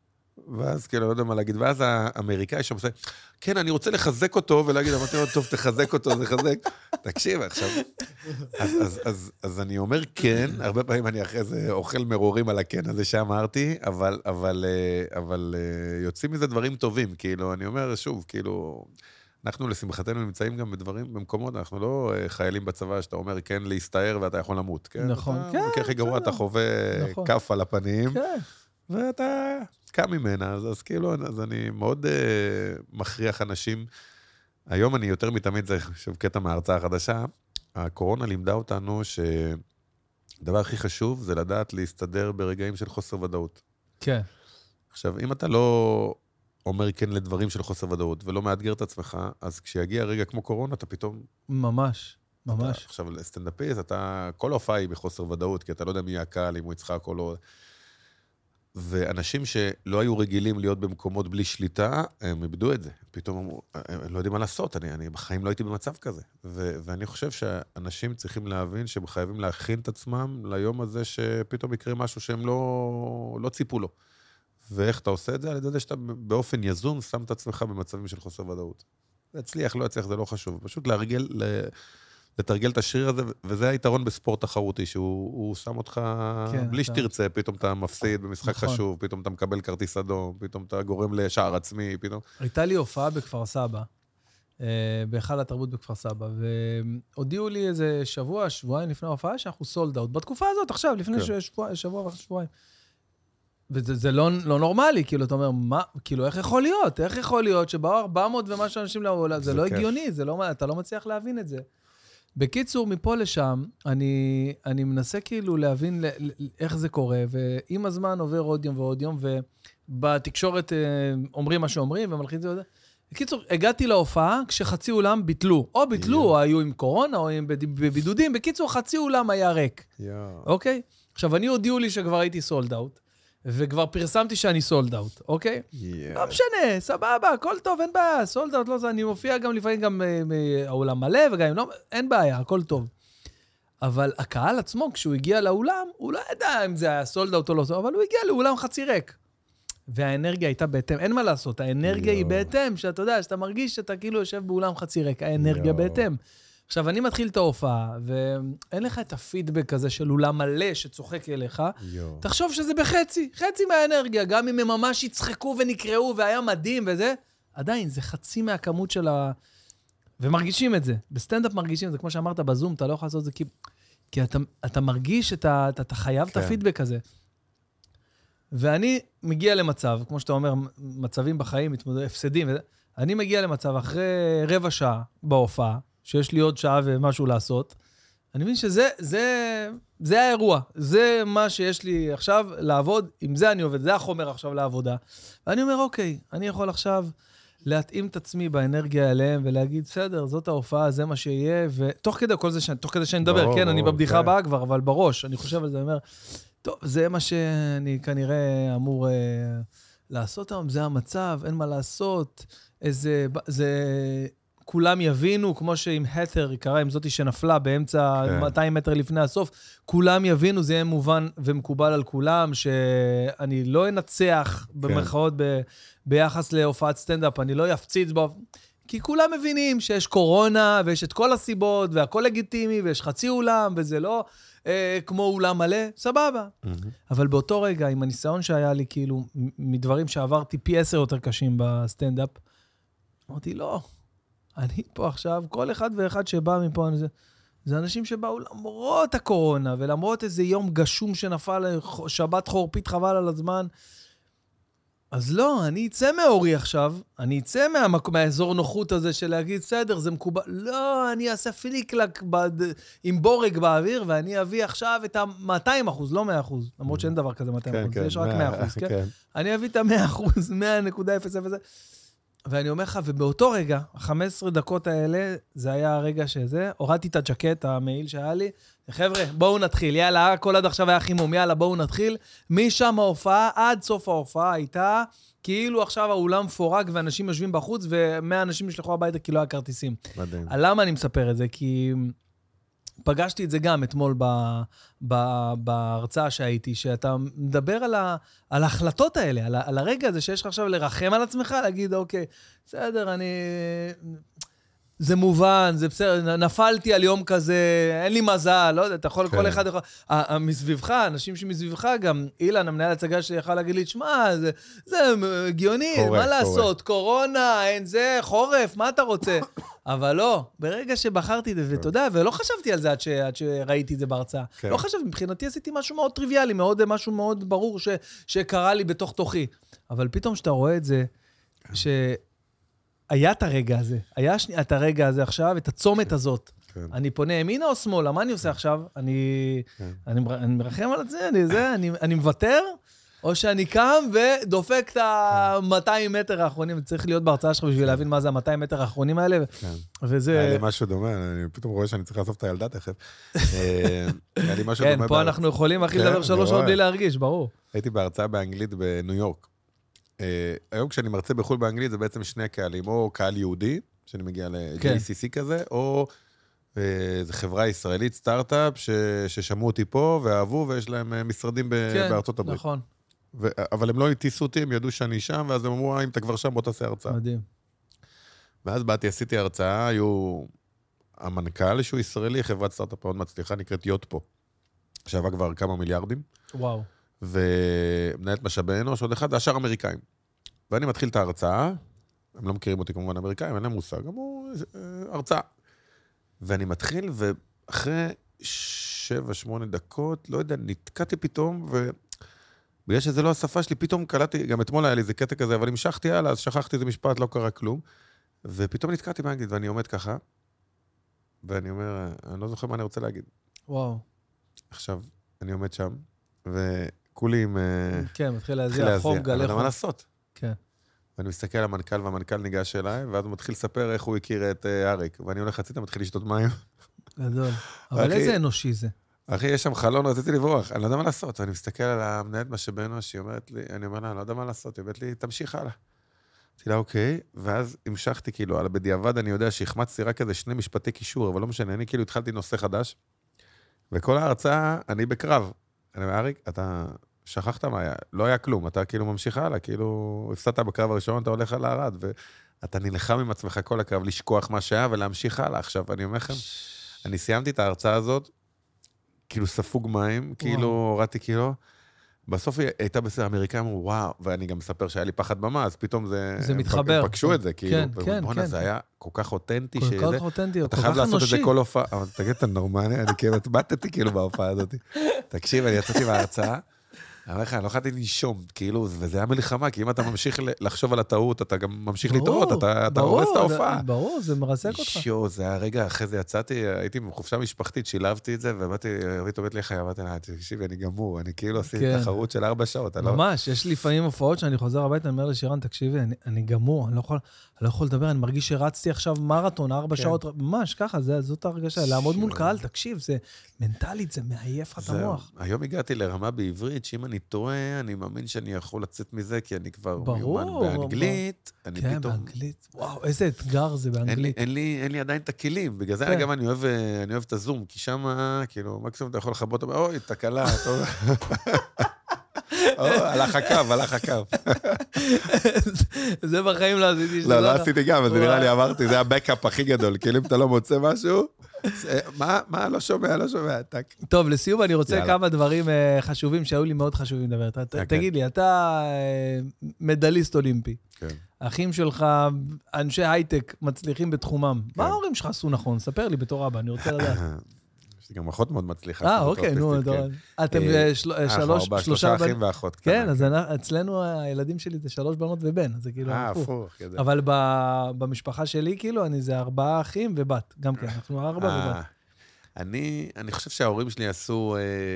ואז כאילו, לא יודע מה להגיד, ואז האמריקאי שם עושה, כן, אני רוצה לחזק אותו, ולהגיד, אמרתי לו, טוב, תחזק אותו, זה חזק. תקשיב, עכשיו, אז, אז, אז, אז אני אומר כן, הרבה פעמים אני אחרי זה אוכל מרורים על הכן הזה שאמרתי, אבל, אבל, אבל יוצאים מזה דברים טובים, כאילו, אני אומר, שוב, כאילו, אנחנו לשמחתנו נמצאים גם בדברים, במקומות, אנחנו לא חיילים בצבא, שאתה אומר כן להסתער ואתה יכול למות, כן? נכון, כן. וכך גרוע, אתה חווה כף על הפנים. כן. ואתה קם ממנה, אז, אז כאילו, אז אני מאוד uh, מכריח אנשים. היום אני יותר מתמיד, זה שוב קטע מההרצאה החדשה, הקורונה לימדה אותנו שהדבר הכי חשוב זה לדעת להסתדר ברגעים של חוסר ודאות. כן. עכשיו, אם אתה לא אומר כן לדברים של חוסר ודאות, ולא מאתגר את עצמך, אז כשיגיע רגע כמו קורונה, אתה פתאום... ממש, ממש. אתה, עכשיו, לסטנדאפיסט, אתה... כל ההופעה היא בחוסר ודאות, כי אתה לא יודע מי יהיה הקהל, אם הוא יצחק או לא... ואנשים שלא היו רגילים להיות במקומות בלי שליטה, הם איבדו את זה. פתאום אמרו, הם לא יודעים מה לעשות, אני, אני בחיים לא הייתי במצב כזה. ו, ואני חושב שאנשים צריכים להבין שהם חייבים להכין את עצמם ליום הזה שפתאום יקרה משהו שהם לא, לא ציפו לו. ואיך אתה עושה את זה? על ידי זה שאתה באופן יזום שם את עצמך במצבים של חוסר ודאות. להצליח, לא יצליח, זה לא חשוב. פשוט להרגיל, לתרגל את השריר הזה, וזה היתרון בספורט תחרותי, שהוא שם אותך, כן, בלי אתה... שתרצה, פתאום אתה מפסיד במשחק נכון. חשוב, פתאום אתה מקבל כרטיס אדום, פתאום אתה גורם לשער עצמי, פתאום... הייתה לי הופעה בכפר סבא, באחד התרבות בכפר סבא, והודיעו לי איזה שבוע, שבועיים לפני ההופעה, שאנחנו סולד אאוט. בתקופה הזאת, עכשיו, לפני כן. שבוע, שבוע ושבועיים. וזה זה לא, לא נורמלי, כאילו, אתה אומר, מה, כאילו, איך יכול להיות? איך יכול להיות שבאו ארבע מאות ומשהו אנשים לעולה? זה, זה לא כיף. הגיוני, זה לא, אתה לא מצליח להבין את זה. בקיצור, מפה לשם, אני, אני מנסה כאילו להבין איך זה קורה, ועם הזמן עובר עוד יום ועוד יום, ובתקשורת אומרים מה שאומרים, ומלכים את זה. בקיצור, הגעתי להופעה כשחצי אולם ביטלו. או ביטלו, yeah. או היו עם קורונה, או עם בבידודים. בקיצור, חצי אולם היה ריק. Yeah. אוקיי? עכשיו, אני הודיעו לי שכבר הייתי סולד אאוט, וכבר פרסמתי שאני סולד אאוט, אוקיי? Yeah. לא משנה, סבבה, הכל טוב, אין בעיה, סולד אאוט, לא זה, אני מופיע גם לפעמים גם האולם מלא, וגם אם לא, אין בעיה, הכל טוב. אבל הקהל עצמו, כשהוא הגיע לאולם, הוא לא ידע אם זה היה סולד אאוט או לא, אבל הוא הגיע לאולם חצי ריק. והאנרגיה הייתה בהתאם, אין מה לעשות, האנרגיה היא בהתאם, שאתה יודע, שאתה מרגיש שאתה כאילו יושב באולם חצי ריק, האנרגיה בהתאם. עכשיו, אני מתחיל את ההופעה, ואין לך את הפידבק הזה של אולם מלא שצוחק אליך, תחשוב שזה בחצי, חצי מהאנרגיה, גם אם הם ממש יצחקו ונקראו והיה מדהים וזה, עדיין, זה חצי מהכמות של ה... ומרגישים את זה. בסטנדאפ מרגישים את זה, כמו שאמרת בזום, אתה לא יכול לעשות את זה, כי, כי אתה, אתה מרגיש, אתה, אתה, אתה חייב כן. את הפידבק הזה. ואני מגיע למצב, כמו שאתה אומר, מצבים בחיים, הפסדים, אני מגיע למצב אחרי רבע שעה בהופעה, שיש לי עוד שעה ומשהו לעשות, אני מבין שזה, זה, זה האירוע, זה מה שיש לי עכשיו לעבוד, עם זה אני עובד, זה החומר עכשיו לעבודה. ואני אומר, אוקיי, אני יכול עכשיו להתאים את עצמי באנרגיה אליהם, ולהגיד, בסדר, זאת ההופעה, זה מה שיהיה, ותוך כדי כל זה, תוך כדי שאני מדבר, כן, אני בבדיחה הבאה כבר, אבל בראש, אני חושב על זה, אני אומר, טוב, זה מה שאני כנראה אמור אה, לעשות היום, זה המצב, אין מה לעשות, איזה, זה, כולם יבינו, כמו שעם הת'ר, קרה עם זאתי שנפלה באמצע כן. מאתיים מטר לפני הסוף, כולם יבינו, זה יהיה מובן ומקובל על כולם, שאני לא אנצח כן. במרכאות ב, ביחס להופעת סטנדאפ, אני לא יפציץ בו, כי כולם מבינים שיש קורונה, ויש את כל הסיבות, והכל לגיטימי, ויש חצי אולם, וזה לא... כמו אולם מלא, סבבה. אבל באותו רגע, עם הניסיון שהיה לי, כאילו, מדברים שעברתי פי עשר יותר קשים בסטנדאפ, אמרתי, לא, אני פה עכשיו, כל אחד ואחד שבא מפה, זה, זה אנשים שבאו למרות הקורונה, ולמרות איזה יום גשום שנפל, שבת חורפית חבל על הזמן, אז לא, אני אצא מאורי עכשיו, אני אצא מהמק... מהאזור נוחות הזה של להגיד, סדר, זה מקובל, לא, אני אעשה פליקלק בד... עם בורג באוויר, ואני אביא עכשיו את ה-מאתיים אחוז, לא מאה אחוז, למרות שאין דבר כזה מאתיים אחוז, כן, יש כן, רק מאה אחוז, כן? כן? אני אביא את ה-מאה אחוז, מאה נקודה אפס אפס, ואני אומר לך, ובאותו רגע, ה-חמש עשרה דקות האלה, זה היה הרגע שזה, הורדתי את הג'קט, המעיל שהיה לי, חבר'ה, בואו נתחיל, יאללה, כל עד עכשיו היה חימום, יאללה, בואו נתחיל. משם ההופעה, עד סוף ההופעה הייתה, כאילו עכשיו האולם פורק ואנשים יושבים בחוץ, ומאה אנשים ישלחו הביתה כי לא היה כרטיסים. מדהים. למה אני מספר את זה? כי פגשתי את זה גם אתמול ב, ב, בהרצאה שהייתי, שאתה מדבר על, ה, על ההחלטות האלה, על, על הרגע הזה שיש לך עכשיו לרחם על עצמך, להגיד, אוקיי, בסדר, אני... זה מובן, זה בסדר, נפלתי על יום כזה, אין לי מזל, לא יודע, אתה יכול, כן. כל אחד יכול... מסביבך, אנשים שמסביבך גם, אילן, המנהל הצגה שיכל להגיד לי, שמה, זה, זה הגיוני, קורא, מה לעשות, קורא. קורונה, אין זה, חורף, מה אתה רוצה? אבל לא, ברגע שבחרתי את זה, ואתה יודע, ולא חשבתי על זה עד, ש... עד שראיתי את זה בהרצאה. כן. לא חשבתי, מבחינתי עשיתי משהו מאוד טריוויאלי, מאוד, משהו מאוד ברור ש... שקרה לי בתוך תוכי. אבל פתאום שאתה רואה את זה, ש... היה את הרגע הזה, היה שני, את הרגע הזה עכשיו, את הצומת כן, הזאת. כן. אני פונה ימינה או שמאלה, מה אני עושה עכשיו? אני, כן. אני, אני מרחם על זה, אני, זה, אני, אני מוותר, או שאני קם ודופק את ה-מאתיים מטר האחרונים, צריך להיות בהרצאה שלך בשביל להבין מה זה ה-מאתיים מטר האחרונים האלה, וזה... היה לי משהו דומה, אני פתאום רואה שאני צריך לאסוף את הילדה תכף. היה לי משהו דומה... כן, פה אנחנו יכולים הכי לדבר שלוש שעות בלי להרגיש, ברור. הייתי בהרצאה באנגלית בניו יורק. היום כשאני מרצה בחו"ל באנגלית, זה בעצם שני קהלים, או קהל יהודי, שאני מגיע ל-ג'יי סי סי כזה, או זו חברה ישראלית, סטארט-אפ, ששמעו אותי פה ואהבו, ויש להם משרדים בארצות הברית. כן, נכון. אבל הם לא הטיסו אותי, הם ידעו שאני שם, ואז הם אמרו, אם אתה כבר שם, בוא תעשה הרצאה. מדהים. ואז באתי, עשיתי הרצאה, היו המנכ"ל, שהוא ישראלי, חברת סטארט-אפ מאוד מצליחה, נקראת יוטפו, שווה כבר כמה מיליארדים. וואו. ומנהלת משאבי אנוש, עוד אחד, והשאר אמריקאים. ואני מתחיל את ההרצאה, הם לא מכירים אותי כמובן אמריקאים, אין להם מושג, אמרו, הרצאה. ואני מתחיל, ואחרי שבע, שמונה דקות, לא יודע, נתקעתי פתאום, ובגלל שזה לא השפה שלי, פתאום קלטתי, גם אתמול היה לי איזה קטע כזה, אבל המשכתי הלאה, אז שכחתי איזה משפט, לא קרה כלום, ופתאום נתקעתי באנגלית, ואני עומד ככה, ואני אומר, אני לא זוכר מה אני רוצה להגיד. וואו. עכשיו, אני עומד שם, וכולי עם... כן, מתחיל להזיע, חום, גלי חום. אבל מה לעשות? כן. ואני מסתכל על המנכ"ל, והמנכ"ל ניגש אליי, ואז הוא מתחיל לספר איך הוא הכיר את אריק, ואני הולך הצידה, מתחיל לשתות מים. גדול. אבל איזה אנושי זה? אחי, יש שם חלון, רציתי לברוח, אני לא יודע מה לעשות, ואני מסתכל על המנהלת משאבי אנוש, היא אומרת לי, אני אומר לה, אני לא יודע מה לעשות, היא אומרת לי, תמשיך הלאה. אמרתי לה, אוקיי, ואז המשכתי, כאילו, על בדיעבד אני יודע שהחמצתי רק איזה שני משפטי קישור, אבל לא משנה, אני כאילו התחלתי נושא חדש, וכל ההרצאה, אני בקרב. אני אומר, אריק, אתה שכחת מה היה, לא היה כלום, אתה כאילו ממשיך הלאה, כאילו, הפסדת בקרב הראשון, אתה הולך על הערד, ואתה נלחם עם עצמך כל הקרב, לשכוח מה שהיה ולהמשיך הלאה. עכשיו, אני אומר לכם, אני סיימתי את ההרצאה הזאת, כאילו ספוג מים, כאילו הורדתי כאילו, בסוף היא הייתה בסדר, האמריקאים אמרו, וואו, ואני גם מספר שהיה לי פחד במה, אז פתאום זה... זה מתחבר. הם פגשו את זה, כאילו, כן, כן, ובוא'נה, כן. זה היה כל כך אותנטי, כל שזה... כך אותנטי, כל אתה כך חייב לעשות את אנושי. זה כל הופעה, אבל תגיד, אתה נורמלי, אני כאילו, התבטתי כאילו בהופעה הזאת. תקשיב, אני יצאתי מההרצאה, אני אומר לך, אני לא יכולתי לנשום, כאילו, וזה היה מלחמה, כי אם אתה ממשיך לחשוב על הטעות, אתה גם ממשיך לטעות, אתה הורס את ההופעה. ברור, זה מרסק אותך. שיו, זה היה רגע, אחרי זה יצאתי, הייתי בחופשה משפחתית, שילבתי את זה, ובאתי, רבית אומרת לי, אמרתי לה, תקשיבי, אני גמור, אני כאילו עשיתי תחרות של ארבע שעות. ממש, יש לי לפעמים הופעות שאני חוזר הביתה, אני אומר לשירן, תקשיבי, אני גמור, אני לא יכול לדבר, אני מרגיש שרצתי עכשיו מרתון, ארבע שעות, ממש ככה, זאת הרגשה, לעמוד מול קהל, תקשיב, זה מנטלית, זה מעייף את המוח. היום הגעתי לרמה בעברית, שאם אני טועה, אני מאמין שאני יכול לצאת מזה, כי אני כבר מיומן באנגלית. כן, באנגלית. וואו, איזה אתגר זה באנגלית. אין לי עדיין את הכלים, בגלל זה גם אני אוהב את הזום, כי שם, כאילו, מקסימום אתה יכול לחבות, אוי, תקלה, טוב. או, הלך הקו, הלך הקו. זה בחיים לא עשיתי. לא, לא עשיתי גם, אז נראה לי אמרתי, זה הבקאפ הכי גדול, כאילו אם אתה לא מוצא משהו, מה, לא שומע, לא שומע, טק. טוב, לסיום אני רוצה כמה דברים חשובים, שהיו לי מאוד חשובים לדבר. תגיד לי, אתה מדליסט אולימפי. האחים שלך, אנשי הייטק, מצליחים בתחומם. מה ההורים שלך עשו נכון? ספר לי בתור אבא, אני רוצה לדעת. יש לי גם אחות מאוד מצליחה. אה, אוקיי, נו, אתם שלוש, שלושה אחים ואחות קטנה. כן, אז אצלנו הילדים שלי זה שלוש בנות ובן, זה כאילו אה, הפוך. אבל במשפחה שלי, כאילו, אני זה ארבעה אחים ובת, גם כן, אנחנו ארבע ובת. אני חושב שההורים שלי עשו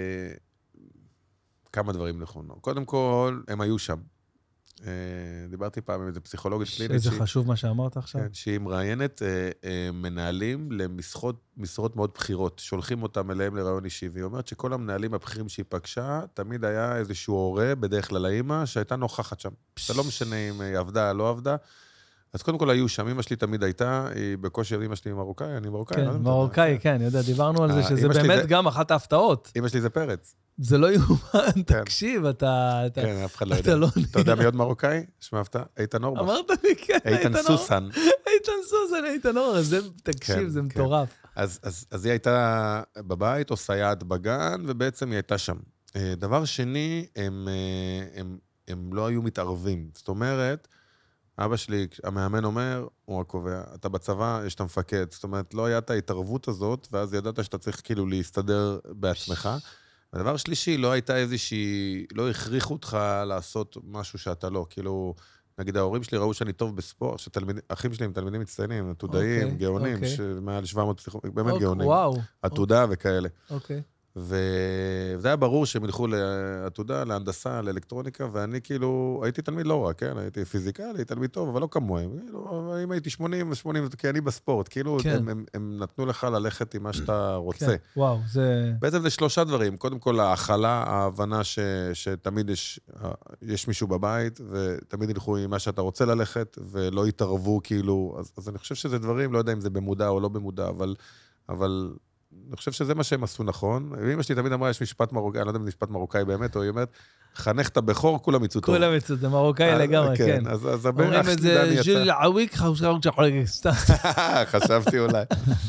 כמה דברים נכונות. קודם כל, הם היו שם. דיברתי פעם עם איזה פסיכולוגית קלינית. איזה חשוב מה שאמרת עכשיו. כן, שהיא מראיינת מנהלים למשרות מאוד בחירות, שולחים אותם אליהם לרעיון אישי, והיא אומרת שכל המנהלים הבכירים שהיא פגשה, תמיד היה איזשהו הורה, בדרך כלל האמא, שהייתה נוכחת שם. זה לא משנה אם היא עבדה או לא עבדה. אז קודם כל היו שם, אמא שלי תמיד הייתה, היא בכושר, אמא שלי מרוקאי, אני מרוקאי. כן, מרוקאי, כן, יודע, דיברנו על זה, שזה באמת גם אחת ההפתעות. אמא שלי זה פרץ. זה לא יאומן, תקשיב, אתה... כן, אף אחד לא יודע. אתה יודע מי עוד מרוקאי? שמעת? איתן אורבך. אמרת לי, כן, איתן סוסן. איתן סוסן, איתן אורבך, תקשיב, זה מטורף. אז היא הייתה בבית, או סייעת בגן, ובעצם היא הייתה שם. דבר שני, הם לא היו מתערבים. זאת אומרת, אבא שלי, המאמן אומר, הוא הקובע, אתה בצבא, יש את המפקד. זאת אומרת, לא הייתה ההתערבות הזאת, ואז ידעת שאתה צריך כאילו להסתדר בעצמך. הדבר שלישי, לא הייתה איזושהי, לא הכריחו אותך לעשות משהו שאתה לא, כאילו, נגיד ההורים שלי ראו שאני טוב בספורט, שאחים שלי הם תלמידים מצטיינים, עתודאים, גאונים, מעל שבע מאות פסיכולוגים, באמת גאונים, עתודה וכאלה. וזה היה ברור שהם ילכו לעתודה, להנדסה, לאלקטרוניקה, ואני כאילו, הייתי תלמיד לא רע, כן? הייתי פיזיקלי, תלמיד טוב, אבל לא כמוהם. אם הייתי שמונים ושמונים, כי אני בספורט, כאילו, הם, הם, הם נתנו לך ללכת עם מה שאתה רוצה. כן, וואו, זה... בעצם זה שלושה דברים. קודם כל, ההכלה, ההבנה ש, שתמיד יש, יש מישהו בבית, ותמיד ילכו עם מה שאתה רוצה ללכת, ולא יתערבו, כאילו, אז, אז אני חושב שזה דברים, לא יודע אם זה במודע או לא במודע, אבל, אבל אני חושב שזה מה שהם עשו נכון. ואמא שלי תמיד אמרה, יש משפט מרוקאי, אני לא יודע אם זה משפט מרוקאי באמת, או היא אומרת, חנך את הבכור, כולם יצאו טוב. כולם יצאו, זה מרוקאי לגמרי, כן. אז הבן אח שלי דני יצא. ז'יל עוויק, סתם. חשבתי אולי.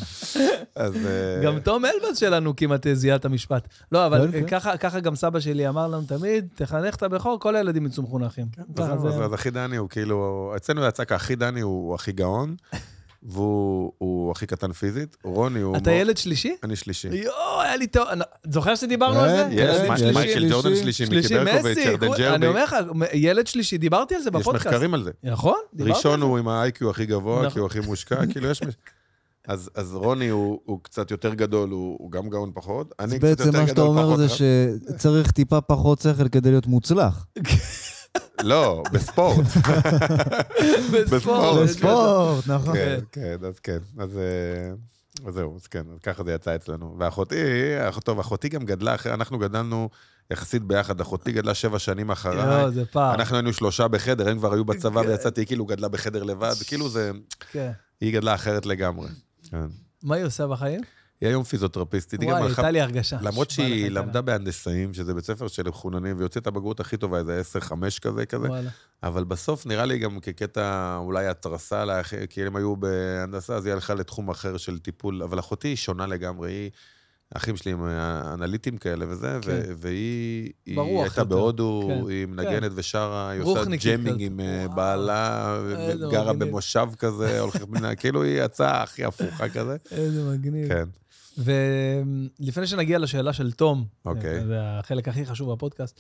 גם תום אלבז שלנו כמעט זיהה את המשפט. לא, אבל ככה גם סבא שלי אמר לנו תמיד, תחנך את הבכור, כל הילדים יצאו מחונכים. אז אחי דני הוא כאילו, אצלנו יצא ככה, אחי דני הוא הכי גאון, והוא הכי קטן פיזית. רוני הוא... אתה ילד שלישי? אני שלישי. יואו, היה לי טוב. זוכר שדיברנו על זה? יש, מייקל ג'ורדן שלישי, מיקי ברקוביץ', ירדן ג'רבי. אני אומר לך, ילד שלישי, דיברתי על זה בפודקאסט. יש מחקרים על זה. נכון? ראשון הוא עם ה-איי קיו הכי גבוה, כי הוא הכי מושקע, כאילו יש... אז רוני הוא קצת יותר גדול, הוא גם גאון פחות. אז בעצם מה שאתה אומר זה שצריך טיפה פחות שכל כדי להיות מוצלח. לא, בספורט. בספורט. בספורט, נכון. כן, כן, אז כן. אז זהו, אז כן, ככה זה יצא אצלנו. ואחותי, טוב, אחותי גם גדלה, אנחנו גדלנו יחסית ביחד, אחותי גדלה שבע שנים אחריי. לא, זה פעם. אנחנו היינו שלושה בחדר, הם כבר היו בצבא ויצאתי, כאילו גדלה בחדר לבד, כאילו זה... היא גדלה אחרת לגמרי. מה היא עושה בחיים? היא היום פיזיותרפיסטית. וואי, הייתה לי הרגשה. למרות שהיא למדה בהנדסאים, שזה בית ספר של חוננים, ויוצאת את הבגרות הכי טובה, איזה עשר חמש כזה, כזה. אבל בסוף נראה לי גם כקטע, אולי התרסה, כי הם היו בהנדסה, אז היא הלכה לתחום אחר של טיפול, אבל אחותי היא שונה לגמרי, היא, האחים שלי הם אנליטים כאלה וזה, והיא הייתה בהודו, היא מנגנת ושרה, היא עושה ג'מינג עם בעלה, גרה במושב כזה, כאילו היא יצאה הכי הפוכה כזה. איזה מגניב. כן. ולפני שנגיע לשאלה של תום, אוקיי. זה החלק הכי חשוב בפודקאסט,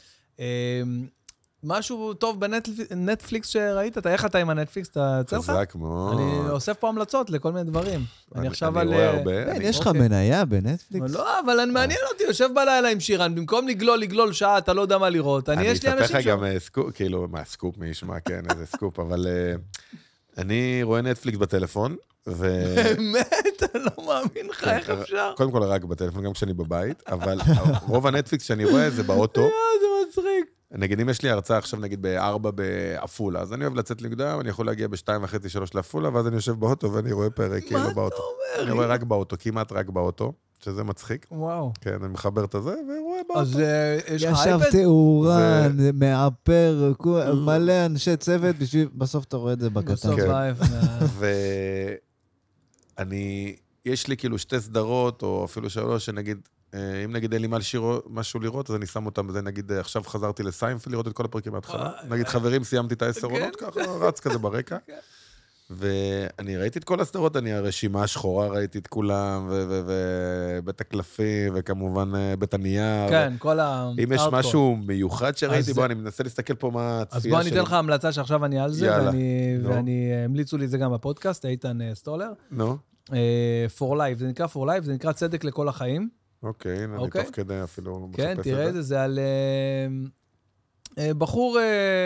משהו טוב בנטפליקס שראית? איך אתה עם הנטפליקס? אתה יוצא לך? חזק מאוד. אני אוסף פה המלצות לכל מיני דברים. אני עכשיו על... אני רואה הרבה. יש לך מניה בנטפליקס? לא, אבל מעניין אותי, יושב בלילה עם שירן, במקום לגלול, לגלול שעה, אתה לא יודע מה לראות. אני, יש לי אנשים שם. אני אספר לך גם סקופ, כאילו, מה, סקופ מי ישמע, כן, איזה סקופ, אבל אני רואה נטפליקס בטלפון, ו... באמת, אני לא מאמין לך, איך אפשר? קודם כל רק בטלפון, גם כשאני בבית, אבל רוב הנטפליקס שאני רואה זה באוטו. זה מצחיק. נגיד, אם יש לי הרצאה עכשיו, נגיד, בארבע באפולה, אז אני אוהב לצאת לגדם, אני יכול להגיע בשתיים וחצי, שלוש לאפולה, ואז אני יושב באוטו ואני רואה פרק כאילו באוטו. מה אתה אומר? אני רואה רק באוטו, כמעט רק באוטו, שזה מצחיק. וואו. כן, אני מחבר את הזה ורואה באוטו. אז יש לך ישב תאורן, מאפר, מלא אנשי צוות, בסוף אתה רואה את זה בקטן. בסוף לייב. ואני, יש לי כאילו שתי סדרות, או אפילו שלוש, שנגיד, אם נגיד אין לי משהו לראות, אז אני שם אותם, זה נגיד, עכשיו חזרתי לסיינפלד לראות את כל הפרקים מההתחלה. נגיד, חברים, סיימתי את העשר עונות ככה, רץ כזה ברקע. ואני ראיתי את כל הסדרות, אני הרשימה השחורה, ראיתי את כולם, ובית הקלפים, וכמובן בית הנייר. כן, כל ה... אם יש משהו מיוחד שראיתי, בוא, אני מנסה להסתכל פה מה הצפייה שלי. אז בוא, אני אתן לך המלצה שעכשיו אני על זה, ואני המליצו לי זה גם בפודקאסט, איתן סטולר. נו. For Life, זה נקרא For Life, זה נקרא צדק לכל החיים. אוקיי, הנה, אני תוך כדי אפילו כן, תראה את זה, זה על בחור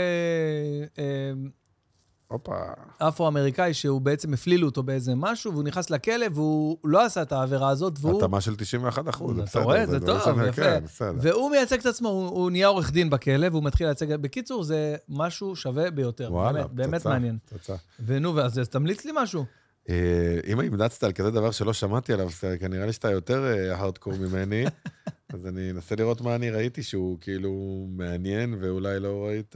אפרו-אמריקאי, שהוא בעצם הפלילו אותו באיזה משהו, והוא נכנס לכלא, והוא לא עשה את העבירה הזאת, והוא... התאמה של תשעים ואחת אחוז, זה בסדר. אתה רואה, זה טוב, יפה. והוא מייצג את עצמו, הוא נהיה עורך דין בכלא, והוא מתחיל לייצג... בקיצור, זה משהו שווה ביותר. וואלה, באמת מעניין. ונו, אז תמליץ לי משהו. אם המלצת על כזה דבר שלא שמעתי עליו, כי נראה לי שאתה יותר הארדקור ממני, אז אני אנסה לראות מה אני ראיתי, שהוא כאילו מעניין, ואולי לא ראית.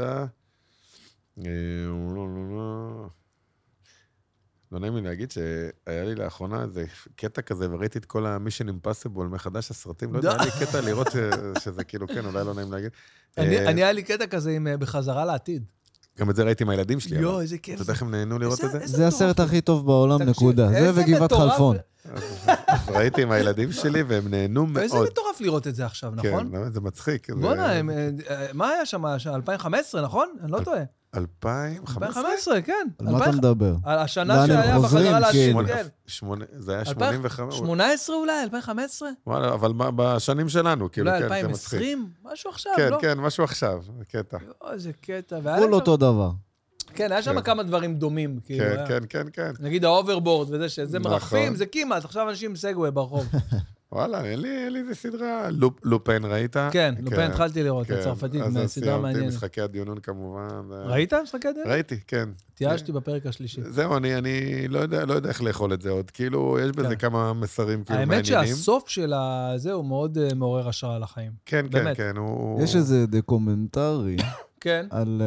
לא נעים לי להגיד שהיה לי לאחרונה איזה קטע כזה, וראיתי את כל ה-Mission Impossible מחדש הסרטים, לא יודע, היה לי קטע לראות שזה כאילו, כן, אולי לא נעים להגיד. אני היה לי קטע כזה עם בחזרה לעתיד. גם את זה ראיתי עם הילדים שלי. יואו, איזה כיף. אתה יודע איך הם נהנו לראות את זה? זה הסרט הכי טוב בעולם, נקודה. זה וגבעת חלפון. ראיתי עם הילדים שלי, והם נהנו מאוד. איזה מטורף לראות את זה עכשיו, נכון? כן, זה מצחיק. בוא'נה, מה היה שם? אלפיים וחמש עשרה, נכון? אני לא טועה. אלפיים וחמש עשרה? אלפיים וחמש עשרה, כן. על מה אתה מדבר? השנה שהיה בחזרה לעתיד, כן. זה היה שמונים וחמש. שמונה עשרה אולי, אלפיים וחמש עשרה? וואלה, אבל בשנים שלנו, כאילו, אולי כן, זה אלפיים מצחיק. ועשרים? משהו עכשיו, כן, לא? כן, משהו עכשיו, קטע. יואו, זה קטע. כל אותו דבר. כן, היה שם כמה דברים דומים, כאילו. כן, כן, כן, כן. נגיד האוברבורד וזה, שזה נכון. מרחפים, זה כמעט, עכשיו אנשים סגווי ברחוב. וואלה, אין לי, אין לי איזה סדרה. לופ, לופן ראית? כן, לופן התחלתי לראות, כן. הצרפתית, אז סדרה סיימתי מעניינת. משחקי הדיונון כמובן. ראית משחקי הדיונון? ראיתי, כן. תיאשתי בפרק השלישי. זהו, אני, אני לא יודע, לא יודע איך לאכול את זה עוד. כאילו, יש בזה כן. כמה מסרים כאילו האמת מעניינים. שהסוף של הזה הוא מאוד אה, מעורר השראה לחיים. כן, כן, באמת. כן. הוא... יש איזה דוקומנטרי כן. על...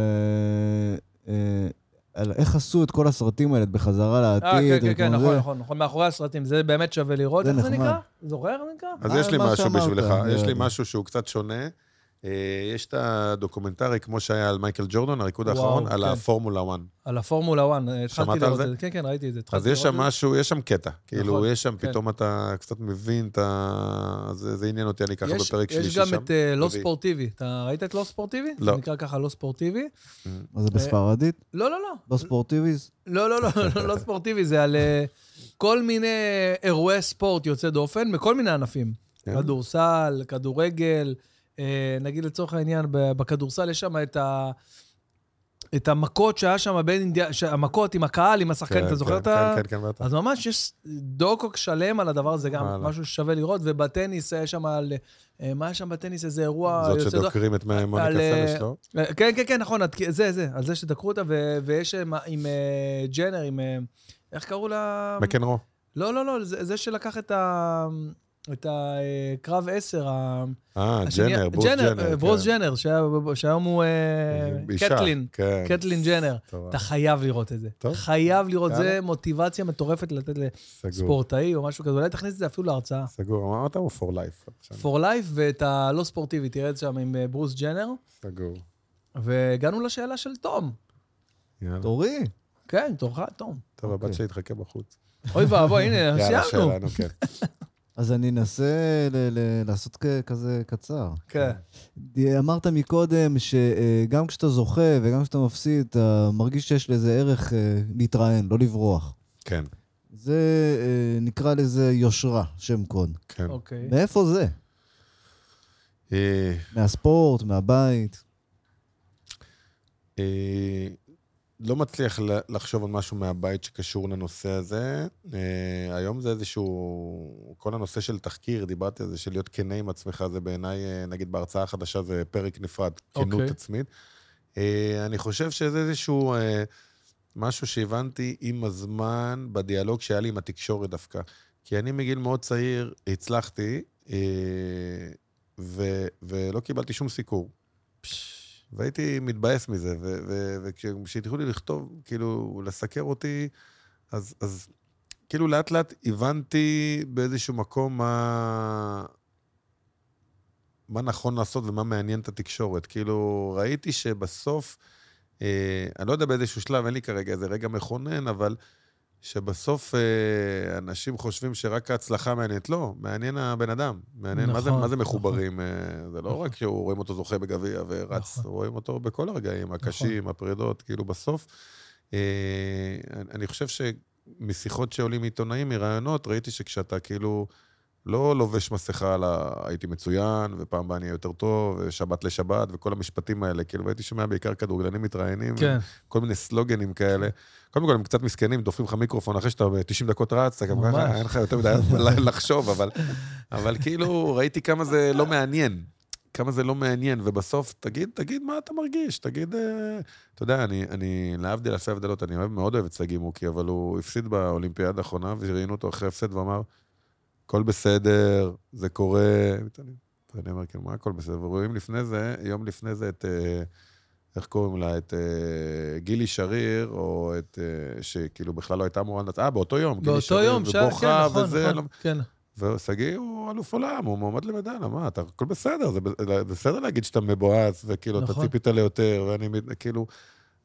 אה, אה, על איך עשו את כל הסרטים האלה בחזרה אה, לעתיד. כן, כן, כן, וכל נכון, זה. נכון, נכון, מאחורי הסרטים, זה באמת שווה לראות. זה איך זה נחמד. נקרא? זוכר איך זה נקרא? אז מה- יש לי מה משהו שאמרת, בשבילך, יש לי נראה לי. משהו שהוא קצת שונה. אה, יש את הדוקומנטרי, כמו שהיה על מייקל ג'ורדן, הריקוד וואו, האחרון, על כן. הפורמולה אחת. על הפורמולה אחת, התחלתי שמעת על לראות זה? את זה. כן, כן, ראיתי את זה. אז התחלתי יש שם לראות את משהו, יש שם קטע. כאילו, נכון, יש שם, כן. פתאום אתה קצת מבין את ה... זה זה עניין אותי, אני ככה זה. יש- בפרק שלישי יש שם. גם את אה, לא רביעי. ספורטיבי. אתה ראית את לא ספורטיבי? לא. זה נקרא ככה לא ספורטיבי. מה זה בספרדית? לא, לא, לא. לא ספורטיביז? לא, לא, לא, לא, לא ספורטיבי, זה על אה, כל מיני אירועי ספורט יוצא דופן, בכל מיני ענפים. כן. כדורסל, כדורגל, אה, נגיד לצורך העניין, ב- בכדורסל יש שם את ה... את המכות שהיה שם בין אינדיה... ש- המכות עם הקהל, עם השחקן, כן, אתה זוכר כן, את ה... כן, כן, כן, בטח. אז ממש יש דוקו שלם על הדבר הזה, גם וואלה. משהו ששווה לראות, ובטניס יש שם על... אה, מה יש שם בטניס? איזה אירוע... זאת יוצא דופן. שדוקרים את מוניקה על, אה, סלש, לא? כן, כן, כן, נכון, את- זה, זה, על זה שדקרו אותה, ו- ויש עם, עם אה, ג'נר, עם... אה, איך קראו לה? מקנרו. לא, לא, לא, זה, זה שלקח את ה... את הקרב עשר, ה- אה, השני- ג'נר, ברוס ג'נר. אה, ברוס כן. ג'נר, שהיה- שהיום הוא אה, אישה, קטלין, כן. קטלין ג'נר. טוב, אתה חייב לראות את זה. טוב. חייב לראות, זה יאללה. מוטיבציה מטורפת לתת סגור. לספורטאי או משהו כזה. אולי תכניס את זה אפילו להרצאה. סגור, אמרת הוא for life. For life ואת הלא ספורטיבי, תראה את זה שם עם אה, ברוס ג'נר. סגור. והגענו לשאלה של תום. יאללה. תורי. כן, תורך, תום. טוב, הבת אוקיי. שלי תחכה בחוץ. אוי ואבוי, הנה, יאללה, סיימנו. שאלה, נו, כן. אז אני אנסה ל- ל- לעשות כ- כזה קצר. כן. אמרת מקודם שגם כשאתה זוכה וגם כשאתה מפסיד, אתה מרגיש שיש לזה ערך אה, להתראיין, לא לברוח. כן, זה, אה, נקרא לזה יושרה, שם קוד. כן. אוקיי. מאיפה זה? אה, מהספורט, מהבית? אה, לא מצליח ל- לחשוב על משהו מהבית שקשור לנושא הזה. אה, היום זה איזשהו... כל הנושא של תחקיר, דיברתי על זה, של להיות כנה עם עצמך, זה בעיניי, אה, נגיד בהרצאה החדשה, זה פרק נפרד, כנות אוקיי. עצמית. אה, אני חושב שזה איזשהו אה, משהו שהבנתי עם הזמן, בדיאלוג שהיה לי עם התקשורת דווקא. כי אני מגיל מאוד צעיר הצלחתי, אה, ו- ולא קיבלתי שום סיקור. והייתי מתבאס מזה, וכשהתחילו לי לכתוב, כאילו, לסקר אותי, אז, אז כאילו לאט לאט הבנתי באיזשהו מקום מה, מה נכון לעשות ומה מעניין את התקשורת. כאילו, ראיתי שבסוף, אה, אני לא יודע באיזשהו שלב, אין לי כרגע איזה רגע מכונן, אבל שבסוף אה, אנשים חושבים שרק ההצלחה מעניינת. לא, מעניין הבן אדם. מעניין, מה זה, נכון, מה זה נכון. מחוברים? אה, זה לא נכון. רק שרואים אותו זוכה בגביע ורץ, נכון. רואים אותו בכל הרגעים, הקשים, הפרידות, כאילו בסוף. אה, אני- אני חושב שמשיחות שעולים עיתונאים, מרעיונות, ראיתי שכשאתה כאילו לא לובש מסכה על ה... הייתי מצוין, ופעם הבאה אני אהיה יותר טוב, ושבת לשבת, וכל המשפטים האלה, כאילו, והייתי שומע בעיקר כדורגלנים מתראיינים, כן. כל מיני סלוגנים כאלה. קודם כל, הם קצת מסכנים, דופקים לך מיקרופון, אחרי שאתה ב-תשעים דקות רץ, אתה גם ממש. ככה, אין לך יותר מדי לחשוב, אבל, אבל כאילו, ראיתי כמה זה לא מעניין. כמה זה לא מעניין, ובסוף, תגיד, תגיד מה אתה מרגיש, תגיד, אה, אתה יודע, אני, אני להבדיל אלפי הבדלות, אני אוהב, מאוד אוהב את סגי מוקי, אבל הוא הפסיד באולימפיאדה האחרונה, וראיינו אותו אחרי הפסד ואמר, הכל בסדר, זה קורה, ואני אומר, כן, מה הכל בסדר? ורואים לפני זה, יום לפני זה את, אה, איך קוראים לה, את אה, גילי שריר, או את, אה, שכאילו בכלל לא הייתה אמורה לנצח, אה, באותו יום, גילי באותו שריר, יום, ש- כן, ובוכה, נכון, וזה, נכון, לא- כן. וסגי הוא אלוף עולם, הוא מועמד למדענה, מה, אתה, הכל בסדר, זה בסדר להגיד שאתה מבואס, וכאילו, אתה נכון. ציפית ליותר, ואני, כאילו,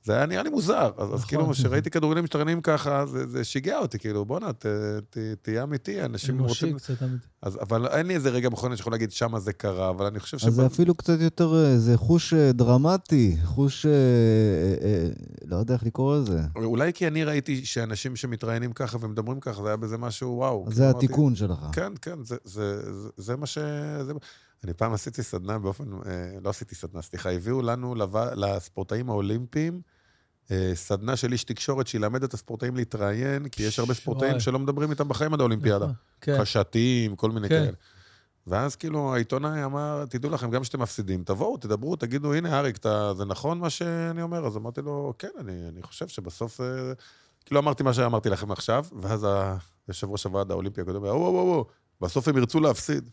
זה היה נראה לי מוזר. אז כאילו, שראיתי כדורגלים משתרנים ככה, זה שיגע אותי, כאילו, בוא נה, תהיה אמיתי, אנשים רוצים... אבל אין לי איזה רגע מכונן שיכול להגיד, שמה זה קרה, אבל אני חושב ש... אז זה אפילו קצת יותר, זה חוש דרמטי, חוש, לא יודע איך לקרוא לזה. אולי כי אני ראיתי שאנשים שמתראיינים ככה ומדברים ככה, זה היה בזה משהו, וואו. זה התיקון שלך. כן, כן, זה מה ש... אני פעם עשיתי סדנה באופן, לא עשיתי סדנה, סליחה, הביאו לנו לספורטאים האולימפיים, סדנה של איש תקשורת שילמד את הספורטאים להתראיין, כי יש הרבה ספורטאים שלא מדברים איתם בחיים עד האולימפיאדה. חשתיים, כל מיני כאלה. ואז כאילו העיתונאי אמר, תדעו לכם, גם שאתם מפסידים, תבואו, תדברו, תגידו, הנה אריק, זה נכון מה שאני אומר? אז אמרתי לו, כן, אני חושב שבסוף, כאילו אמרתי מה שאמרתי לכם עכשיו, ואז יושב ראש הוועד האולימפי הקודם, וואו, וואו, וואו, בסוף הם ירצו להפסיד.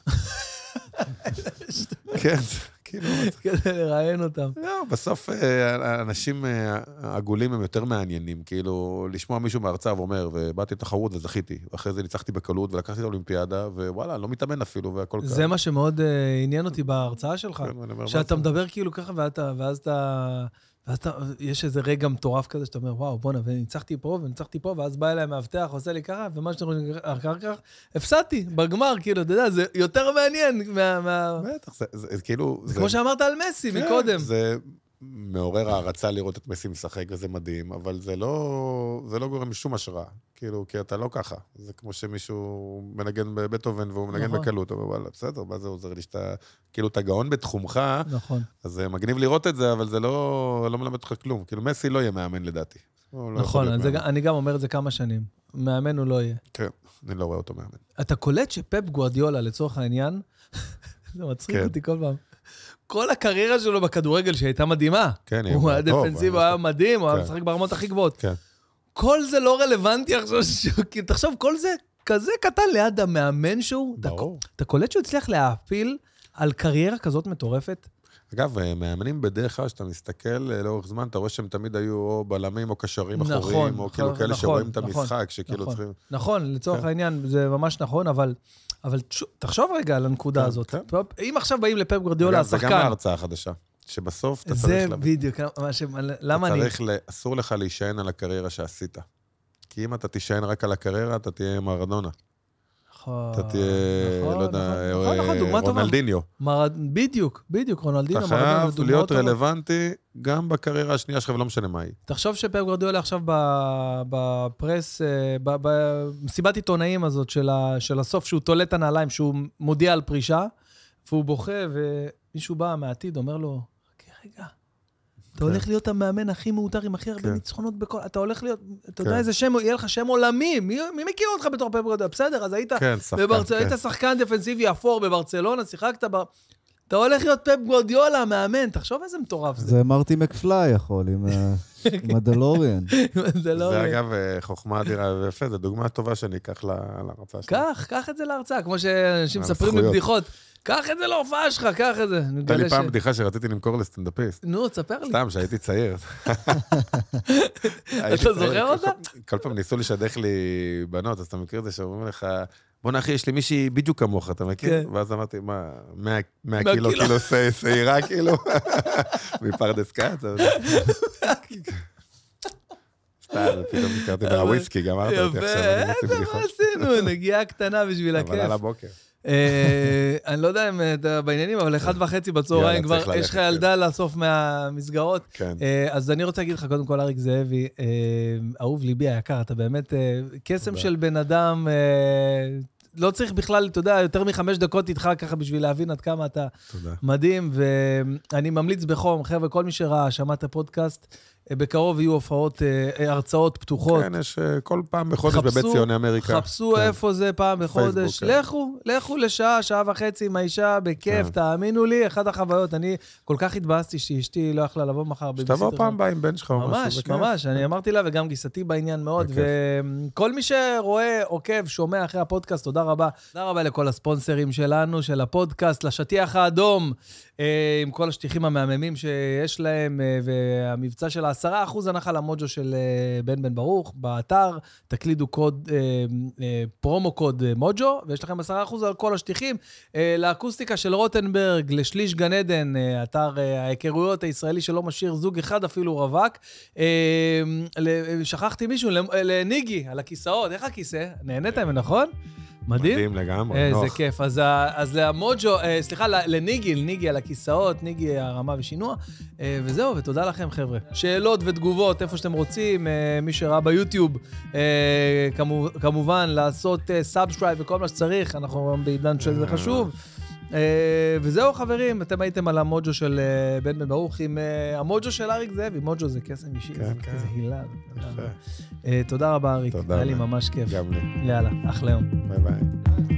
כן, כאילו... כדי לראיין אותם. לא, בסוף אנשים עגולים הם יותר מעניינים, כאילו, לשמוע מישהו מהרצאה ואומר, ובאתי לתחרות וזכיתי, ואחרי זה ניצחתי בקלות, ולקחתי את האולימפיאדה, ווואלה, לא מתאמן אפילו, והכל ככה. זה מה שמאוד עניין אותי בהרצאה שלך, שאתה מדבר כאילו ככה, ואז אתה... ואז יש איזה רגע מטורף כזה, שאתה אומר, וואו, בוא נבוא, ניצחתי פה וניצחתי פה, ואז בא אליי מאבטח, עושה לי ככה, ומה שאתה רואים אחר כך, הפסדתי, בגמר, כאילו, אתה יודע, זה יותר מעניין מה... בטח, זה כאילו... זה כמו שאמרת על מסי מקודם. זה מעורר הערצה לראות את מסי משחק, וזה מדהים, אבל זה לא, זה לא גורם שום השראה, כאילו, כי אתה לא ככה. זה כמו שמישהו מנגן בבטהובן, והוא מנגן בקלות, אבל וואלה, בסדר, מה זה עוזר לי שאתה, כאילו, אתה גאון בתחומך, נכון. אז זה מגניב לראות את זה, אבל זה לא, לא מלמד לך כלום. כאילו, מסי לא יהיה מאמן לדעתי. נכון, אני גם אומר את זה כמה שנים. מאמן הוא לא יהיה. כן, אני לא רואה אותו מאמן. אתה קולט שפפ גוארדיולה, לצורך העניין, זה מצחיק אותי כל פעם. כל הקריירה שלו בכדורגל שהייתה מדהימה. כן, הוא היה דפנסיב, הוא היה מדהים, הוא היה משחק ברמות הכי גבוהות. כן. כל זה לא רלוונטי עכשיו, כי תחשוב, כל זה כזה קטן ליד המאמן שהוא. ברור. אתה קולט שהוא הצליח להפיל על קריירה כזאת מטורפת? אגב, מאמנים בדרך כלל, שאתה מסתכל לאורך זמן, אתה רואה שהם תמיד היו או בלמים או קשרים אחוריים, או כאילו כאלה שרואים את המשחק, שכאילו צריכים... נכון, לצורך העניין, זה ממש נכון, אבל... אבל תחשוב רגע על הנקודה הזאת. אם עכשיו באים לפפ גוארדיולה, השחקן... זה גם ההרצאה החדשה, שבסוף אתה צריך... זה בדיוק, למה אני... אסור לך להישען על הקריירה שעשית. כי אם אתה תישען רק על הקריירה, אתה תהיה מרדונה. אתה תהיה, לא יודע, רונלדיניו. בדיוק, בדיוק, רונלדיניו. אתה חייב להיות רלוונטי גם בקריירה השנייה שלך, ולא משנה מה היא. תחשוב שפפ גוארדיולה עכשיו בפרס, במסיבת עיתונאים הזאת של הסוף, שהוא תולה את הנעליים, שהוא מודיע על פרישה, והוא בוכה, ומישהו בא מהעתיד, אומר לו, רגע, אתה הולך להיות המאמן הכי מאותר, עם הכי הרבה ניצחונות בכל... אתה הולך להיות... אתה יודע איזה שם, יהיה לך שם עולמי. מי מכיר אותך בתור פפ גוארדיולה? בסדר, אז היית שחקן דפנסיבי אפור בברצלונה, שיחקת ב... אתה הולך להיות פפ גוארדיולה, מאמן. תחשוב איזה מטורף זה. זה מרטי מקפליי יכול, עם הדלוריאן. זה אגב חוכמה אדירה ויפה, זו דוגמה טובה שאני אקח להרצאה שלי. קח, קח את זה להרצאה, כמו שאנשים מספרים לי בדיחות. קח את זה להופעה שלך, קח את זה. הייתה לי פעם בדיחה שרציתי למכור לסטנדאפיסט. נו, תספר לי. סתם, שהייתי צעיר. אתה זוכר אותה? כל פעם ניסו לשדך לי בנות, אז אתה מכיר את זה שאומרים לך, בוא נחי, יש לי מישהי בדיוק כמוך, אתה מכיר? ואז אמרתי, מה, מאה קילו כאילו שעירה, כאילו? מפרדס כץ? סתם, פתאום נזכרתי מהוויסקי, גם אמרת אותי עכשיו, אני מוציא בדיחות. יפה, מה עשינו? נגיעה קטנה בשביל הכיף. אבל על הבוקר. אני לא יודע אם אתה בעניינים, אבל אחד וחצי בצהריים כבר יש לך ילדה לאסוף מהמסגרות. אז אני רוצה להגיד לך, קודם כל, אריק זאבי, אהוב ליבי היקר, אתה באמת קסם של בן אדם, לא צריך בכלל, אתה יודע, יותר מחמש דקות איתך ככה בשביל להבין עד כמה אתה מדהים, ואני ממליץ בחום, חבר'ה, כל מי שראה, שמע את הפודקאסט, בקרוב יהיו הופעות, הרצאות פתוחות. כן, יש כל פעם בחודש בבית ציוני אמריקה. חפשו איפה זה פעם בחודש. לכו, לכו לשעה, שעה וחצי עם האישה, בכיף, תאמינו לי, אחת החוויות. אני כל כך התבאסתי שאשתי לא יכלה לבוא מחר. שתבוא פעם באה עם בן שלך. ממש, ממש. אני אמרתי לה, וגם גיסתי בעניין מאוד. וכל מי שרואה, עוקב, שומע אחרי הפודקאסט, תודה רבה. תודה רבה לכל הספונסרים שלנו, של הפודקאסט, לשטיח האדום. עם כל השטיחים המהממים שיש להם, והמבצע של העשרה אחוז הנחה למוג'ו של בן בן ברוך, באתר, תקלידו קוד, פרומו קוד מוג'ו, ויש לכם עשרה אחוז על כל השטיחים, לאקוסטיקה של רוטנברג, לשליש גן עדן, אתר ההיכרויות הישראלי שלא משאיר זוג אחד, אפילו רווק. שכחתי מישהו, לניגי, על הכיסאות, איך הכיסא? נהנתם, נכון? מדהים? מדהים לגמרי, נוח. איזה כיף. אז, אז למוג'ו, סליחה, לניגי, לניגי על הכיסאות, ניגי הרמה ושינוע, וזהו, ותודה לכם חבר'ה. שאלות ותגובות, איפה שאתם רוצים, מי שראה ביוטיוב, כמובן, לעשות סאבסקרייב וכל מה שצריך, אנחנו בעידן שזה חשוב. וזהו חברים, אתם הייתם על המוג'ו של בן בן ברוך עם המוג'ו של אריק זאבי, מוג'ו זה קסם אישי, זה כזה הילה. תודה רבה אריק, היה לי ממש כיף. גם לי. יאללה, אחלה יום. ביי ביי.